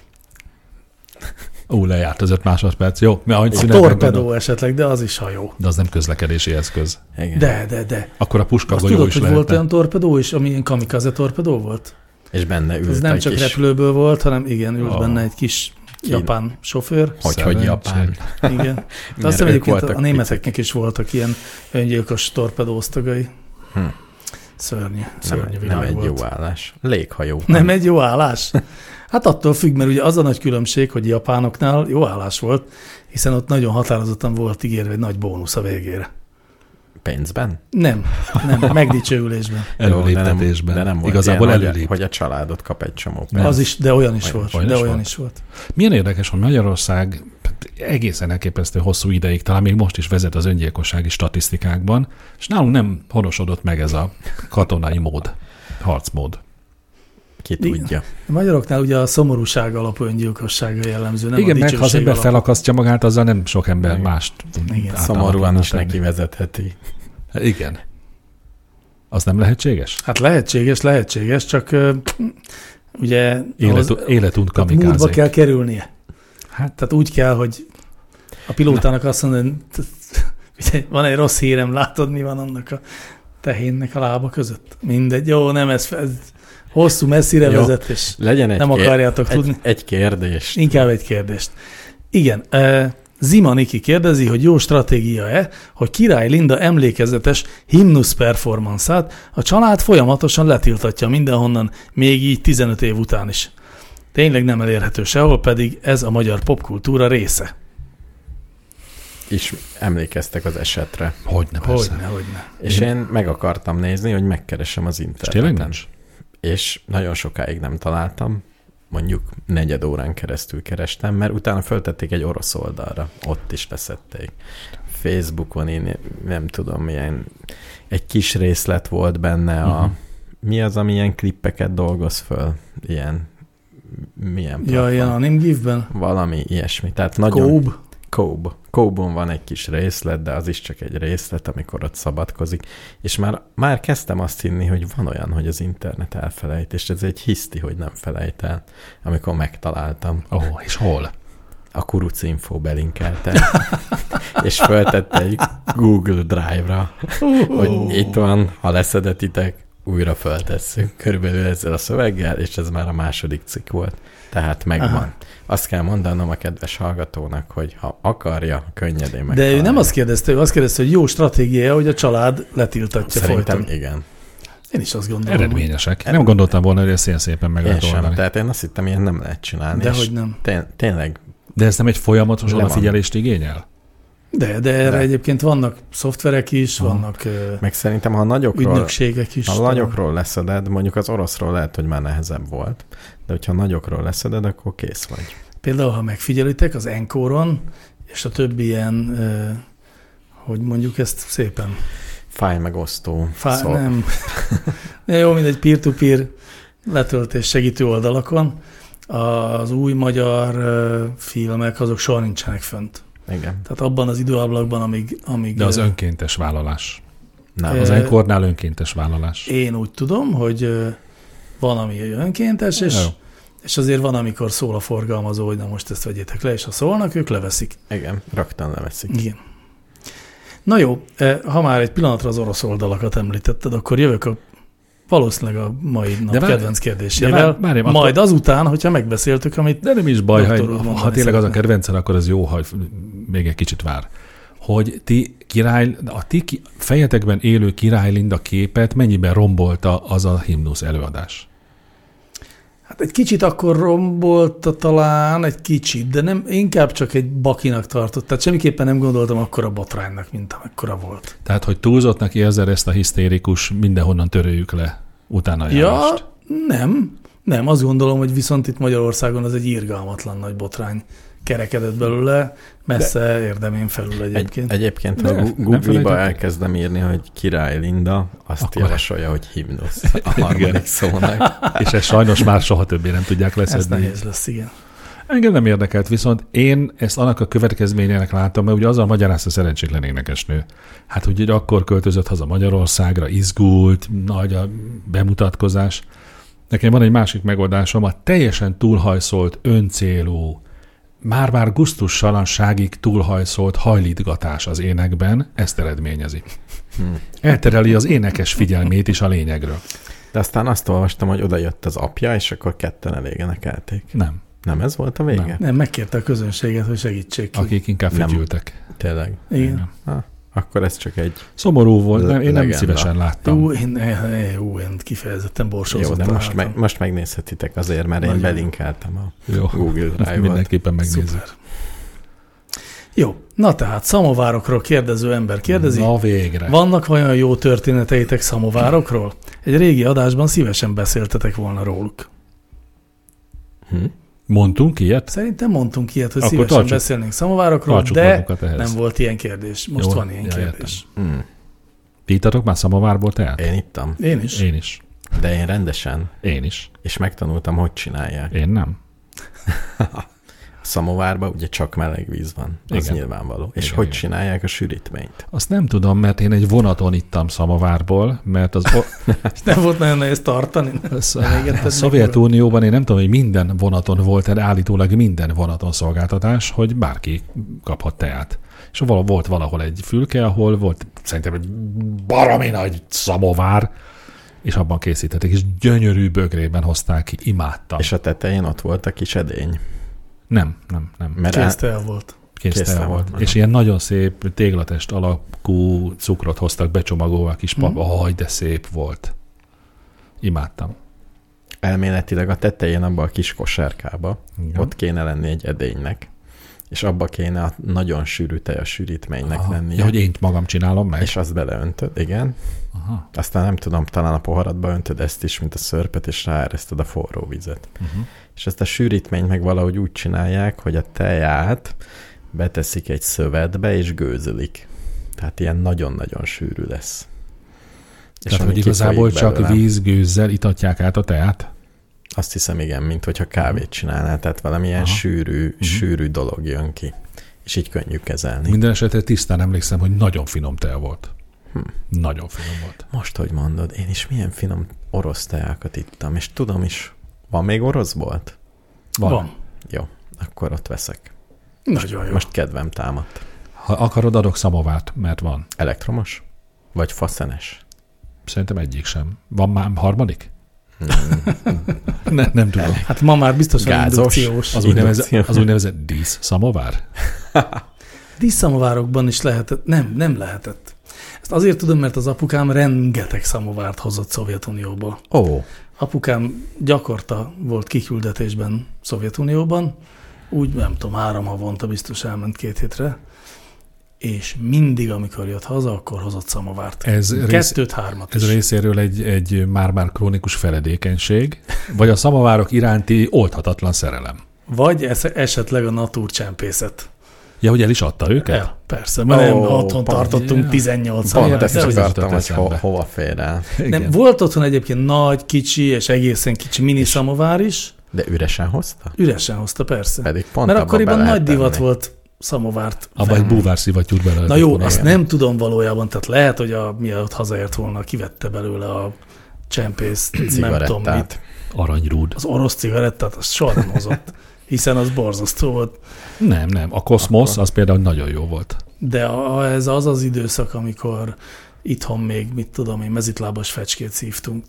Lejárt az 5 másodperc. Jó, mi ahogy
A
szünetben
torpedó
gondolom.
esetleg, de az is hajó.
De az nem közlekedési eszköz.
Igen.
De.
Akkor a puska
Azt
golyó
tudod,
is
hogy
lehetne.
volt olyan torpedó is, ami ilyen kamikaze torpedó volt?
És benne ült
Ez nem
egy
csak
kis...
repülőből volt, hanem igen, ült
Oh.
benne egy kis japán sofőr.
Hogy
Szerencsé.
japán.
Igen. De
Mert
azt hiszem
ők
egyébként
voltak
a németeknek is voltak ilyen öngyilkos torpedóztagai.
Hm.
Szörnyű
Nem
világ
egy
volt.
jó állás. Léghajó.
Nem egy jó állás? Hát attól függ, mert ugye az a nagy különbség, hogy japánoknál jó állás volt, hiszen ott nagyon határozottan volt ígérve egy nagy bónusz a végére.
Pénzben?
Nem, megdicsőülésben.
Előléptetésben.
De nem volt
Igazából
ilyen,
előlép.
hogy a családot kap egy csomó pénzt.
Az is, de olyan is
Olyan
volt.
is
De olyan
volt.
is volt.
Milyen érdekes, hogy Magyarország egészen elképesztő hosszú ideig, talán még most is vezet az öngyilkossági statisztikákban, és nálunk nem honosodott meg ez a katonai mód, harcmód.
Ki
Igen.
tudja.
A magyaroknál ugye a szomorúság alapú öngyilkossága jellemző, nem
Igen,
a
meg ha az
dicsőség
ember
alapú.
felakasztja magát, azzal nem sok ember
Igen.
mást
Igen.
ártalmatlanná
Szomorúan is
tenni.
neki vezetheti.
Igen. Az nem lehetséges?
Hát lehetséges, csak ugye
Életunt
tehát módba
kamikázék.
kell kerülnie.
Hát,
Tehát úgy kell, hogy a pilótának azt mondani, ugye van egy rossz hírem, látod, mi van annak a tehénnek a lába között? Mindegy, jó, nem, ez hosszú, messzire
Jó.
vezet, és
Legyen egy,
nem akarjátok tudni.
egy kérdés.
Inkább egy kérdést. Igen, Zima Niki kérdezi, hogy jó stratégia-e, hogy Király Linda emlékezetes himnusz performanszát a család folyamatosan letiltatja mindenhonnan, még így 15 év után is. Tényleg nem elérhető sehol, pedig ez a magyar popkultúra része.
is emlékeztek az esetre.
Hogyne, persze.
Hogyne.
És én meg akartam nézni, hogy megkeresem az
És tényleg
interneten.
nincs?
És nagyon sokáig nem találtam, mondjuk 4 órán keresztül kerestem, mert utána föltették egy orosz oldalra, ott is leszették. Facebookon én nem tudom, milyen egy kis részlet volt benne mi az, ami ilyen klippeket dolgoz föl? Milyen
Ja, ilyen Animgif-ben?
valami ilyesmi. Tehát nagyon...
Kób?
Kóbon van egy kis részlet, de az is csak egy részlet, amikor ott szabadkozik. És már kezdtem azt hinni, hogy van olyan, hogy az internet elfelejt, és ez egy hiszti, hogy nem felejt el, amikor megtaláltam.
És hol?
A Kurucinfo belinkelte, és föltette egy Google Drive-ra, hogy itt van, ha leszedetitek, újra föltesszük. Körülbelül ezzel a szöveggel, és ez már a második cikk volt. Tehát megvan. Aha. Azt kell mondanom a kedves hallgatónak, hogy ha akarja, könnyedén megtalálja.
De ő nem azt kérdezte, ő azt kérdezte, hogy jó stratégia, hogy a család letiltatja
Szerintem
folyton.
igen.
Én is azt gondolom.
Eredményesek. Nem gondoltam volna, hogy ezt ilyen szépen meg lehet oldani.
Tehát én azt hittem, ilyen nem lehet csinálni.
Dehogy nem.
Tényleg.
De ez nem egy folyamatos odafigyelést igényel?
De erre egyébként vannak szoftverek is, vannak
meg szerintem, ha nagyokról,
ügynökségek is.
Ha nagyokról leszeded, mondjuk az oroszról lehet, hogy már nehezebb volt, de hogyha nagyokról leszeded, akkor kész vagy.
Például, ha megfigyelitek az Encore-on, és a többi ilyen, hogy mondjuk ezt szépen.
Fájmegosztó.
Nem. Jó, mindegy peer-to-peer letöltés segítő oldalakon. Az új magyar filmek, azok soha nincsenek fönt.
Igen.
Tehát abban az időablakban, amíg...
De az önkéntes vállalás.
Nem.
Az Encore-nál önkéntes vállalás.
Én úgy tudom, hogy van, ami önkéntes, és azért van, amikor szól a forgalmazó, hogy na most ezt vegyétek le, és ha szólnak, ők leveszik.
Igen, rögtön leveszik.
Igen. Na jó, ha már egy pillanatra az orosz oldalakat említetted, akkor jövök valószínűleg a mai nap kedvenc kérdésével. Majd azután, hogyha megbeszéltük, amit...
De nem is baj, ha tényleg
szeretne.
az a kedvenced, akkor az jó, ha még egy kicsit vár. Hogy a ti fejetekben élő Király Linda képet mennyiben rombolta az a himnusz előadás?
Hát egy kicsit akkor rombolta talán, egy kicsit, de nem, inkább csak egy bakinak tartott. Tehát semmiképpen nem gondoltam akkora botránynak, mint amekkora volt.
Tehát, hogy túlzottnak érzed ezt a hisztérikus, mindenhonnan töröljük le utána járást?
Ja, nem. Azt gondolom, hogy viszont itt Magyarországon az egy irgalmatlan nagy botrány kerekedett belőle, messze érdemén felül egyébként.
Egyébként, ha Google-ba elkezdem írni, hogy Király Linda, azt akkor javasolja, hogy himnusz a harmadik szónak.
És ezt sajnos már soha többé nem tudják leszedni.
Ez nehéz lesz, igen.
Engem nem érdekelt, viszont én ezt annak a következményének láttam, mert ugye azzal magyarázta szerencsétlen énekesnő. Hát, hogy akkor költözött haza Magyarországra, izgult, nagy a bemutatkozás. Nekem van egy másik megoldásom, a teljesen túlhajszolt, öncélú, már-már gusztustalanságig túlhajszolt hajlítgatás az énekben ezt eredményezi. Eltereli az énekes figyelmét is a lényegről.
De aztán azt olvastam, hogy oda jött az apja, és akkor ketten elég énekelték.
Nem.
Nem ez volt a vége?
Nem, megkérte a közönséget, hogy segítsék ki.
Akik inkább fütyültek.
Tényleg?
Igen.
Akkor ez csak egy...
Szomorú volt, én nem szívesen láttam.
Én kifejezetten borsózott.
Jó, de most megnézhetitek azért, mert én belinkeltem a Google Drive-ot.
Mindenképpen megnézzük.
Szuper. Jó, na tehát szamovárokról kérdező ember kérdezi.
Na végre.
Vannak olyan jó történeteitek szamovárokról? Egy régi adásban szívesen beszéltetek volna róluk.
Mondtunk ilyet?
Szerintem mondtunk ilyet, hogy
akkor
szívesen beszélnénk szamovárokról, de nem volt ilyen kérdés. Most van ilyen kérdés.
Ti ittatok már szamovárból teát?
Én ittam.
Én is.
Én is.
De én rendesen.
Én is.
És megtanultam, hogy csinálják.
Én nem.
A szamovárban ugye csak meleg víz van. Az igen. Nyilvánvaló. És
igen,
hogy csinálják a sűrítményt?
Azt nem tudom, mert én egy vonaton ittam szamovárból, mert az...
nem volt nagyon nehéz tartani.
A Szovjetunióban én nem tudom, hogy minden vonaton volt, de állítólag minden vonaton szolgáltatás, hogy bárki kaphat teát. És volt valahol egy fülke, ahol volt szerintem egy baromi nagy szamovár, és abban készítették, és gyönyörű bögrében hozták ki, imádtam.
És a tetején ott volt a kis edény?
Nem.
Késztel volt.
Késztel volt. És ilyen nagyon szép téglatest alakú cukrot hoztak becsomagolva, kis pap. De szép volt. Imádtam.
Elméletileg a tetején abban a kis kosárkába, igen. Ott kéne lenni egy edénynek. és abba kéne a nagyon sűrű tejas-sűrítménynek lennie.
Ja, hogy én magam csinálom meg.
És azt beleöntöd, igen.
Aha.
Aztán nem tudom, talán a poharadba öntöd ezt is, mint a szörpet, és ráereszted a forró vizet. És ezt a sűrítményt meg valahogy úgy csinálják, hogy a teját beteszik egy szövetbe, és gőzölik. Tehát ilyen nagyon-nagyon sűrű lesz.
Tehát, hogy igazából csak vízgőzzel itatják át a teát?
Azt hiszem, igen, mint hogyha kávét csinálnál, tehát valamilyen sűrű dolog jön ki. És így könnyű kezelni.
Minden esetre tisztán emlékszem, hogy nagyon finom tea volt. Nagyon finom volt.
Most, hogy mondod, én is milyen finom orosz teákat ittam, és tudom is, van még orosz bolt?
Van.
Jó, akkor ott veszek.
Nagyon jó.
Most kedvem támadt.
Ha akarod, adok szamovárt, mert van.
Elektromos? Vagy faszenes?
Szerintem egyik sem. Van már harmadik? Nem tudom.
Hát ma már biztosan
Gázos.
indukciós.
Az úgynevezett dísz szamovár?
Díszszamovárokban is lehetett. Nem lehetett. Ezt azért tudom, mert az apukám rengeteg szamovárt hozott Szovjetunióból.
Ó.
Apukám gyakorta volt kiküldetésben Szovjetunióban, úgy nem tudom, 3 havonta biztos elment 2 hétre, és mindig, amikor jött haza, akkor hozott szamovárt. 2-3
Ez részéről egy már-már krónikus feledékenység, vagy a szamovárok iránti oldhatatlan szerelem.
Vagy esetleg a natúrcsempészet.
Ja, hogy el is adta őket?
Persze, mert nem otthon tartottunk 18
Pont ezt
hogy
akartam, hogy
eszembe.
hova fér el.
Nem, volt otthon egyébként nagy, kicsi és egészen kicsi mini szamovár is.
De üresen hozta?
Üresen hozta, persze.
Pedig pont
mert
abba
akkoriban
be
nagy
lehet
divat
tenni.
volt szamovárt.
Abba egy búvárszivattyút bele.
Na jó, azt nem tudom valójában, tehát lehet, hogy mielőtt hazaért volna, kivette belőle a csempész, nem tudom mit.
Aranyrúd.
Az orosz cigarettát, azt soha nem hozott, hiszen az borzasztó volt.
Nem. A Cosmos az például nagyon jó volt.
De ez az időszak, amikor itthon még, mit tudom én, mezitlábas fecskét szívtunk,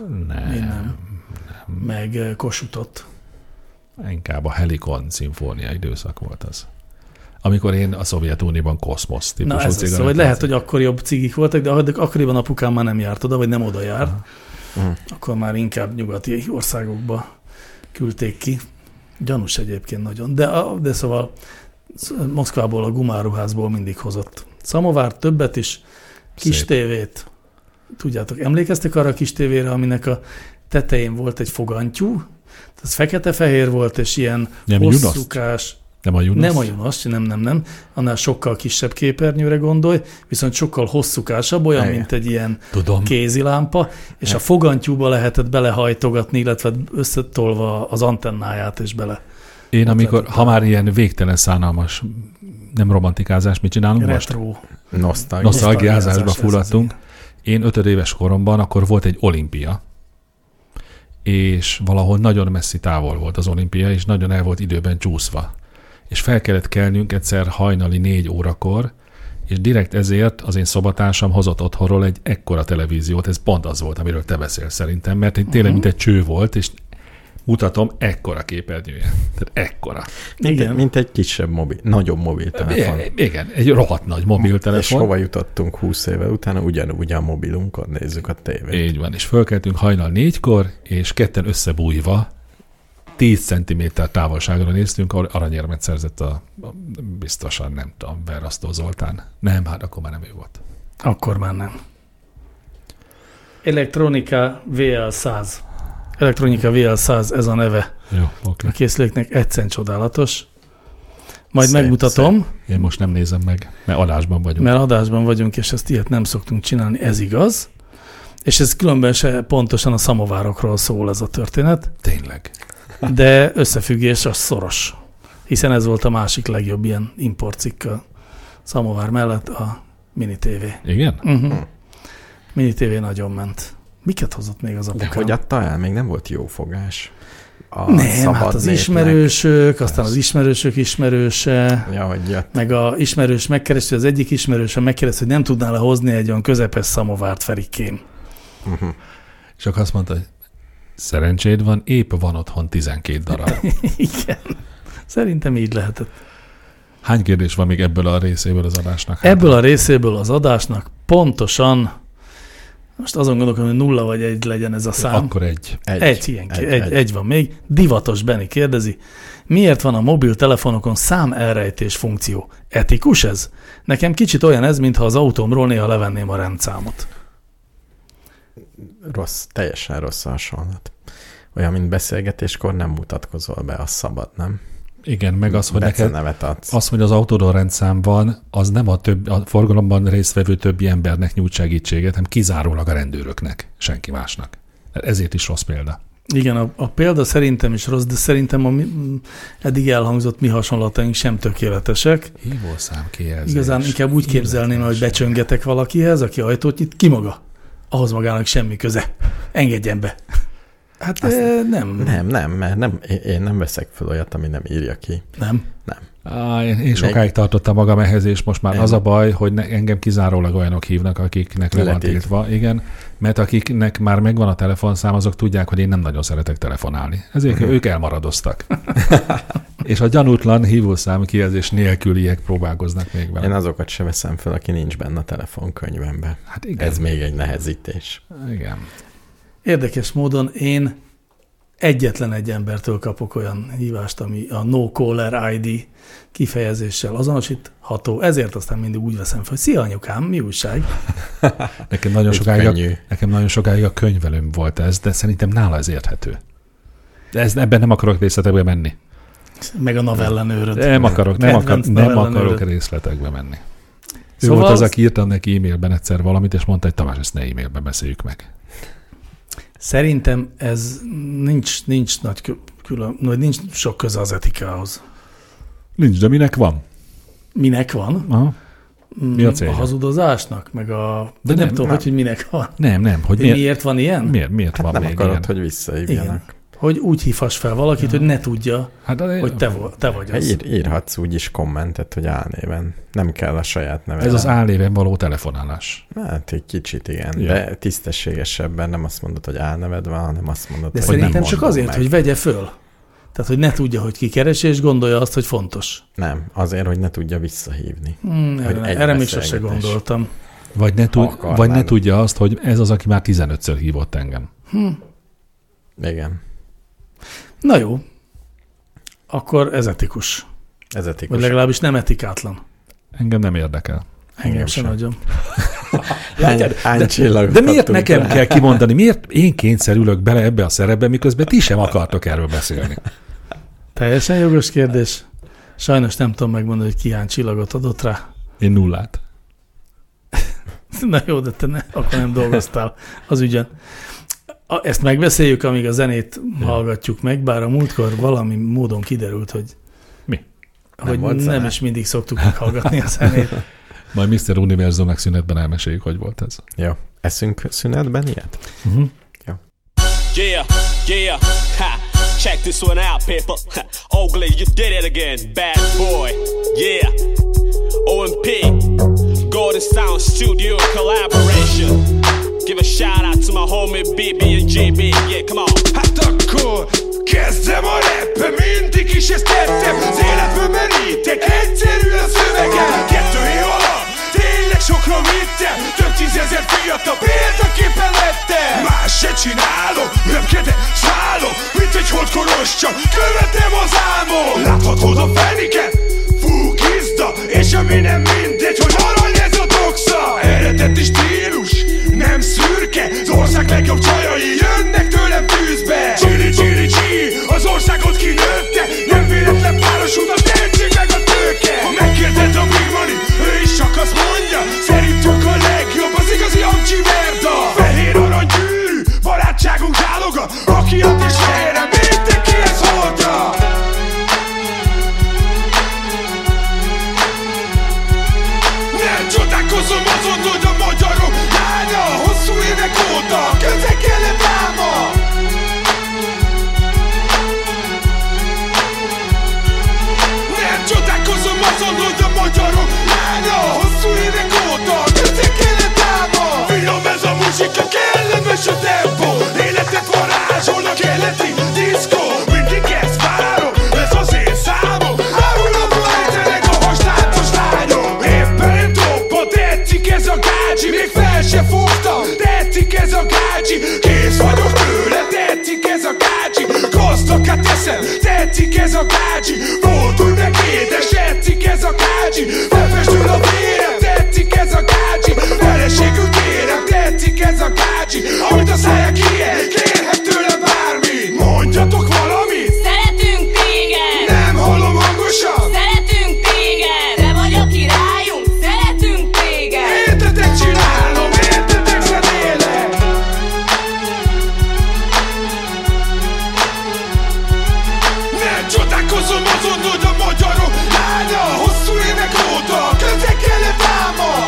nem. Meg Kossuthot.
Inkább a Helikon szimfónia időszak volt az. Amikor én a Szovjetunióban Cosmos típusú cigarettát.
Szóval lehet, hogy akkor jobb cigik voltak, de akkoriban apukám már nem járt oda, vagy nem oda jár. Akkor már inkább nyugati országokba küldték ki. Gyanús egyébként nagyon. De szóval Moszkvából, a gumáruházból mindig hozott szamovárt, többet is, kis tévét. Tudjátok, emlékeztek arra a kis tévére, aminek a tetején volt egy fogantyú, ez fekete-fehér volt, és ilyen hosszúkás.
Nem a Junos?
Nem a Junos, nem. Annál sokkal kisebb képernyőre gondolj, viszont sokkal hosszúkásabb, olyan, mint egy ilyen kézilámpa, és a fogantyúba lehetett belehajtogatni, illetve összetolva az antennáját és bele.
Én amikor, ha már ilyen végtelen szánalmas, nem romantikázás, mit csinálunk
retro.
most? Nosztalgiázásba fulladtunk. Én 5 éves koromban akkor volt egy olimpia, és valahol nagyon messzi távol volt az olimpia, és nagyon el volt időben csúszva. És fel kellett kelnünk egyszer hajnali 4 órakor, és direkt ezért az én szobatársam hozott otthonról egy ekkora televíziót, ez pont az volt, amiről te beszélsz szerintem, mert tényleg mint egy cső volt, és mutatom, ekkora képernyője. Tehát ekkora.
Igen. Mint egy kisebb nagyobb mobiltelefon.
Igen, egy rohadt nagy mobiltelefon.
És hova jutottunk 20 éve utána, ugyanúgy a mobilunkon nézzük a tévét.
Így van, és fölkeltünk hajnal 4-kor, és ketten összebújva 10 centiméter távolságra néztünk, ahol aranyérmet szerzett biztosan, nem tudom, Verrasztó Zoltán. Nem, hát akkor már nem ő volt.
Akkor már nem. Elektronika VL100. Elektronika VL100, ez a neve.
Jó, oké.
A készüléknek egyszerűen csodálatos. Majd megmutatom.
Én most nem nézem meg, mert adásban vagyunk.
Mert adásban vagyunk, és ezt ilyet nem szoktunk csinálni, ez igaz. És ez különben se pontosan a szamovárokról szól ez a történet.
Tényleg.
De összefüggés az szoros. Hiszen ez volt a másik legjobb ilyen importcikk a szamovár mellett, a Mini TV.
Igen?
Mini TV nagyon ment. Miket hozott még az apukám?
De hogy adta el? Még nem volt jó fogás.
Nem, hát az ismerősök, aztán az ismerősök ismerőse,
ja, hogy jött.
meg a ismerős megkeresi, az egyik ismerőse megkeresi, hogy nem tudnál hozni egy olyan közepes szamovárt, Ferikém.
És akkor azt mondta, hogy szerencséd van, épp van otthon 12 darab.
Igen. Szerintem így lehetett.
Hány kérdés van még ebből a részéből az adásnak?
Ebből a részéből az adásnak pontosan, most azon gondolkodom, hogy 0 vagy 1 legyen ez a szám.
Akkor egy.
Egy van még. Divatos Benni kérdezi, Miért van a mobiltelefonokon számelrejtés funkció? Etikus ez? Nekem kicsit olyan ez, mintha az autómról néha levenném a rendszámot.
Rossz, teljesen rossz a hasonlat. Olyan, mint beszélgetéskor nem mutatkozol be, az szabad, nem?
Igen, meg az, hogy neked,
nevet adsz.
az, hogy az autódon rendszám van, az nem a forgalomban résztvevő többi embernek nyújt segítséget, hanem kizárólag a rendőröknek, senki másnak. Ezért is rossz példa.
Igen, a példa szerintem is rossz, de szerintem a eddig elhangzott mi hasonlataink sem tökéletesek.
Hívószám kijelzés.
Igazán inkább úgy képzelném, hogy becsöngetek valakihez, aki ajtót nyit, ki maga. Ahhoz magának semmi köze. Engedjen be. Hát nem.
Mert én nem veszek fel olyat, ami nem írja ki.
Nem?
Nem.
Én sokáig tartottam magam ehhez, és most már
nem.
Az a baj, hogy engem kizárólag olyanok hívnak, akiknek le van tiltva. Igen, mert akiknek már megvan a telefonszám, azok tudják, hogy én nem nagyon szeretek telefonálni. Ezért ők elmaradoztak. És a gyanútlan hívószám kijelzés nélküliek próbálkoznak még vele.
Én azokat se veszem fel, aki nincs benne a telefonkönyvemben.
Hát igen.
Ez még egy nehezítés.
Igen.
Érdekes módon én egyetlen egy embertől kapok olyan hívást, ami a No Caller ID kifejezéssel azonosítható, ezért aztán mindig úgy veszem fel, szia anyukám, mi újság?
Nekem nagyon sokáig a könyvelőm volt ez, de szerintem nála ez érthető. De ebben nem akarok részletekbe menni.
Meg a novellenőröd.
Nem akarok részletekbe menni.
Szóval
ő volt az, aki írtam neki e-mailben egyszer valamit, és mondta, hogy Tamás, ezt ne e-mailben beszéljük meg.
Szerintem ez nincs nagy nincs sok köze az etikához.
Nincs, de minek van?
Minek van?
Aha. Mi a célja?
A hazudozásnak, meg de nem tudom, hogy minek van.
Nem. Hogy
miért van ilyen?
Miért van
nem
még
akarod,
ilyen?
hogy visszahívjanak.
Igen. Hogy úgy hívhass fel valakit, hogy ne tudja, hogy te vagy az.
Írhatsz úgy is kommentet, hogy álnéven. Nem kell a saját neved.
Ez az álnéven való telefonálás.
Hát egy kicsit igen,
ja.
De tisztességesebben nem azt mondod, hogy álneved van, hanem azt mondod,
de
hogy
szerintem
nem
csak azért, hogy vegye föl. Tehát, hogy ne tudja, hogy ki keresi, és gondolja azt, hogy fontos.
Nem, azért, hogy ne tudja visszahívni.
Erre még sose gondoltam.
Vagy ne tudja azt, hogy ez az, aki már 15-ször hívott engem.
Igen.
Na jó. Akkor ez etikus.
Ez etikus.
Vagy legalábbis nem etikátlan.
Engem nem érdekel.
Engem sem nagyon.
De miért nekem kell kimondani? Miért én kényszerülök bele ebbe a szerepbe, miközben ti sem akartok erről beszélni?
Teljesen jogos kérdés. Sajnos nem tudom megmondani, hogy ki hány csillagot adott rá.
Én 0.
Na jó, de te akkor nem dolgoztál az ügyen. Ezt megbeszéljük, amíg a zenét hallgatjuk meg, bár a múltkor valami módon kiderült, hogy nem is mindig szoktuk meghallgatni a zenét.
Majd Mr. Univerzumnak szünetben elmeséljük, hogy volt ez.
Jó. Eszünk szünetben ilyet? Jó.
Yeah, ha. Check this one out, people. Oakley, you did it again, bad boy. Yeah, OMP, Golden Sound Studio collaboration. Give a shout out to my homie BB and JB. Yeah, come on.
Hát akkor kezdem a rap, mindig is ezt tettem. Az életből merítek, egyszerű a szövegem. 2 év alatt tényleg sokra vittem. Több 10 000 fiatal példaképpen lettem. Más se csinálok, röpkedek, szállok, mint egy holdkoros, csak követem az álmom. Láthatod a feniket? Fú, gizda, és ami nem mindegy, hogy arany ez a doxa. Eredeti stílus, nem szürke, az ország legjobb csajai jönnek tőlem tűzbe. Csiri, az országot kinőtte, nem véletlen párosult a tehetség meg a tőke. Ha megkérded a Big Money, ő is csak azt mondja, szerintünk a legjobb az igazi Amcsi Verda. Fehér aranygyűrű, barátságunk záloga, aki ad és félre, mindenkihez hordja. a gácsi. Volt, hogy meg édes, tetszik ez a gácsi. Felfestül a vérem, tetszik ez a gácsi. Feleségül kérem, tetszik ez a gácsi. Amit a szája kiér, kérhet tőle bármit. Mondjatok valamit.
Szeretünk téged.
Nem hallom hangosan.
Szeretünk téged. Te vagy a királyunk. Szeretünk téged.
Értetek csinálom, értetek zenélek. Nem csodálkozom azon, hogy a magyarok lánya hosszú évek óta közekkel támad.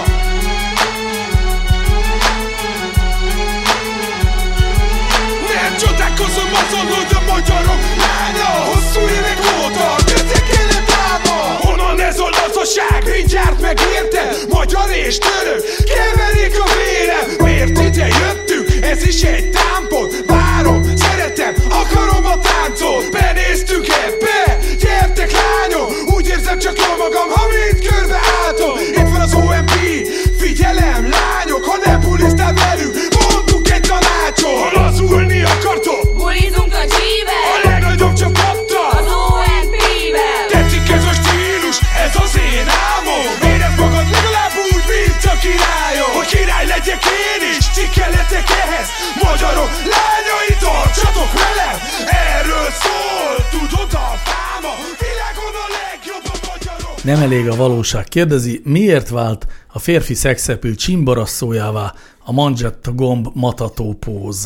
Nem csodálkozom azon, hogy a magyarok lánya hosszú évek óta közekkel támad. Honnan ez a lazaság? Mindjárt megérte, magyar és török keverik a vérem. Miért ide jöttünk? Ez is egy támpont. Várom, szeretem, akarom a táncot. Benéztünk ebbe, gyertek lányok. Úgy érzem csak jól magam, ha mind körbe álltok. Itt van az OMP, figyelem lányok. Ha nem buliztál velünk, mondunk egy tanácsot. Ha lazulni akartok,
Bulizunk a G-vel.
a legnagyobb csapattal,
Az OMP-vel.
tetszik ez a stílus, ez az én álmom. Érezd magad legalább úgy, mint a királyok. Hogy király legyek én is, cikkeljetek ehhez. Magyarok, lányai, tartsatok velem. Erről szól, tudod a fáma. Világon a legjobb a magyarok.
Nem elég a valóság. Kérdezi, miért vált a férfi szexepül csimbarasszójává a manzsetta gomb matató póz?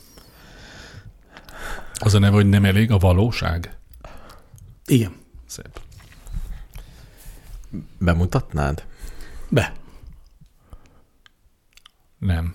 Az a neve, hogy nem elég a valóság?
Igen.
Szép.
Bemutatnád?
Be.
Nem.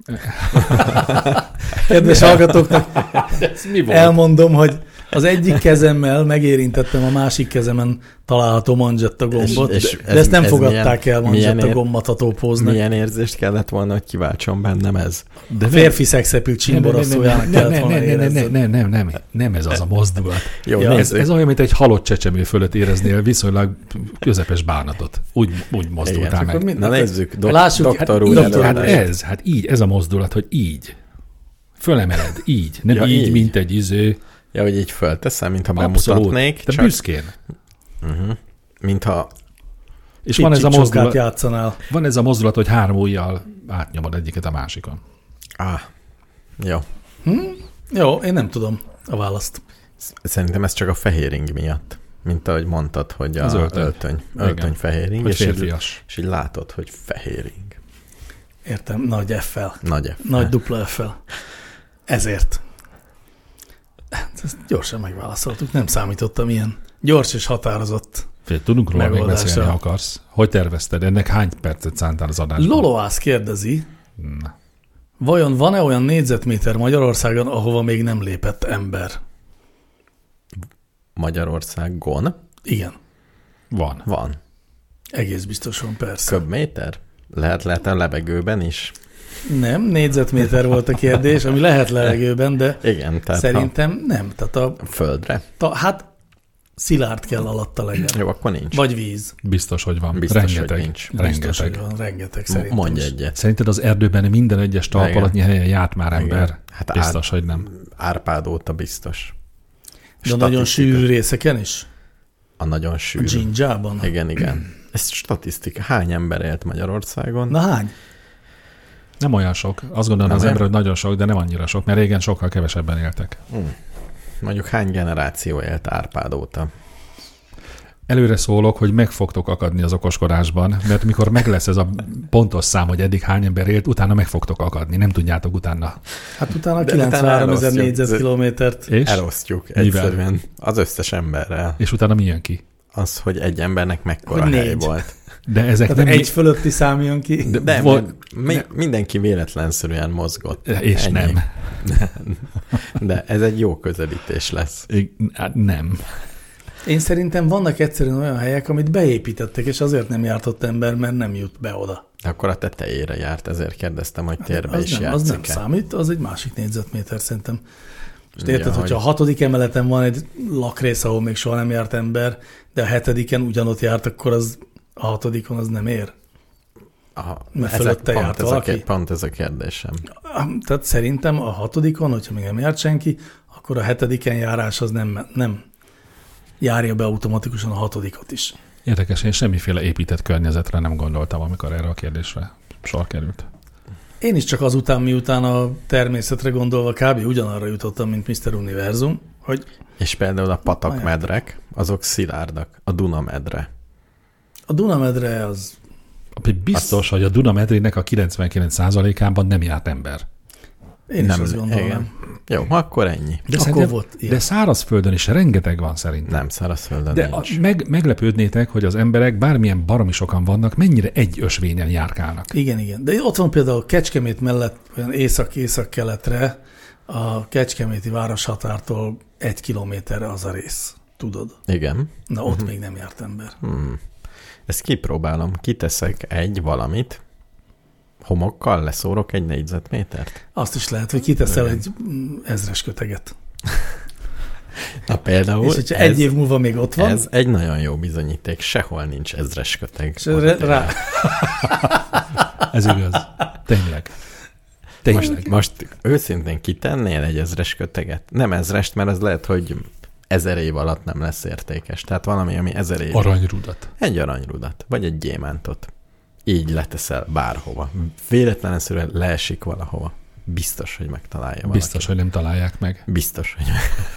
Kedves hallgatóknak
Ez mi volt?
elmondom, hogy az egyik kezemmel megérintettem a másik kezemen található manzsetta gombot, de ezt nem fogadták el manzsetta gomb-matató póznak.
Milyen érzést kellett volna, hogy kiváltson bennem ez?
De férfi szexepül csimbarasszójának kellett volna érezni.
Nem ez az a mozdulat.
Jó,
Ja,
Ez olyan, mint egy halott csecsemő fölött éreznél viszonylag közepes bánatot. Úgy mozdultál
Igen,
meg.
Na nézzük,
Lássuk,
doktor
hát
úr
doktor
előadás.
Hát így, ez a mozdulat, hogy így. Fölemeled, így. Nem
Ja,
így,
így.
mint egy iző.
Ja, hogy így fölteszem, mintha
Abszolút.
bemutatnék,
De
csak
büszkén.
mintha
És van ez, a
csocskát
mozdulat,
játszanál.
van ez a mozdulat, hogy 3 ujjal átnyomod egyiket a másikon.
Jó.
Jó, én nem tudom a választ.
Szerintem ez csak a fehéring miatt. Mint ahogy mondtad, hogy
Az
a
öltöny.
öltöny
Igen.
fehéring,
Hogy
és így,
férfias.
és így látod, hogy fehéring.
Értem, nagy F-fel.
Nagy F.
Nagy dupla F-fel. Ezért. Ezt gyorsan megválaszoltuk, nem számítottam ilyen gyors és határozott.
Tudunk róla még
Megoldásra.
beszélni, ha akarsz. Hogy tervezted? Ennek hány percet szántál az adásban?
Loloász kérdezi,
Na.
vajon van-e olyan négyzetméter Magyarországon, ahova még nem lépett ember?
Magyarországon
Igen,
Van.
egész biztosan, persze.
köbméter? Lehet a levegőben is?
Nem, négyzetméter volt a kérdés, ami lehet levegőben, de
Igen, tehát
szerintem nem. Tehát
a földre.
hát szilárd kell alatta legyen.
Jó, akkor nincs.
Vagy víz.
Biztos, hogy van.
Biztos, hogy
rengeteg.
nincs.
Biztos, hogy
Rengeteg.
van, rengeteg szerintem.
Mondj
is.
egyet.
Szerinted az erdőben minden egyes talpalatnyi helyen járt már ember?
Igen. Hát
Biztos, hogy nem.
Árpád óta biztos.
De a nagyon
Statisztika.
sűrű részeken is?
A nagyon
A
sűrű.
dzsindzsában?
Igen. Ez statisztika. Hány ember élt Magyarországon?
Na hány?
Nem olyan sok. Azt gondolom
Nem
az
olyan?
ember, hogy nagyon sok, de nem annyira sok, mert régen sokkal kevesebben éltek.
Mondjuk hány generáció élt Árpád óta?
Előre szólok, hogy meg fogtok akadni az okoskodásban, mert mikor meg lesz ez a pontos szám, hogy eddig hány ember élt, utána meg fogtok akadni, nem tudjátok utána.
Hát utána
De
93 000
elosztjuk.
négyzetkilométert.
És?
Elosztjuk
Mivel?
egyszerűen az összes emberrel.
És utána mi jön ki?
Az, hogy egy embernek mekkora
Hogy
hely
4.
volt.
De ezek
Tehát
nem...
egy fölötti szám jön ki.
De
Volt-
mindenki véletlenszerűen mozgott.
És
Ennyi.
nem.
De ez egy jó közelítés lesz.
Hát nem.
Én szerintem vannak egyszerűen olyan helyek, amit beépítettek, és azért nem járt ott ember, mert nem jut be oda.
Akkor a tetejére járt, ezért kérdeztem, hogy térbe
Az
is
nem, az nem
játszik-e.
számít, az egy másik négyzetméter szerintem. Most
Ja,
érted, hogyha a
hogy-
6. emeleten van egy lakrész, ahol még soha nem járt ember, de a 7. ugyanott járt, akkor az a 6. az nem ér. Mert fölötte járt valaki?
Pont ez a kérdésem.
Tehát szerintem a 6. hogyha még nem járt senki, akkor a 7. járás az nem. járja be automatikusan a 6-ot is.
Érdekes, én semmiféle épített környezetre nem gondoltam, amikor erre a kérdésre sor került.
Én is csak azután, miután a természetre gondolva kb. Ugyanarra jutottam, mint Mr. Univerzum, hogy...
És például a patakmedrek, azok szilárdak. A Dunamedre.
A Dunamedre az...
Biztos, hogy a Dunamedrének a 99%-ában nem járt ember.
Én is azt gondolom.
Igen. Jó, akkor ennyi.
De szárazföldön is rengeteg van szerintem.
Nem, szárazföldön
de
nincs.
Meglepődnétek, hogy az emberek bármilyen baromi sokan vannak, mennyire egy ösvényen járkálnak.
Igen. De ott van például Kecskemét mellett, olyan észak-észak-keletre, a kecskeméti városhatártól 1 kilométerre az a rész. Tudod?
Igen.
Na, ott még nem járt ember.
Ezt kipróbálom. Kiteszek egy valamit, homokkal leszórok 1 négyzetmétert?
Azt is lehet, hogy kiteszel egy 1000-es köteget.
Na például...
És hogyha egy év múlva még ott van...
Ez egy nagyon jó bizonyíték. Sehol nincs 1000-es köteg.
Ez igaz. Tényleg.
Most őszintén kitennél egy 1000-es köteget? Nem 1000-est, mert az lehet, hogy 1000 év alatt nem lesz értékes. Tehát valami, ami 1000 év...
Aranyrudat.
Egy aranyrudat, vagy egy gyémántot. Így leteszel bárhova. Véletlenül leesik valahova. Biztos, hogy megtalálja valaki.
Biztos, hogy nem találják meg.
Biztos, hogy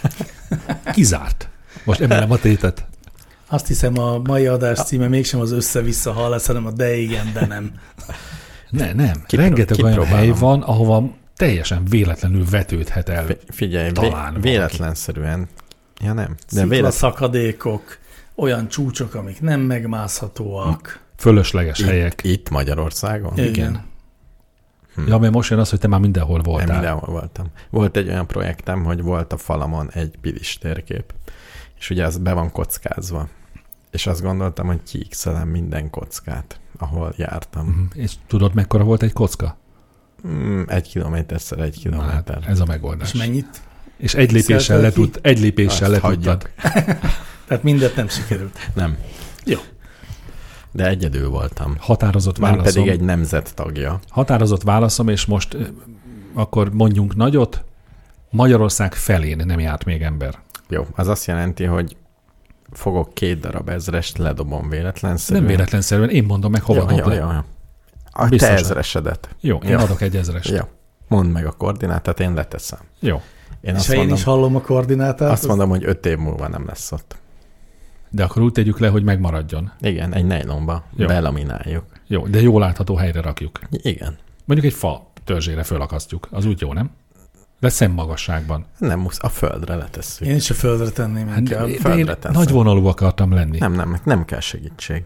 Kizárt. Most emelem a tétet.
Azt hiszem, a mai adás címe mégsem az össze-vissza hal lesz, hanem a de igen, de nem.
Nem. Rengeteg olyan hely van, ahova teljesen véletlenül vetődhet el.
Figyelj, véletlenszerűen. Ja nem.
Sziklaszakadékok, olyan csúcsok, amik nem megmászhatóak.
Fölösleges helyek.
Itt Magyarországon?
Igen.
Ja, mert most jön az, hogy te már mindenhol voltál.
Nem, mindenhol voltam. Volt egy olyan projektem, hogy volt a falamon egy pilis térkép, és ugye az be van kockázva. És azt gondoltam, hogy kiixelem minden kockát, ahol jártam.
És tudod, mekkora volt egy kocka?
1 kilométerszer 1 kilométer.
Ez a megoldás.
És mennyit?
És egy lépéssel letudtad.
Tehát mindent nem sikerült.
Nem.
Jó.
De egyedül voltam.
Határozott válaszom.
Nem pedig egy nemzet tagja.
Határozott válaszom, és most akkor mondjunk nagyot, Magyarország felén nem járt még ember.
Jó, az azt jelenti, hogy fogok 2 darab 1000-est, ledobom véletlenszerűen.
Nem véletlenszerűen, én mondom meg, hova dobd le.
Jó. A te 1000-esedet.
Jó, én adok egy 1000-est.
Jó. Mondd meg a koordinátát, én leteszem.
Jó.
Én is hallom a koordinátát.
Azt mondom, hogy 5 év múlva nem lesz ott.
De akkor úgy tegyük le, hogy megmaradjon.
Igen, egy nejlonba belamináljuk.
Jó, de jól látható helyre rakjuk.
Igen.
Mondjuk egy fa törzsére fölakasztjuk. Az úgy jó, nem? De szemmagasságban.
Nem, a földre letesszük.
Én is a földre tenném inkább.
Én nagy vonalú akartam lenni.
Nem kell segítség.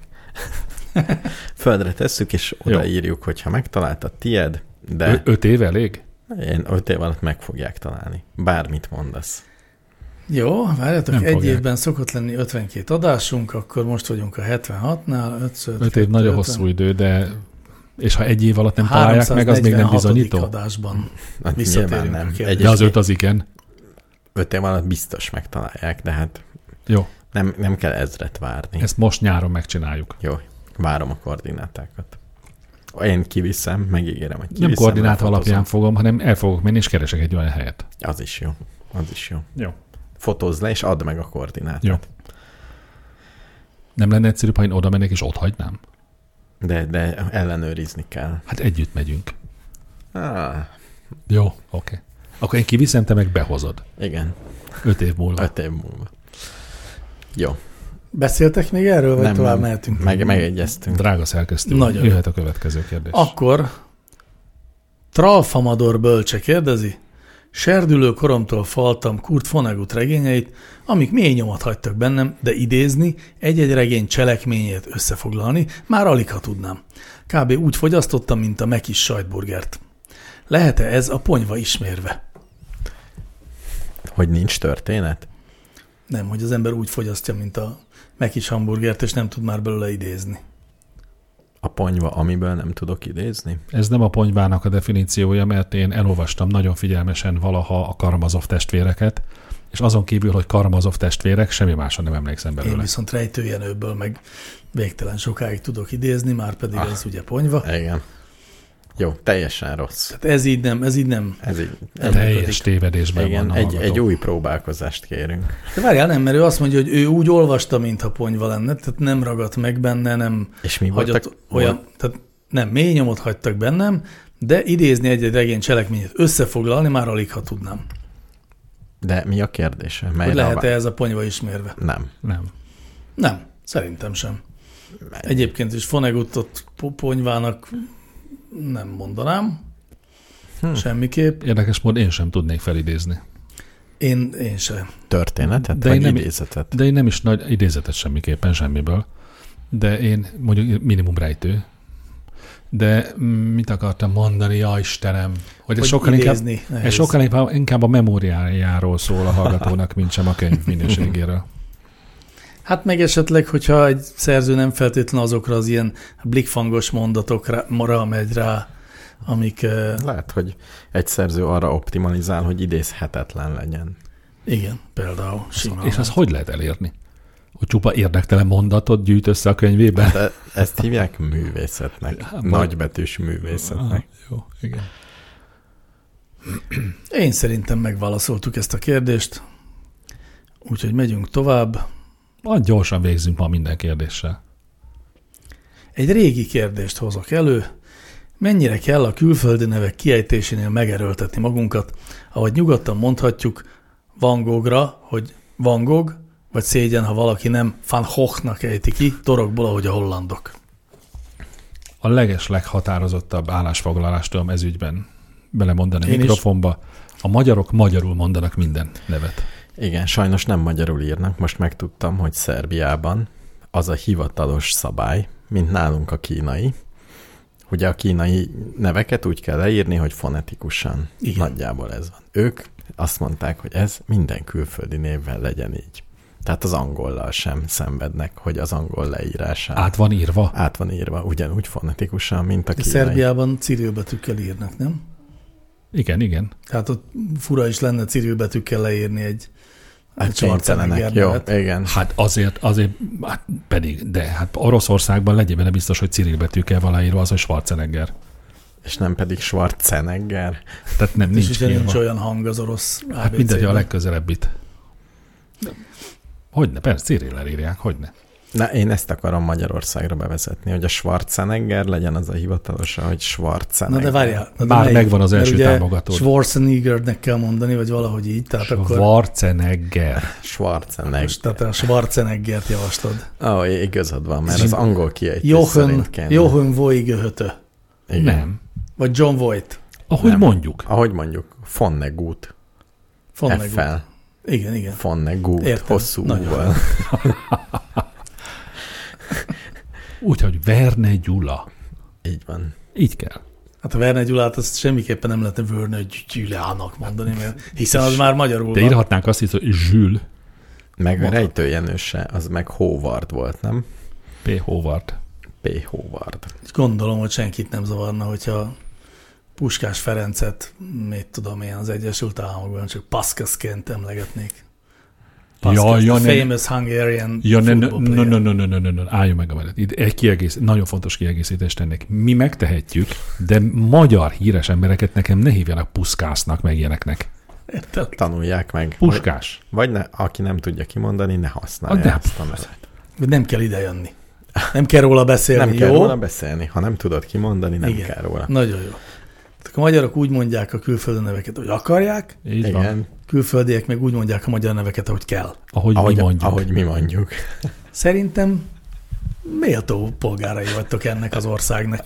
Földre tesszük, és odaírjuk, hogyha megtaláltad, tied, de...
5 év elég?
Én 5 év alatt meg fogják találni. Bármit mondasz.
Jó, várjátok, egy évben szokott lenni 52 adásunk, akkor most vagyunk a 76-nál.
5 év nagyon hosszú idő, de és ha egy év alatt nem találják meg, az még nem bizonyító?
Adásban
visszatérünk nem.
De az 5 az igen.
5 év alatt biztos megtalálják, de hát
jó.
Nem kell 1000-et várni.
Ezt most nyáron megcsináljuk.
Jó, várom a koordinátákat. Én kiviszem, megígérem, hogy
kiviszem. Nem koordináta alapján fogom, hanem el fogok menni, és keresek egy olyan helyet.
Az is jó.
Jó.
Fotózz le, és add meg a koordinátát.
Jó. Nem lenne egyszerűbb, ha én oda mennék, és ott hagynám?
De ellenőrizni kell.
Hát együtt megyünk. Jó, oké. Akkor én kiviszem, te meg behozod.
Igen.
5 év múlva.
5 év múlva. Jó.
Beszéltek még erről, vagy tovább mehetünk?
Megegyeztünk.
Drága szerkesztő.
Nagyon
jöhet a következő kérdés.
Akkor Tralfamador bölcse kérdezi, serdülő koromtól faltam Kurt Vonnegut regényeit, amik mély nyomat hagytak bennem, de idézni, egy-egy regény cselekményét összefoglalni már alig ha tudnám. Kb. Úgy fogyasztottam, mint a Mekis sajtburgert. Lehet-e ez a ponyva ismérve?
Hogy nincs történet?
Nem, hogy az ember úgy fogyasztja, mint a Mekis hamburgert, és nem tud már belőle idézni.
A ponyva, amiből nem tudok idézni?
Ez nem a ponyvának a definíciója, mert én elolvastam nagyon figyelmesen valaha a Karamazov testvéreket, és azon kívül, hogy Karamazov testvérek, semmi másra nem emlékszem belőle.
Én viszont Rejtőjenőből meg végtelen sokáig tudok idézni, már pedig ez ugye ponyva.
Igen. Jó, teljesen rossz.
Tehát ez így nem.
Teljes tévedésben
Igen,
van
egy új próbálkozást kérünk.
De várjál, nem, mert ő azt mondja, hogy ő úgy olvasta, mintha ponyva lenne, tehát nem ragadt meg benne, nem
És mi
hagyott
voltak?
olyan, tehát nem, mély nyomot hagytak bennem, de idézni egy regény cselekményét, összefoglalni már alig, ha tudnám.
De mi a kérdése?
Hogy lehet-e ez a ponyva ismérve?
Nem.
Nem, szerintem sem. Egyébként is Vonegutot ponyvának nem mondanám. Semmiképp.
Érdekes módon én sem tudnék felidézni.
Én sem.
Történetet,
De
vagy
én nem-
idézetet?
De én nem is nagy idézetet semmiképpen, semmiből. De én mondjuk minimum rejtő. De mit akartam mondani, ja Istenem, hogy ez sokkal
idézni nehéz.
ez sokkal inkább a memóriájáról szól a hallgatónak, mint sem a könyv minőségéről.
Hát meg esetleg, hogyha egy szerző nem feltétlenül azokra az ilyen blikfangos mondatokra megy rá, amik...
Lehet, hogy egy szerző arra optimalizál, hogy idézhetetlen legyen.
Igen, például. Simán.
És ezt hogy lehet elérni? Hogy csupa érdektelen mondatot gyűjt össze a könyvében?
De ezt hívják művészetnek. Nagybetűs művészetnek.
Jó, igen.
Én szerintem megválaszoltuk ezt a kérdést, úgyhogy megyünk tovább.
Gyorsan végzünk ma minden kérdéssel.
Egy régi kérdést hozok elő. Mennyire kell a külföldi nevek kiejtésénél megerőltetni magunkat, ahogy nyugodtan mondhatjuk Van Goghra, hogy Van Gogh, vagy szégyen, ha valaki nem Van Goghnak ejti ki, torokból, ahogy a hollandok.
A leghatározottabb állásfoglalást tudom ez ügyben belemondani a
Én
mikrofonba. A magyarok magyarul mondanak minden nevet.
Igen, sajnos nem magyarul írnak. Most megtudtam, hogy Szerbiában az a hivatalos szabály, mint nálunk a kínai. Ugye a kínai neveket úgy kell leírni, hogy fonetikusan.
Igen.
Nagyjából ez van. Ők azt mondták, hogy ez minden külföldi névvel legyen így. Tehát az angollal sem szenvednek, hogy az angol leírásán.
Át van írva?
Át van írva, ugyanúgy fonetikusan, mint a kínai.
Szerbiában cirilbetűkkel írnak, nem?
Igen.
Tehát ott fura is lenne cirilbetűkkel leírni egy
Kénytelenek, jó, igen.
Hát azért hát pedig, de hát Oroszországban legyen benne biztos, hogy cirilbetűkkel van leírva az, hogy Schwarzenegger.
És nem pedig Schwarzenegger.
Tehát nem,
És
nincs
ugye nincs
írva.
olyan hang az orosz
Hát
ABC-ben.
mindegy, a legközelebbit. Hogyne, persze, Cirillel írják, hogyne.
Na, én ezt akarom Magyarországra bevezetni, hogy a Schwarzenegger legyen az a hivatalosa, hogy Schwarzenegger.
Na de várjál. Na de
Már
melyik?
megvan az első
Mert ugye
támogató.
Schwarzeneggernek kell mondani, vagy valahogy így. Tehát akkor
Schwarzenegger.
Schwarzenegger.
tehát a Schwarzeneggert javaslod.
Ó, igazad van, mert az angol kiejtés
Jochen
szerint kéne.
Voigöhötö.
Igen.
Nem.
Vagy John Voight.
Ahogy
Nem.
mondjuk.
Ahogy mondjuk, Fonnegut. F-fel.
Igen.
Fonnegut,
Értem.
hosszú
Nagyon
U-val.
Úgyhogy Verne Gyula.
Így van.
Így kell.
Hát a Verne Gyulát azt semmiképpen nem lehetne Verne Gyulának mondani, mert hiszen az már magyarul
De
van.
írhatnánk azt is, hogy Jules
Meg a Rejtőjenőse, az meg Howard volt, nem?
P. Howard.
P. Howard.
Gondolom, hogy senkit nem zavarna, hogyha Puskás Ferencet, mit tudom én, az Egyesült Államokban csak Pascasként emlegetnék. Pascas,
Ja,
the
ne-
famous Hungarian
Ja,
football player.
no, álljon meg a mellett. Itt egy nagyon fontos kiegészítést tennék. Mi megtehetjük, de magyar híres embereket nekem ne hívjanak puszkásznak, meg ilyeneknek.
Értelek.
Tanulják meg.
Puskás.
Vagy ne, aki nem tudja kimondani, ne használja
De-
ezt a nevet.
Nem kell ide jönni. Nem kell róla beszélni,
Nem kell
jó?
róla beszélni. Ha nem tudod kimondani, nem
Igen.
kell róla.
Nagyon jó. Tehát a magyarok úgy mondják a külföldi neveket, hogy akarják,
Így van.
Igen.
külföldiek meg úgy mondják a magyar neveket, ahogy kell.
Ahogy mi mondjuk.
Ahogy mi mondjuk.
Szerintem méltó polgárai vagytok ennek az országnak.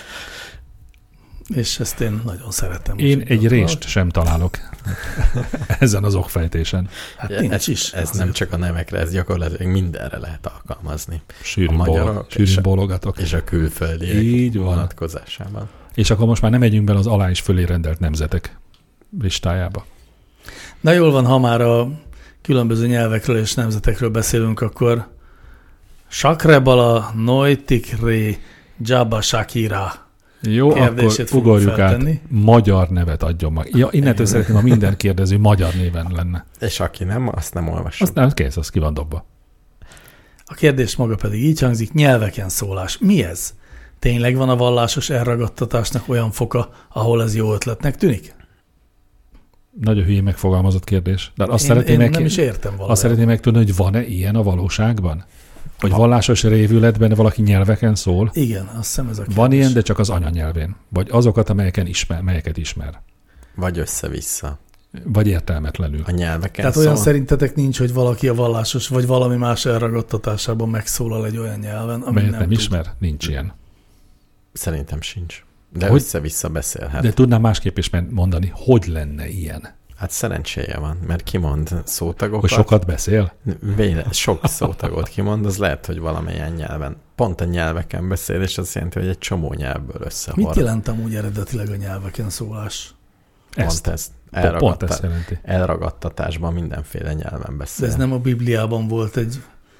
És ezt én nagyon szeretem.
Én
Úgyhogy
egy
akkor-
részt sem találok ezen az okfejtésen.
Hát nincs is.
Ez nem csak a nevekre, ez gyakorlatilag mindenre lehet alkalmazni.
Sűrűn,
A magyarok
sűrűn bólogatok.
És a külföldiek
Így van.
vonatkozásában.
És akkor most már nem megyünk bele az alá és fölé rendelt nemzetek listájába.
Na jól van, ha már a különböző nyelvekről és nemzetekről beszélünk, akkor Sakrebala Noitikri Jabba Shakira.
Jó,
Kérdését
akkor
fogom
ugorjuk át.
feltenni.
Magyar nevet adjon meg. Ja, innentől szeretném, ha minden kérdező magyar néven lenne.
És aki nem, azt nem olvasom.
Azt nem kész, az ki van dobva.
A kérdés maga pedig így hangzik, nyelveken szólás. Mi ez? Tényleg van a vallásos elragadtatásnak olyan foka, ahol ez jó ötletnek tűnik?
Nagyon hülyén megfogalmazott kérdés. De azt
Én nem is értem valami.
Azt szeretném megtudni, hogy van-e ilyen a valóságban? Hogy vallásos révületben valaki nyelveken szól?
Igen, azt hiszem ez a kérdés.
Van ilyen, de csak az anyanyelvén. Vagy azokat, melyeket ismer.
Vagy össze-vissza.
Vagy értelmetlenül.
A nyelveken
Tehát olyan szerintetek nincs, hogy valaki a vallásos, vagy valami más elragadtatásában megszólal egy olyan nyelven, amit
Melyet nem
tud.
ismer? Nincs ilyen.
Szerintem sincs. De
Hogy?
össze-vissza beszélhet.
De tudnám másképp is mondani, hogy lenne ilyen?
Hát szerencséje van, mert kimond szótagokat.
Hogy sokat beszél?
Sok szótagot kimond, az lehet, hogy valamilyen nyelven. Pont a nyelveken beszél, és az jelenti, hogy egy csomó nyelvből összehord.
Mit jelent amúgy eredetileg a nyelveken szólás?
Pont ezt elragadtatásban mindenféle nyelven beszél.
De ez nem a Bibliában volt egy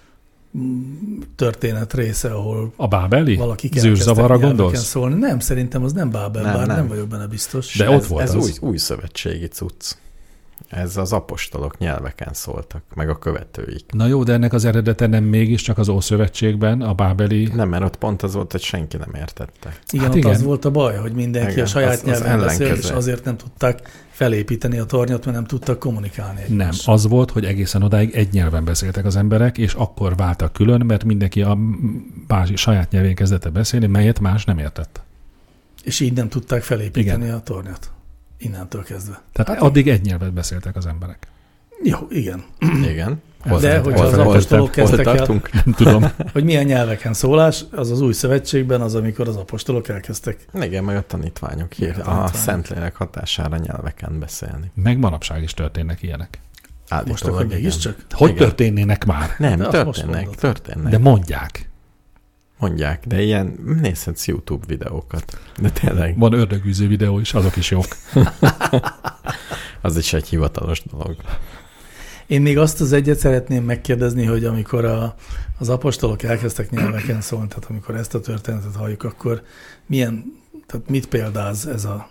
történet része, ahol
a bábeli?
Valaki
zűrzavarra gondolsz?
Szólni. Nem, szerintem az nem Bábel, nem vagyok benne biztos.
De ott volt
ez
az.
új szövetségi cucc. Ez az apostolok nyelveken szóltak, meg a követőik.
Na jó, de ennek az eredete nem mégiscsak az Ószövetségben, a bábeli...
Nem, mert ott pont az volt, hogy senki nem értette.
Igen, hát az volt a baj, hogy mindenki
igen,
a saját nyelven beszélt, és
ellenkező.
azért nem tudták felépíteni a tornyot, mert nem tudtak kommunikálni egymással.
Nem, az volt, hogy egészen odáig egy nyelven beszéltek az emberek, és akkor váltak külön, mert mindenki a saját nyelvén kezdett beszélni, melyet más nem értett.
És így nem tudták felépíteni a tornyot. Innentől kezdve.
Tehát addig egy nyelvet beszéltek az emberek.
Jó, igen.
Igen.
De hogyha az apostolok kezdtek el,
nem tudom.
hogy milyen nyelveken szólás, az az új szövetségben az, amikor az apostolok elkezdtek.
Igen, meg a tanítványok a Szentlélek hatására nyelveken beszélni.
Meg manapság is történnek ilyenek.
Most akkor mégiscsak?
Hogy
igen.
történnek már?
Nem,
de
történnek.
De mondják.
Mondják, de ilyen nézhetsz YouTube videókat. De tényleg.
Van ördögűző videó is, azok is jók.
Az is egy hivatalos dolog.
Én még azt az egyet szeretném megkérdezni, hogy amikor az apostolok elkezdtek nyelveken szólni, tehát amikor ezt a történetet halljuk, akkor tehát mit példáz ez a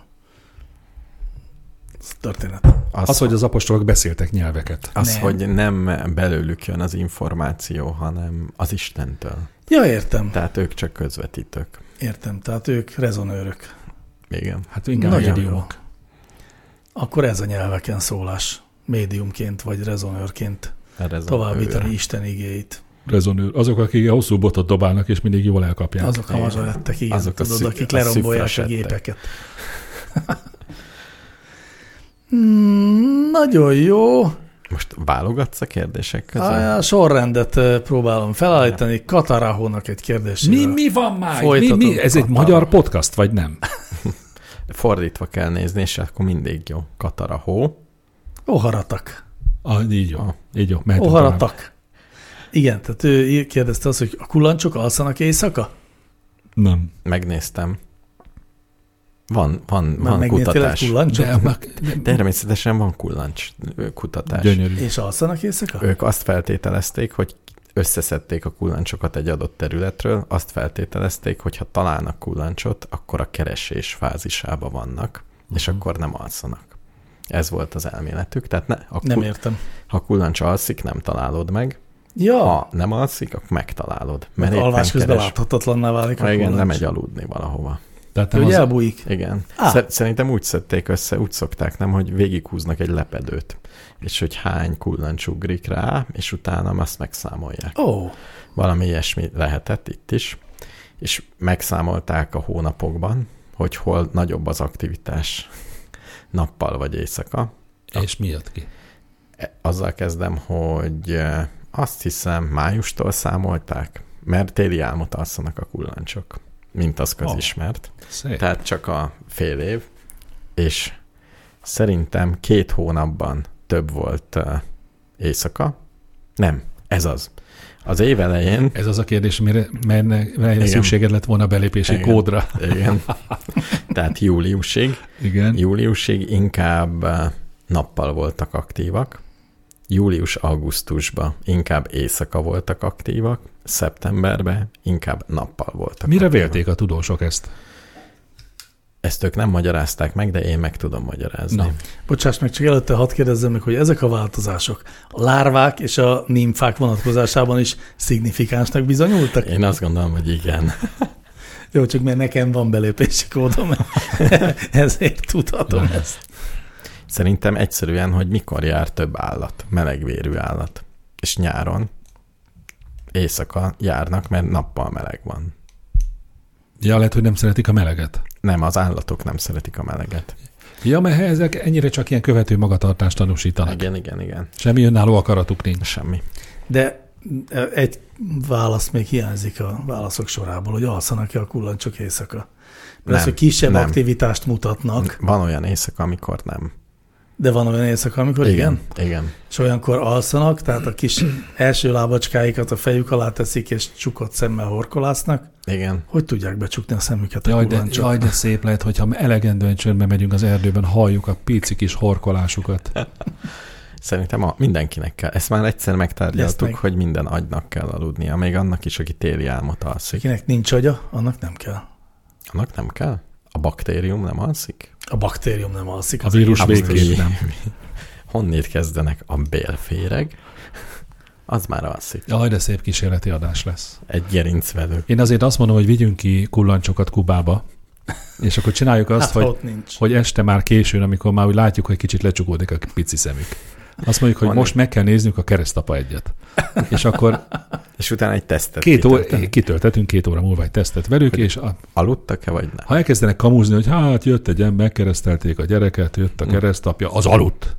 történet?
Az, hogy az apostolok beszéltek nyelveket.
Az, hogy nem belőlük jön az információ, hanem az Istentől.
Ja, értem.
Tehát ők csak közvetítők.
Értem, tehát ők rezonőrök.
Igen.
Hát inkább médiumok.
Akkor ez a nyelveken szólás. Médiumként vagy rezonőrként továbbítani Isten igéit.
Rezonőr. Azok, akik a hosszú botot dobálnak, és mindig jól elkapják.
Azok a mazsolettek, igen.
Azok
tudod, akik lerombolják a gépeket. Nagyon jó.
Most válogatsz a kérdések közül?
A sorrendet próbálom felállítani. Katarahónak egy kérdésével.
Mi van már? Mi? Ez egy magyar podcast, vagy nem?
Fordítva kell nézni, és akkor mindig jó. Katarahó.
Oharatak.
Így jó. Így jó.
Oharatak. Igen, tehát ő kérdezte azt, hogy a kullancsok alszanak éjszaka?
Nem.
Megnéztem. Van kutatás.
De
természetesen van kullancs kutatás.
Gyönyörű.
És alszanak éjszaka?
Ők azt feltételezték, hogy összeszedték a kullancsokat egy adott területről, azt feltételezték, hogy ha találnak kullancsot, akkor a keresés fázisában vannak, és akkor nem alszanak. Ez volt az elméletük. Tehát
nem értem.
Ha kullancs alszik, nem találod meg.
Ja.
Ha nem alszik, akkor megtalálod.
Mert alvás közben láthatatlanná válik a
igen, nem megy aludni valahova.
Tehát hogy elbújik?
Igen. Szerintem úgy szedték össze, úgy szokták, nem, hogy végighúznak egy lepedőt, és hogy hány kullancs ugrik rá, és utána azt megszámolják. Valami ilyesmi lehetett itt is. És megszámolták a hónapokban, hogy hol nagyobb az aktivitás nappal vagy éjszaka.
És mi jött ki?
Azzal kezdem, hogy azt hiszem májustól számolták, mert téli álmot alszanak a kullancsok, mint az közismert. Tehát csak a fél év, és szerintem 2 hónapban több volt éjszaka. Nem, ez az. Az év elején...
Ez az a kérdés, melyre szükséged lett volna belépési kódra.
Igen. Tehát júliusig.
Igen.
Júliusig inkább nappal voltak aktívak. Július-augusztusban inkább éjszaka voltak aktívak. Szeptemberben inkább nappal voltak
Mire
aktívak.
vélték a tudósok ezt?
Ezt ők nem magyarázták meg, de én meg tudom magyarázni.
Na. Bocsáss meg, csak előtte hadd kérdezzem meg, hogy ezek a változások a lárvák és a nimfák vonatkozásában is szignifikánsnak bizonyultak?
Én azt gondolom, hogy igen.
Jó, csak mert nekem van belépési kódom, ezért tudhatom ezt.
Szerintem egyszerűen, hogy mikor jár több állat, melegvérű állat. És nyáron éjszaka járnak, mert nappal meleg van.
Ja, lehet, hogy nem szeretik a meleget.
Nem, az állatok nem szeretik a meleget.
Ja, mert ezek ennyire csak ilyen követő magatartást tanúsítanak.
Igen.
Semmi önálló akaratuk nincs.
Semmi.
De egy válasz még hiányzik a válaszok sorából, hogy alszanak-e a kullancsok éjszaka. Mert az, hogy kisebb aktivitást mutatnak.
Van olyan éjszaka, amikor nem.
De van olyan éjszaka, amikor igen?
Igen.
És olyankor alszanak, tehát a kis első lábacskáikat a fejük alá teszik, és csukott szemmel horkolásznak.
Igen.
Hogy tudják becsukni a szemüket a kullancsok?
Jaj, de szép lehet, hogyha elegendően csöndben megyünk az erdőben, halljuk a pici kis horkolásukat.
Szerintem mindenkinek kell. Ezt már egyszer megtárgyaltuk, hogy minden agynak kell aludnia, még annak is, aki téli álmot alszik.
Akinek nincs agya, annak nem kell.
Annak nem kell? A baktérium nem alszik?
A baktérium nem alszik.
A vírus végképp nem.
Honnét kezdenek? A bélféreg? Az már alszik.
Jaj, de szép kísérleti adás lesz.
Egy gerincvelő.
Én azért azt mondom, hogy vigyünk ki kullancsokat Kubába, és akkor csináljuk azt, hogy este már későn, amikor már úgy látjuk, hogy kicsit lecsukódik a pici szemük. Azt mondjuk, hogy most meg kell néznünk a Keresztapa egyet. És akkor...
És utána egy tesztet
kitöltetünk 2 óra múlva egy tesztet velük, és...
Aludtak-e, vagy nem?
Ha elkezdenek kamúzni, hogy hát jött egy ember, megkeresztelték a gyereket, jött a keresztapja, az aludt.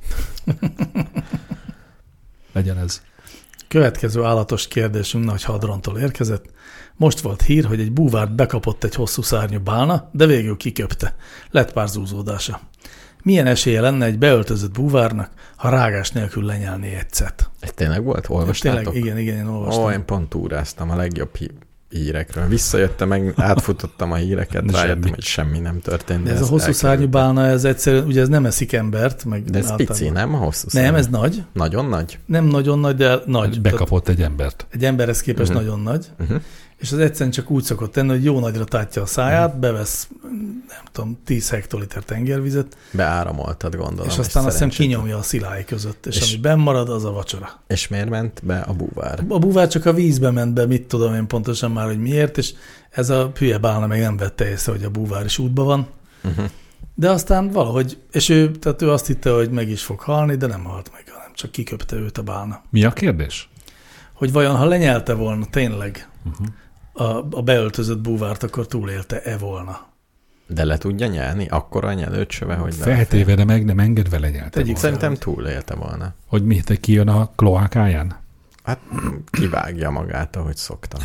Legyen ez.
Következő állatos kérdésünk Nagy Hadrontól érkezett. Most volt hír, hogy egy búvárt bekapott egy hosszú szárnyú bálna, de végül kiköpte. Lett pár zúzódása. Milyen esélye lenne egy beöltözött búvárnak, ha rágás nélkül lenyelné egyszet?
Ez tényleg volt? Olvastátok?
Tényleg, igen, én olvastam.
Én pont túráztam a legjobb hírekről. Visszajöttem, meg átfutottam a híreket, rájöttem, hogy semmi nem történt.
De ez a hosszú szárnyú bálna, ez egyszerűen, ugye ez nem eszik embert. Meg
de ez pici, nem a hosszú szárnyú?
Nem, ez nagy.
Nagyon nagy?
Nem nagyon nagy, de nagy.
Bekapott egy embert.
Egy emberhez képest nagyon nagy. És az egyszerűen csak úgy szokott tenni, hogy jó nagyra tátja a száját, bevesz, nem tudom, 10 hektoliter tengervizet.
Beáramoltad, gondolom.
És aztán azt hiszem kinyomja a szilái között, és ami benn marad, az a vacsora.
És miért ment be a búvár?
A búvár csak a vízbe ment be, mit tudom én pontosan már, hogy miért, és ez a hülye bálna meg nem vette észre, hogy a búvár is útban van. De aztán valahogy, és ő azt hitte, hogy meg is fog halni, de nem halt meg, hanem csak kiköpte őt a bálna.
Mi a kérdés?
Hogy vajon, ha lenyelte volna tényleg a beöltözött búvárt, akkor túlélte-e volna?
De le tudja nyelni? Akkora a nyelőcsöve, hogy...
Feltéve, de meg nem engedve lenyelte volna.
Szerintem túlélte volna.
Hogy mi, te kijön a kloákáján?
Hát kivágja magát, ahogy szoktam.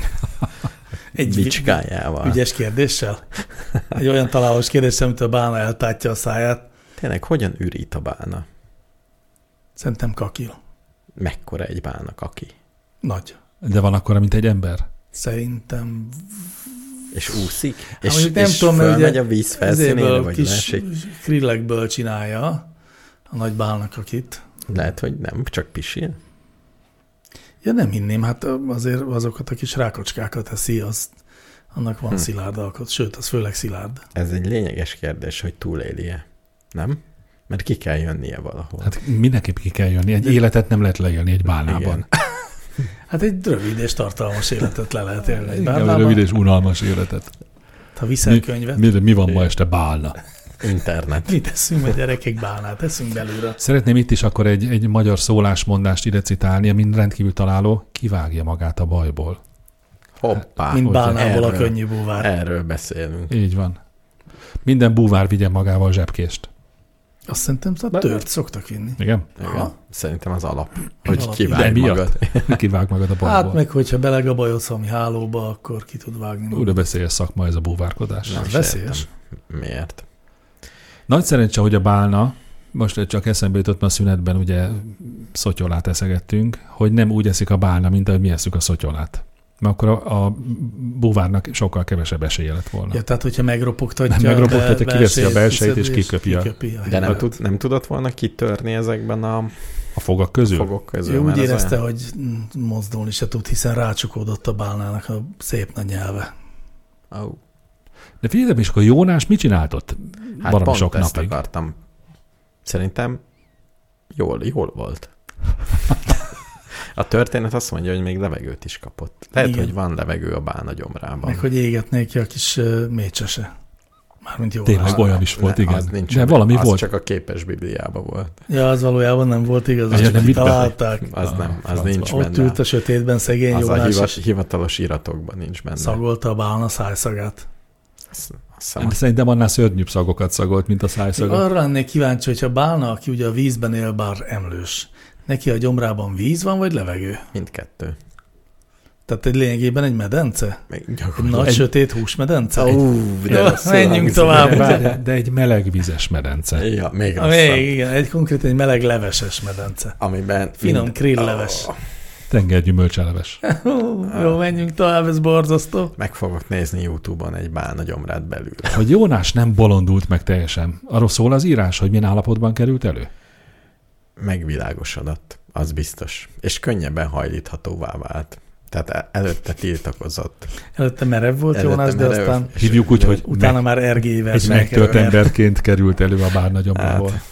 Egy bicskájával.
Ügyes kérdéssel? Egy olyan találós kérdéssel, amit a bálna eltátja a száját.
Tényleg, hogyan ürít a bálna?
Szerintem kakil.
Mekkora egy bálna kaki?
Nagy.
De van akkora, mint egy ember?
Szerintem...
És úszik?
És nem tudom,
fölmegy a víz felszínére, vagy
leesik? Krillekből csinálja a nagy bálna kakit.
Lehet, hogy nem, csak pisil?
Ja, nem hinném, hát azért azokat a kis rákocskákat eszi, annak van szilárd alkot, sőt, az főleg szilárd.
Ez egy lényeges kérdés, hogy túléli-e, nem? Mert ki kell jönnie valahol.
Hát mindenképp ki kell jönni. Egy életet nem lehet leélni egy bálnában. Igen.
Hát egy rövid és tartalmas életet le lehet élni egy bálnában.
Egy rövid és unalmas életet.
Ha viszel könyvet.
Mi van ma este bálna?
Internet.
Mit teszünk, a gyerekek bálnát? Teszünk belőle.
Szeretném itt is akkor egy magyar szólásmondást ide citálni, ami rendkívül találó, kivágja magát a bajból.
Hoppá.
Mint bálnából a könnyű búvár.
Erről beszélünk.
Így van. Minden búvár vigyen magával zsebkést.
Azt szerintem tört szoktak vinni.
Igen?
Igen. Szerintem az alap, hogy kivág magad.
Kivág magad a bajból.
Hát meg, hogyha belegabajodsz valami hálóba, akkor ki tud vágni.
Úgy, de veszélyes szakma ez a búvárkodás.
Nem, veszélyes.
Miért?
Nagy szerencse, hogy a bálna, most csak eszembe jutott, mert a szünetben ugye szotyolát eszegettünk, hogy nem úgy eszik a bálna, mint ahogy mi eszük a szotyolát. Mert akkor a búvárnak sokkal kevesebb esélye lett volna.
Ja, tehát, hogyha megropogtatja
kiveszi a belsejét és kiköpi.
De nem tudott volna kitörni ezekben a
fogak közül?
Ő úgy érezte, olyan... hogy mozdulni se tud, hiszen rácsukódott a bálnának a szép nagy nyelve.
Oh.
De figyelj, és akkor Jónás mit csinált ott?
Hát
valami
pont
sok
ezt
napig.
Akartam. Szerintem jól volt. A történet azt mondja, hogy még levegőt is kapott. Lehet,
Igen.
hogy van levegő a bálna gyomrában.
Meg hogy égetnék ki a kis mécsese. Mármint jó.
Tényleg olyan is volt, igen.
Az nincs,
De valami
az
volt.
csak a képes Bibliában volt.
Ja, az valójában nem volt igaz,
Ja,
csak
nem
kitalálták.
Az nem, az nincs
Ott
benne.
ült a sötétben szegény
Az a
Jónás, és
hivatalos iratokban nincs benne.
szagolta a bálna szájszagát.
Azt hiszem,
Szerintem annál szörnyűbb szagokat szagolt, mint a szájszagok.
Arra lennék kíváncsi, hogyha bálna, aki ugye a vízben él, bár emlős, neki a gyomrában víz van, vagy levegő?
mindkettő.
Tehát egy lényegében egy medence?
Még
Egy
gyakorlatilag.
nagy sötét húsmedence?
De
Jó,
rosszul
menjünk
hangzik.
tovább.
De egy meleg vizes medence.
Ja, még rosszabb.
Még, igen, konkrét egy meleg leveses medence.
Amiben
Finom krillleves.
Tengergyümölcseleves.
Jó, menjünk tovább, ez borzasztó.
Meg fogok nézni YouTube-on egy bálna gyomrát belülről.
Hogy Jónás nem bolondult meg teljesen. Arról szól az írás, hogy milyen állapotban került elő?
Megvilágosodott, az biztos. És könnyebben hajlíthatóvá vált. Tehát előtte tiltakozott.
Előtte merev volt
Előtte
Jónás, de
merev,
aztán
és
Hívjuk úgy, hogy
utána már ergélyvel
egy megtört emberként került elő a bárnagyomrából.
Hát.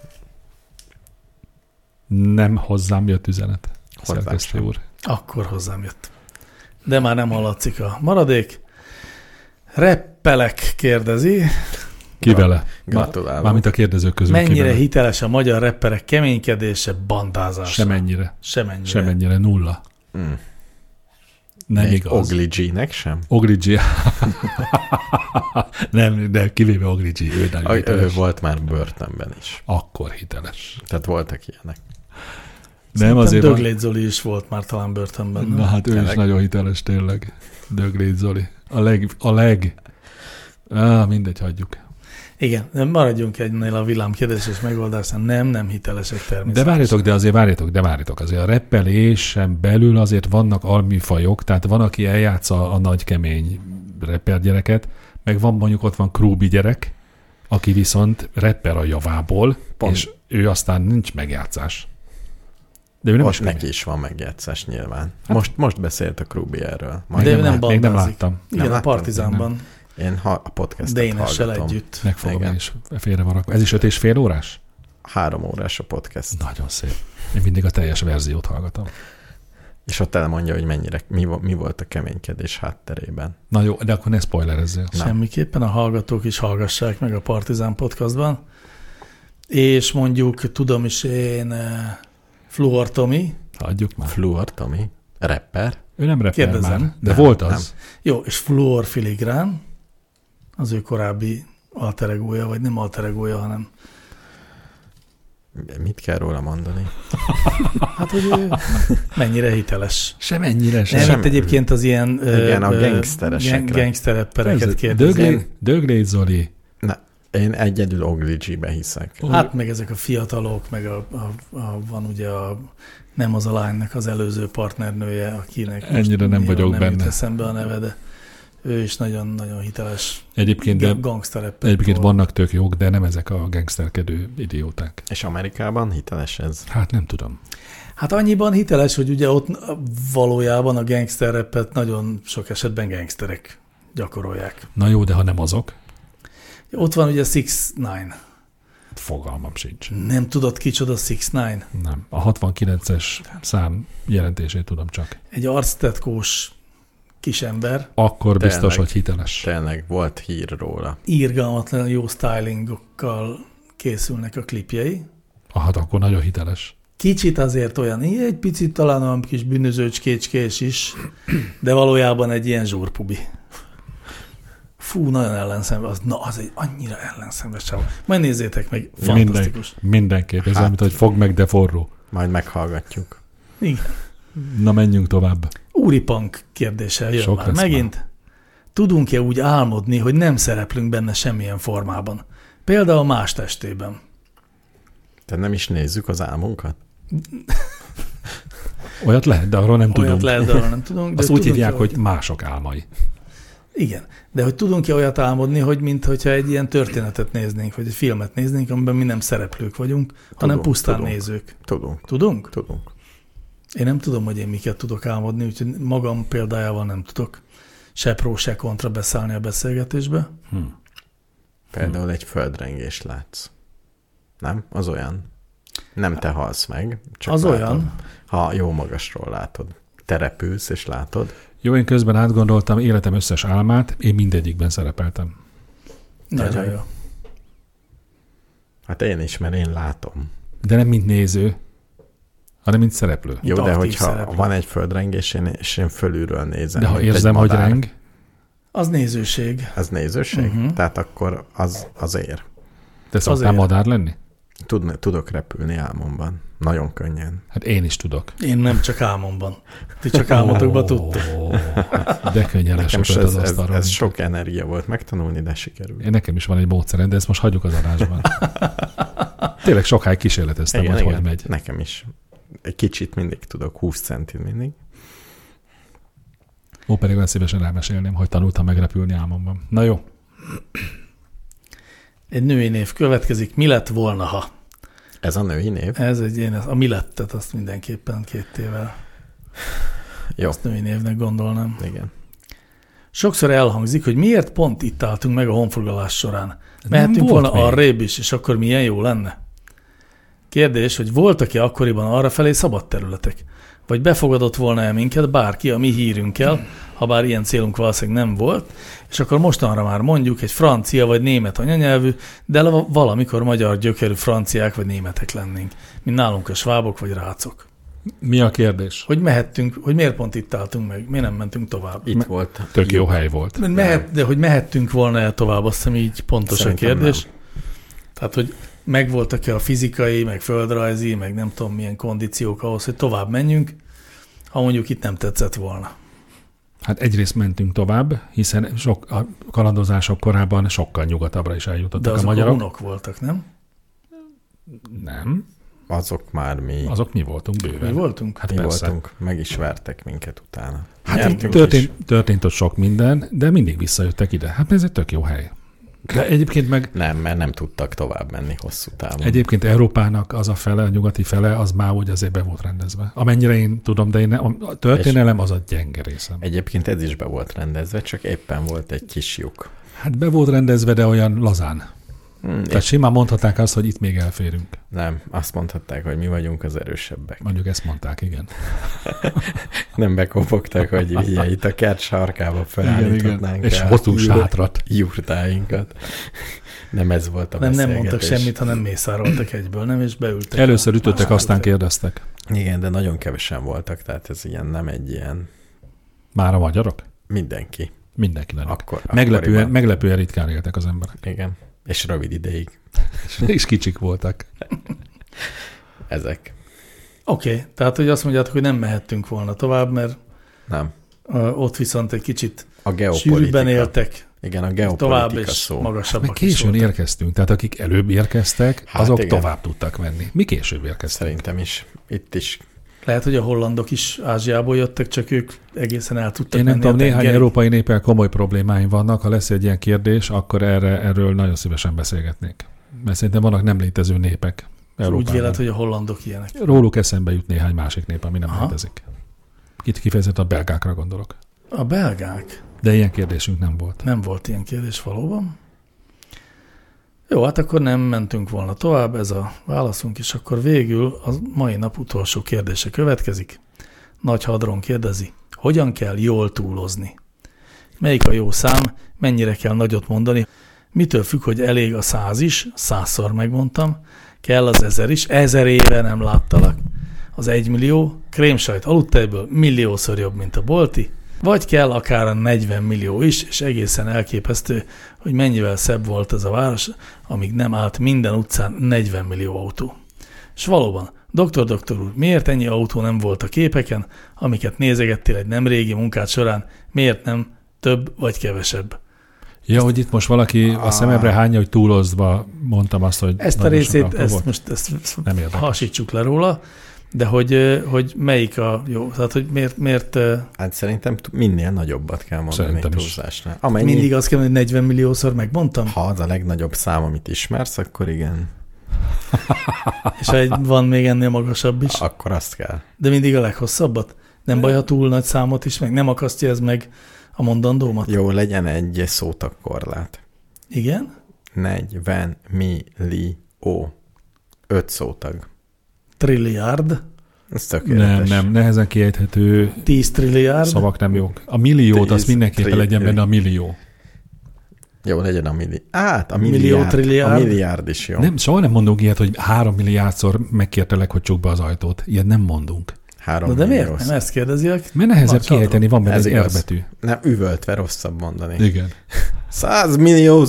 Nem hozzám jött üzenet.
Hozzám
Szerkesztő
sem.
úr.
Akkor hozzám jött. De már nem hallatszik a maradék. Reppelek kérdezi,
Ki vele?
Gratulálok.
Mármint a kérdezők közül
mennyire
ki vele.
hiteles a magyar rapperek keménykedése, bandázása?
Semennyire.
Semennyire.
Semennyire. Nulla.
Mm.
Nem
Még
igaz.
Ogli G-nek sem?
Ogli G. Nem, de kivéve Ogli G. Ő nagyon
Ő
hiteles.
volt már börtönben is.
Akkor hiteles.
Tehát voltak ilyenek.
Nem azért van.
Döglét Zoli is volt már talán börtönben. nem?
Na hát ő is
Tényleg?
nagyon hiteles tényleg. Döglét Zoli. Mindegy, hagyjuk.
Igen, de maradjunk egynél a villámkérdéses megoldásnál. Nem hitelesek természetesen.
De várjatok, azért a reppelésen belül azért vannak alműfajok, tehát van, aki eljátsza a nagy kemény rapper gyereket, meg van mondjuk ott van Krúbi gyerek, aki viszont rapper a javából,
Pont.
és ő aztán nincs megjátszás. De ő nem is
Ott neki is van megjátszás nyilván.
Hát-
Most beszélt a Krubi erről.
De ő nem
még nem
bandázik.
láttam.
Igen,
Nem
a
láttam,
Partizánban.
Én a podcastet
Dénessel
hallgatom.
együtt.
Megfogom
Igen.
én is, félre van rakva. Ez is 5,5 órás?
3 órás a podcast.
Nagyon szép. Én mindig a teljes verziót hallgatom.
És ott elmondja, hogy mennyire, mi volt a keménykedés hátterében.
Na jó, de akkor ne spoilerezzél.
Nem.
Semmiképpen a hallgatók is hallgassák meg a Partizán podcastban. És mondjuk, tudom is én, Fluor Tomi.
Hagyjuk már.
Fluor Tomi, rapper.
Ő nem rapper
Kérdezem.
már, de
Nem,
volt az.
Jó, és Fluor Filigrán, az ő korábbi alter egója, vagy nem alter egója, hanem
Mit kell róla mondani?
hát, hogy ő mennyire hiteles.
Semennyire
Nem,
Sem-
itt egyébként az ilyen
Igen, a gangsteresekre.
gangstereppereket kérdezi.
Döglét Zoli.
Én egyedül Ogli G-be hiszek.
Hát meg ezek a fiatalok, meg van ugye nem az a lánynak az előző partnernője, akinek
Ennyire nem vagyok
nem
benne.
jut eszembe a neve, de ő is nagyon hiteles
Egyébként
gangsterepper.
Egyébként vannak tök jók, de nem ezek a gangsterkedő idióták.
És Amerikában hiteles ez?
Hát nem tudom.
Hát annyiban hiteles, hogy ugye ott valójában a gangsterrepet nagyon sok esetben gangsterek gyakorolják.
Na jó, de ha nem azok,
Ott van ugye 6ix9ine.
fogalmam sincs.
Nem tudod kicsoda 6ix9ine?
Nem. A 69-es szám jelentését tudom csak.
Egy arctetkós kisember,
Akkor biztos,
Tényleg.
hogy hiteles.
Tényleg volt hír róla.
irgalmatlan jó stylingokkal készülnek a klipjei.
Hát akkor nagyon hiteles.
Kicsit azért olyan, egy picit talán olyan kis bűnözőcskécskés is, de valójában egy ilyen zsúrpubi. Fú, nagyon ellenszenves, az egy annyira ellenszenves csáv. Majd nézzétek meg, fantasztikus.
Mindenképp. Ez olyan, mint hogy fogd meg, de forró.
Majd meghallgatjuk.
Igen.
Na, menjünk tovább.
Úripunk kérdéssel jön
Sok
már
lesz
megint. Tudunk-e úgy álmodni, hogy nem szereplünk benne semmilyen formában? Például más testében.
Tehát nem is nézzük az álmunkat?
Olyat lehet, de arról nem
Olyat
tudunk.
lehet, de arról nem tudunk. De
Azt úgy
tudunk-e,
hívják, hogy mások álmai.
Igen, de hogy tudunk-e olyat álmodni, hogy mintha egy ilyen történetet néznénk, vagy egy filmet néznénk, amiben mi nem szereplők vagyunk, hanem pusztán
tudunk.
nézők.
Tudunk.
Tudunk?
Tudunk.
Én nem tudom, hogy én miket tudok álmodni, úgyhogy magam példájával nem tudok se pró, se kontra beszállni a beszélgetésbe.
Például egy földrengést látsz. Nem? Az olyan. Nem te halsz meg. Csak
Az
látod,
olyan.
ha jó magasról látod. Te repülsz és látod.
Jó, én közben átgondoltam életem összes álmát, én mindegyikben szerepeltem.
Nagyon jó.
Hát én is, mert én látom.
De nem mint néző, hanem mint szereplő.
Jó, de
aktív
hogyha
szereplő.
van egy földrengés, és én fölülről nézem.
De ha
mint egy
érzem, hogy
madár,
reng,
Az nézőség.
Ez nézőség?
Mhm.
Tehát akkor az ér.
te szoktál
Azért.
madár lenni?
Tudok repülni álmomban. Nagyon könnyen.
Hát én is tudok.
Én nem csak álmomban. Ti csak álmotokban tudtok.
De könnyen
Nekem
lesöpöd az
ez
asztalra.
sok energia volt megtanulni, de sikerült.
Nekem is van egy módszerem, de ezt most hagyjuk az adásban. Tényleg sokáig kísérleteztem, hogy megy.
Nekem is. Egy kicsit mindig tudok, 20 centit mindig.
Ó, pedig olyan szívesen elmesélném, hogy tanultam megrepülni álmomban. Na jó.
Egy női név következik. Mi lett volna, ha?
Ez a női név?
Ez a mi lettet, azt mindenképpen 2 tével.
Jó.
Azt női névnek gondolnám.
Igen.
Sokszor elhangzik, hogy miért pont itt álltunk meg a honfoglalás során.
Nem
Mehetünk
volt
volna
még.
arrébb is, és akkor milyen jó lenne? Kérdés, hogy voltak-e akkoriban arrafelé szabad területek? Vagy befogadott volna-e minket bárki a mi hírünkkel, ha bár ilyen célunk valószínűleg nem volt, és akkor mostanra már mondjuk egy francia vagy német anyanyelvű, de valamikor magyar gyökerű franciák vagy németek lennénk, mint nálunk a svábok vagy rácok.
Mi a kérdés?
Hogy mehettünk, hogy miért pont itt álltunk meg, miért nem mentünk tovább?
Itt volt.
Tök jó hely volt.
De hogy mehettünk volna el tovább, azt hiszem így pontos
Szerintem
a kérdés.
nem.
Tehát, hogy megvoltak-e a fizikai, meg földrajzi, meg nem tudom milyen kondíciók ahhoz, hogy tovább menjünk, ha mondjuk itt nem tetszett volna.
Hát egyrészt mentünk tovább, hiszen a kalandozások korában sokkal nyugatabbra is
De
eljutottak a
azok a
magyarok.
hunok voltak, nem?
Nem,
Azok már mi
azok mi voltunk bőven.
Mi voltunk?
Hát
mi
persze.
voltunk, meg is vertek minket utána.
Hát
Nyertünk is.
történt ott sok minden, de mindig visszajöttek ide. Hát ez egy tök jó hely. De egyébként meg
Nem, mert nem tudtak tovább menni hosszú távon.
egyébként Európának az a fele, a nyugati fele, az már úgy azért be volt rendezve. Amennyire én tudom, de a történelem az a gyenge részem.
Egyébként ez is be volt rendezve, csak éppen volt egy kis lyuk.
Hát be volt rendezve, de olyan lazán. Tehát simán mondhatnák azt, hogy itt még elférünk.
Nem, azt mondhatták, hogy mi vagyunk az erősebbek.
Mondjuk ezt mondták, igen.
Nem bekopogtak, hogy ugye itt a kert sarkába felállíthatnánk
És
a
hoztunk sátrat.
jurtáinkat. Nem ez volt a
Nem
beszélgetés.
mondtak semmit, hanem mészároltak egyből, nem? És beültek.
Először
a
ütöttek,
másik
aztán
ültek.
kérdeztek.
Igen, de nagyon kevesen voltak, tehát ez ilyen nem egy ilyen
Már a magyarok?
mindenki.
Mindenkinek.
Akkoriban.
Meglepően ritkán éltek az emberek.
Igen, és rövid ideig
És kicsik voltak.
ezek.
Oké, tehát hogy azt mondjátok, hogy nem mehettünk volna tovább, mert
Nem.
Ott viszont egy kicsit
A
sűrűbben
geopolitika.
éltek,
Igen, a
tovább
geopolitika
és
szó.
Meg
magasabbak is
későn
voltak.
érkeztünk, tehát akik előbb érkeztek,
Hát
azok
igen.
tovább tudtak menni. Mi később érkeztünk.
Szerintem is. Itt is.
Lehet, hogy a hollandok is Ázsiából jöttek, csak ők egészen el tudtak
Én nem
menni
tudom,
a
néhány
tengerig.
európai néppel komoly problémáim vannak. Ha lesz egy ilyen kérdés, akkor erről nagyon szívesen beszélgetnék. Mert szerintem vannak nem létező népek
Úgy
Európában.
véled, hogy a hollandok ilyenek.
Róluk eszembe jut néhány másik nép, ami nem
Aha.
létezik. Itt kifejezetten a belgákra gondolok.
A belgák?
De ilyen kérdésünk nem volt.
Nem volt ilyen kérdés valóban. Jó, hát akkor nem mentünk volna tovább, ez a válaszunk, és akkor végül a mai nap utolsó kérdése következik. Nagy Hadron kérdezi, hogyan kell jól túlozni? Melyik a jó szám, mennyire kell nagyot mondani? Mitől függ, hogy elég a 100 is, 100-szor megmondtam, kell az 1000 is, 1000 éve nem láttalak, az 1 millió, krémsajt aludtejből milliószor jobb, mint a bolti, vagy kell akár a 40 millió is, és egészen elképesztő, hogy mennyivel szebb volt ez a város, amíg nem állt minden utcán 40 millió autó. És valóban, doktor úr, miért ennyi autó nem volt a képeken, amiket nézegettél egy nem régi munkád során, miért nem több vagy kevesebb?
Ja, hogy itt most valaki a szememre hányja, hogy túlozva mondtam azt, hogy...
Ezt a
nagyon
részét,
sok autó volt.
ezt
Nem érdekes.
hasítsuk le róla, de hogy melyik a jó, tehát hogy miért
Hát szerintem minél nagyobbat kell mondani
Szerintem is.
túlzásnál. Amennyi,
mindig azt kell, hogy 40 milliószor megmondtam,
ha az a legnagyobb szám, amit ismersz, akkor igen,
és van még ennél magasabb is,
akkor azt kell.
de mindig a leghosszabbat. Nem baj, ha túl nagy számot is, meg nem akasztja ez meg a mondandómat.
Jó, legyen egy szótagkorlát.
Igen?
40 millió. 5 szótag.
trilliárd,
Ez tökéletes.
Nem, nehezen kiejthető
10 trilliárd,
szavak nem jók. A milliót, az
10
mindenképpen legyen benne a millió.
Jó, legyen a a
Millió,
milliárd.
trilliárd.
A milliárd is jó.
Nem, soha nem mondunk ilyet, hogy 3 milliárdszor megkértelek, hogy csukd be az ajtót. Ilyet nem mondunk.
3
de miért
milliós.
nem ezt kérdezi?
Mert nehezebb
Nagy
kiejteni, van benne
Ez
egy
igaz.
erbetű.
Nem, üvöltve rosszabb mondani.
Igen.
100 millió.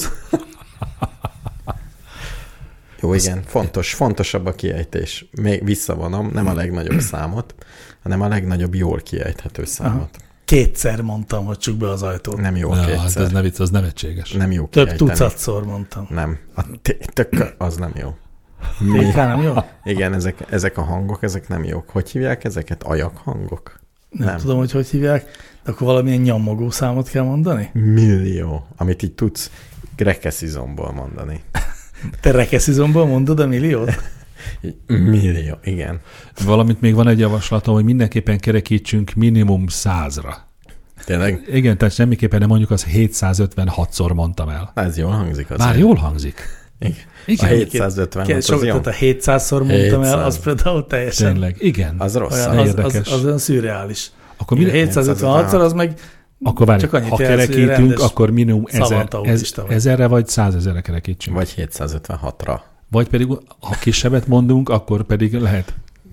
Jó, igen, fontosabb a kiejtés. Még visszavonom, nem a legnagyobb számot, hanem a legnagyobb jól kiejthető számot.
Kétszer mondtam, hogy csukd be az ajtót.
Nem jó
Na, hát
kétszer.
ez ne vicc, az nevetséges.
Nem jó
Több
kiejteni.
tucatszor mondtam.
Nem. A tök az nem jó.
TK nem jó?
Igen, ezek a hangok, ezek nem jók. Hogy hívják ezeket? Ajak hangok?
Nem tudom, hogy hívják, de akkor valamilyen nyomogó számot kell mondani?
Millió. Amit így tudsz rekeszizomból mondani.
Te rekeszizomból mondod a milliót?
Így, millió, igen.
Valamint még van egy javaslatom, hogy mindenképpen kerekítsünk minimum 100-ra.
Tényleg?
Igen, tehát semmiképpen nem mondjuk, az 756-szor mondtam el.
Ez jól hangzik azért.
Már jól hangzik.
Igen.
Igen.
A 756 az jó.
Tehát a 700-szor mondtam el,
700.
az például teljesen
Tényleg, igen.
Az rossz.
olyan,
érdekes.
az olyan szürreális.
Akkor,
Igen, 756-szor az meg
akkor várj,
csak annyit
ha
jelez, hogy
kerekítünk,
rendes
akkor minimum
szavantautista vagy.
1000-re vagy 100 000-re kerekítsünk.
Vagy 756-ra.
Vagy pedig, ha kisebbet mondunk, akkor pedig lehet.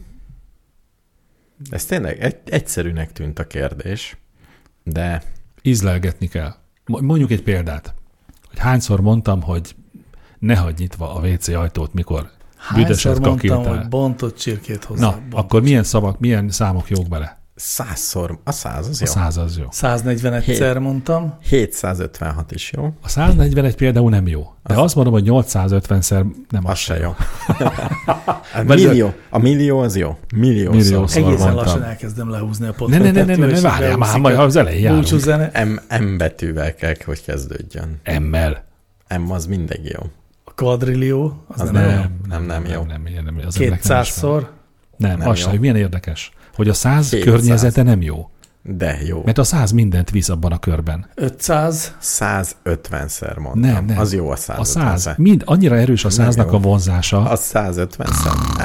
Ez tényleg egyszerűnek tűnt a kérdés, de
Ízlelgetni kell. Mondjuk egy példát. Hogy hányszor mondtam, hogy ne hagyd nyitva a WC ajtót, mikor büdöset
hányszor mondtam, hogy
kakiltál.
bontott csirkét hozzá.
Na, akkor milyen szavak, milyen számok jók bele?
100-szor, a 100 az
A
jó.
100 az jó.
141-szer mondtam.
756 is jó.
A 141 például nem jó. De azt mondom, hogy 850-szer nem
Az se jó.
Vagy-
A millió az jó. Milliószor.
Milliószor.
Egészen
mondtam.
lassan elkezdem lehúzni a
Ne,
podcastet.
ne, várjál már, majd az elején járunk.
Búcsú zene.
M betűvel kell, hogy kezdődjön.
M-mel.
M az mindig jó.
A kvadrillió, az nem jó.
Nem jó.
Nem, az ennek nem is
200-szor.
Nem,
Nem
az
jó.
sem, milyen érdekes, hogy a 100
200.
környezete nem jó.
De jó.
Mert a 100 mindent visz abban a körben.
500.
150-szer mondtam.
Nem.
Az jó a
A
150-szer.
100, annyira erős a 100-nak
jó.
a vonzása.
Az 150-szer.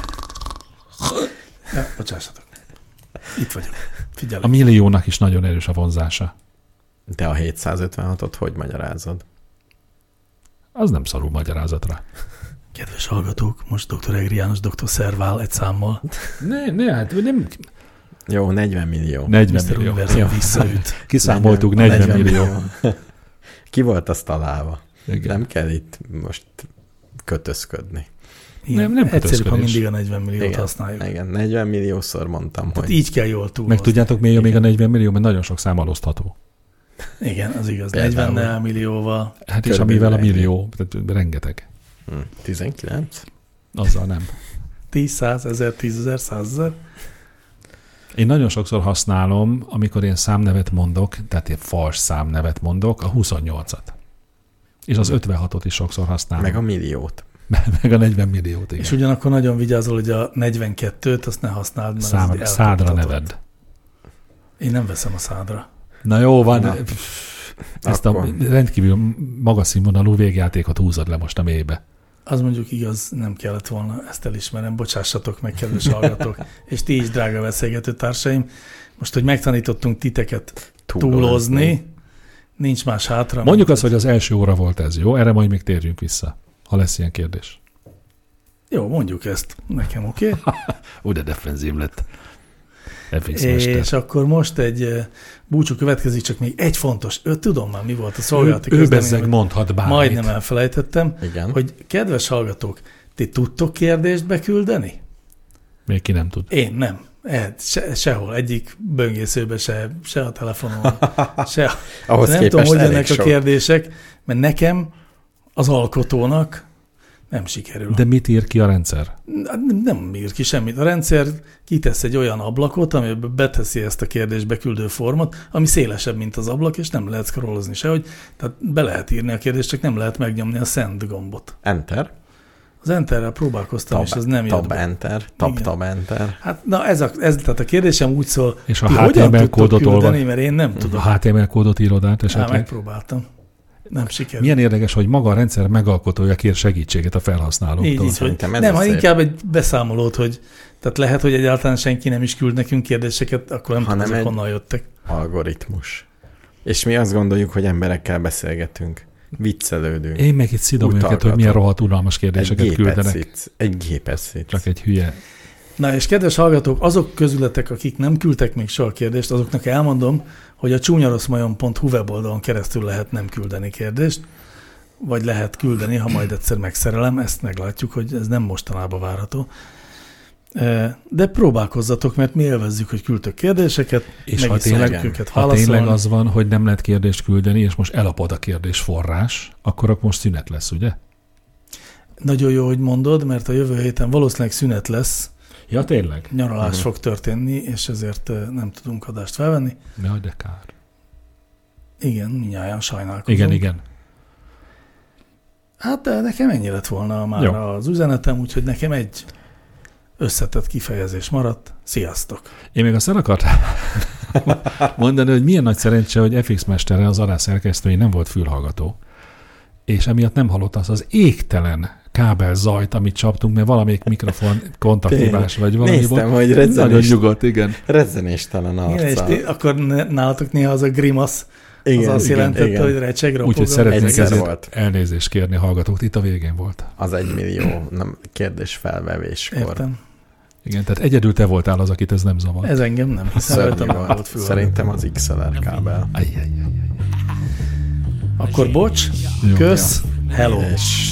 Ja, bocsássatok. Itt vagyok. Figyelek.
A milliónak is nagyon erős a vonzása.
De a 756-ot hogy magyarázod?
Az nem szorul magyarázatra.
Kedves hallgatók, most dr. Egri János dr. Szervál egy számmal.
Hát nem.
Jó, 40 millió.
40
Mr.
millió.
Univerzum visszaüt.
Kiszámoltuk 40 millió.
Ki volt azt találva?
Igen.
Nem kell itt most kötözködni.
Igen,
Nem
egyszerűbb, ha
kötözködés.
mindig a 40 milliót használjuk.
Igen, 40 milliószor mondtam,
Tehát
hogy
így kell jól túlozni.
Meg tudjátok, miért jó még a 40 millió, mert nagyon sok számmal osztható.
Igen, az igaz.
Például.
40 millióval.
Hát és
Körülbelül
amivel a
ennyi.
millió, tehát rengeteg.
19?
Azzal nem.
10, 100, 1000, 10 000, 100 000.
Én nagyon sokszor használom, amikor én számnevet mondok, tehát én fals számnevet mondok, a 28-at. És az 56-ot is sokszor használom.
Meg a milliót.
Meg a 40 milliót, igen.
És ugyanakkor nagyon vigyázol, hogy a 42-t azt ne használd, mert az így
Szádra
elkaptatott.
neved.
Én nem veszem a szádra.
Na jó, van.
Na,
Ezt
akkor.
a rendkívül magas színvonalú végjátékot húzod le most a mélybe.
Az mondjuk igaz, nem kellett volna, ezt elismerem. Bocsássatok meg, kedves hallgatók. És ti is, drága beszélgető társaim. Most, hogy megtanítottunk titeket túlozni, nincs más hátra.
Mondjuk azt, hogy az első óra volt ez, jó? Erre majd még térjünk vissza, ha lesz ilyen kérdés.
Jó, mondjuk ezt. Nekem oké.
Úgy, de defenzív lett.
És akkor most egy búcsú következik, csak még egy fontos. Tudom már, mi volt a szolgálati
Ő
közlemény,
bezzeg
hogy
mondhat bármit.
majdnem elfelejtettem,
Igen.
hogy kedves hallgatók, ti tudtok kérdést beküldeni?
Még ki nem tud.
Én nem. Sehol. Egyik böngészőbe se a telefonon, se.
Ahhoz
nem
képest
tudom, hogy
elég
jönnek a
sok.
kérdések, mert nekem, az alkotónak nem sikerül.
De mit ír ki a rendszer?
Nem ír ki semmit. A rendszer kitesz egy olyan ablakot, amiben beteszi ezt a kérdést beküldő formot, ami szélesebb, mint az ablak, és nem lehet scrollozni sehogy. Tehát be lehet írni a kérdést, csak nem lehet megnyomni a send gombot.
Enter.
Az enterrel próbálkoztam, és az nem jött
Tab
be.
enter.
Igen.
Tab enter.
Hát na tehát a kérdésem úgy szól,
És a
ti hogyan
HTML
tudtok
kódot
küldeni,
olvad.
mert én nem tudom.
A HTML kódot írod át
Hát
esetleg?
megpróbáltam. Nem sikerül.
Milyen érdekes, hogy maga a rendszer megalkotója kér segítséget a felhasználóktól.
Így, hogy nem, ha inkább egy beszámolót, hogy tehát lehet, hogy egyáltalán senki nem is küld nekünk kérdéseket, akkor nem tudom, azok honnan jöttek.
Algoritmus. És mi azt gondoljuk, hogy emberekkel beszélgetünk. Viccelődünk.
Én meg itt szidom őket, hogy milyen rohadt unalmas kérdéseket küldenek.
Egy gépet szit.
Csak egy hülye.
Na és kedves hallgatók, azok közületek, akik nem küldtek még soha kérdést, azoknak elmondom, hogy a csúnyaroszmajon.hu weboldalon keresztül lehet nem küldeni kérdést, vagy lehet küldeni, ha majd egyszer megszerelem, ezt meglátjuk, hogy ez nem mostanában várható. De próbálkozzatok, mert mi élvezzük, hogy küldtök kérdéseket,
és ha tényleg az van, hogy nem lehet kérdést küldeni, és most elapad a kérdés forrás, akkor most szünet lesz, ugye?
Nagyon jó, hogy mondod, mert a jövő héten valószínűleg szünet lesz.
Ja, tényleg?
Nyaralás fog történni, és ezért nem tudunk adást felvenni.
De kár.
Igen, mindnyájan sajnálkozunk.
Igen.
Hát nekem ennyi lett volna már az üzenetem, úgyhogy nekem egy összetett kifejezés maradt. Sziasztok!
Én még azt el akartam mondani, hogy milyen nagy szerencse, hogy FX Mesterre az adás szerkesztői nem volt fülhallgató, és emiatt nem hallott az égtelen kábel zajt, amit csaptunk, mert valamelyik mikrofon kontakthibás vagy valami.
Néztem, hogy
nagyon nyugodt, igen.
Rezzenéstelen arccal.
Igen, akkor nálatok néha az a grimasz, az azt jelentette, hogy recseg, ropog.
Úgyhogy szeretnék ezért elnézést kérni a hallgatók. Itt a végén volt.
Az 1 millió kérdés felvevéskor.
Értem.
Igen, tehát egyedül te voltál az, akit ez nem zavar.
Ez engem nem.
Szerintem az XLR kábel.
Akkor bocs, kösz, hello.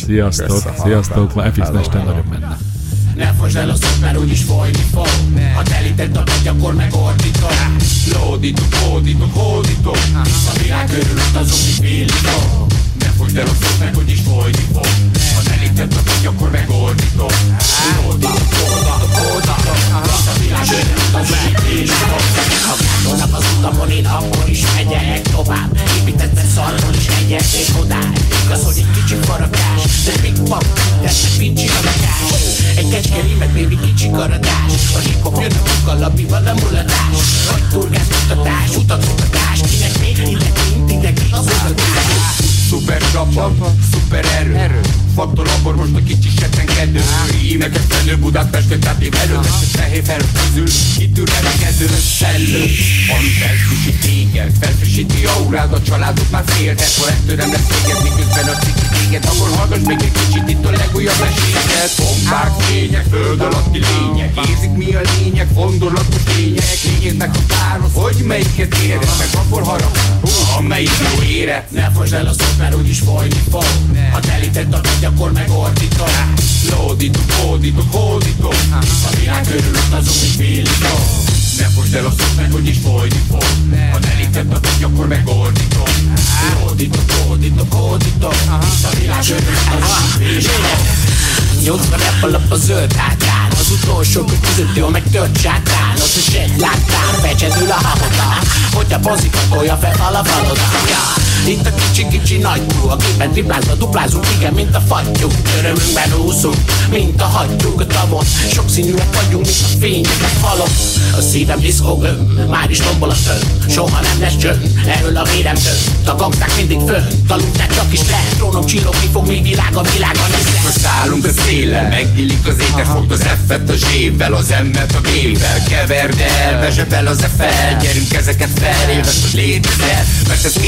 Sziasztok, már FX Mester nagyon menne.
Ne fosd el a szót, mert úgyis folyni fog. Ha telített a megy, akkor megordítom. Lódítok, hódítok. Hisz a világ körül utazom, mint villitok. Ne fosd el a szót, mert úgyis folyni fog. Ha telített a megy, akkor megordítom. Lódítok, hódítok. Hisz a világ körül utazom, mint villitok. Ha gátolnak az utamon, én akkor is megyek tovább. Építetve szarról is egyek és odáig. Igaz, hogy egy kicsi faragás, de Big Pop, tesznek pincsi a lakás. Egy kecske rímet, baby, kicsi karadás. A hip-hop jön a kukkal, labival a mulatás. Vagy turgáztatás, utatmutatás. Kinek még ideg, az utatás. Szuper csapat, szuper erő. Faktor akkor most a kicsi settenkedő. Rímeket felő, Budapestet átlév előtt. Fehér fel közül, itt ül remegedő szellő. Ami felfrissít téged, felfrissíti aurád. A családot már félhet, ha ettől nem lesz véged. Miközben a ciki téged, akkor hallgass még egy kicsit itt a legújabb esélyed. Bombák, fények, föld alatti lények. Érzik mi a lényeg, fondorlatos lények. Lényeg meghatároz, hogy melyiket éred. Meg akkor harap, amelyik jó éred. Ne fosd el a szót, mert úgyis folyni fog. Ha telített a megy, akkor megordítom. Lódítok, hódítok. Hisz a világ körül utazom, mint villitok. Ne fosd el a szót, meg úgyis folyni fog. Ha telített a megy, akkor megordítom. Lódítok, hódítok. Hisz a világ körül utazom, mint villitok. Nyolcva reppel a zöld hátán. Az utolsó között jól megtört sátán. Az a zsed láttán, becsedül a hamodán. Hogy a pozikat tolja fel a falodán. Itt a kicsi nagy túl, a képen triplázva duplázunk, igen, mint a fattyú. Örömünkben úszunk, mint a hattyúk a tavon. Sokszínűek vagyunk, mint a fények a falon. A szívem diszkógöm, már is tombol a tön. Soha nem lesz csönd, erről a vérem tön. A gangsták mindig fönn, talunknál csak is lehet. Trónom csillogni fog, még világon hiszen. Most állunk a szélen, megnyílik az éter. Fogd az F-et a Z-vel, az M-et a G-vel. Keverd el, vezseb el az F-el. Gyerünk ezeket felélvesz, hogy létezel. Mert ez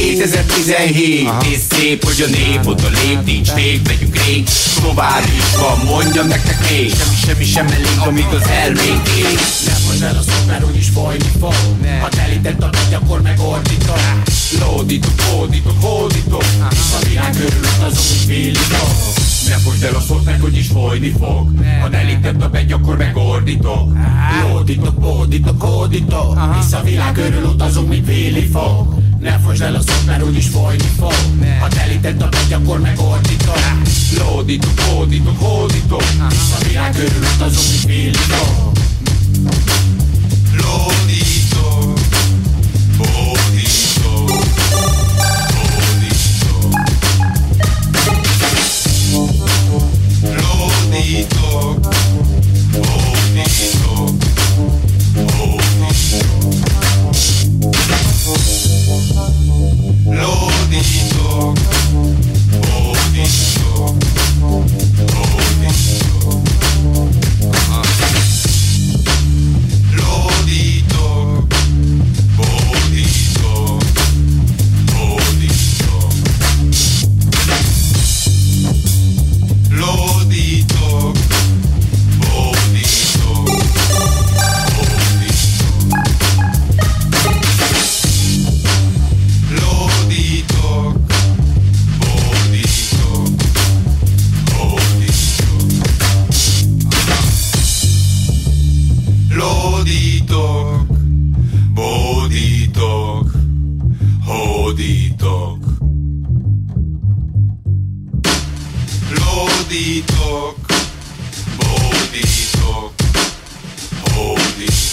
2017, és szép, hogy a nép oda lép, nincs vég, megyünk rég. Tovább is van, mondjam nektek még. Semmi sem elég, amíg az elménk ég. Ne fosd el a szót, mert úgyis folyni fog. Ha telített a megy, akkor megordítom. Lódítok, hódítok. Hisz a világ körül utazom, mint villitok. Ne fosd el a szót, meg úgyis folyni fog. Ha telített a megy, akkor megordítok. Lódítok, hódítok. Hisz a világ körül utazom, mint villitok. Ne fosd el a szót, mert úgyis folyni fog. Ha telített a megy, akkor megordítok. Lódítok, hódítok. Hisz a világ körül utazom, mint villitok. Lódítok, hódítok. Lódítok, hódítok. Lódítok.
hódítok. Lódítok, bódítok, hódítok.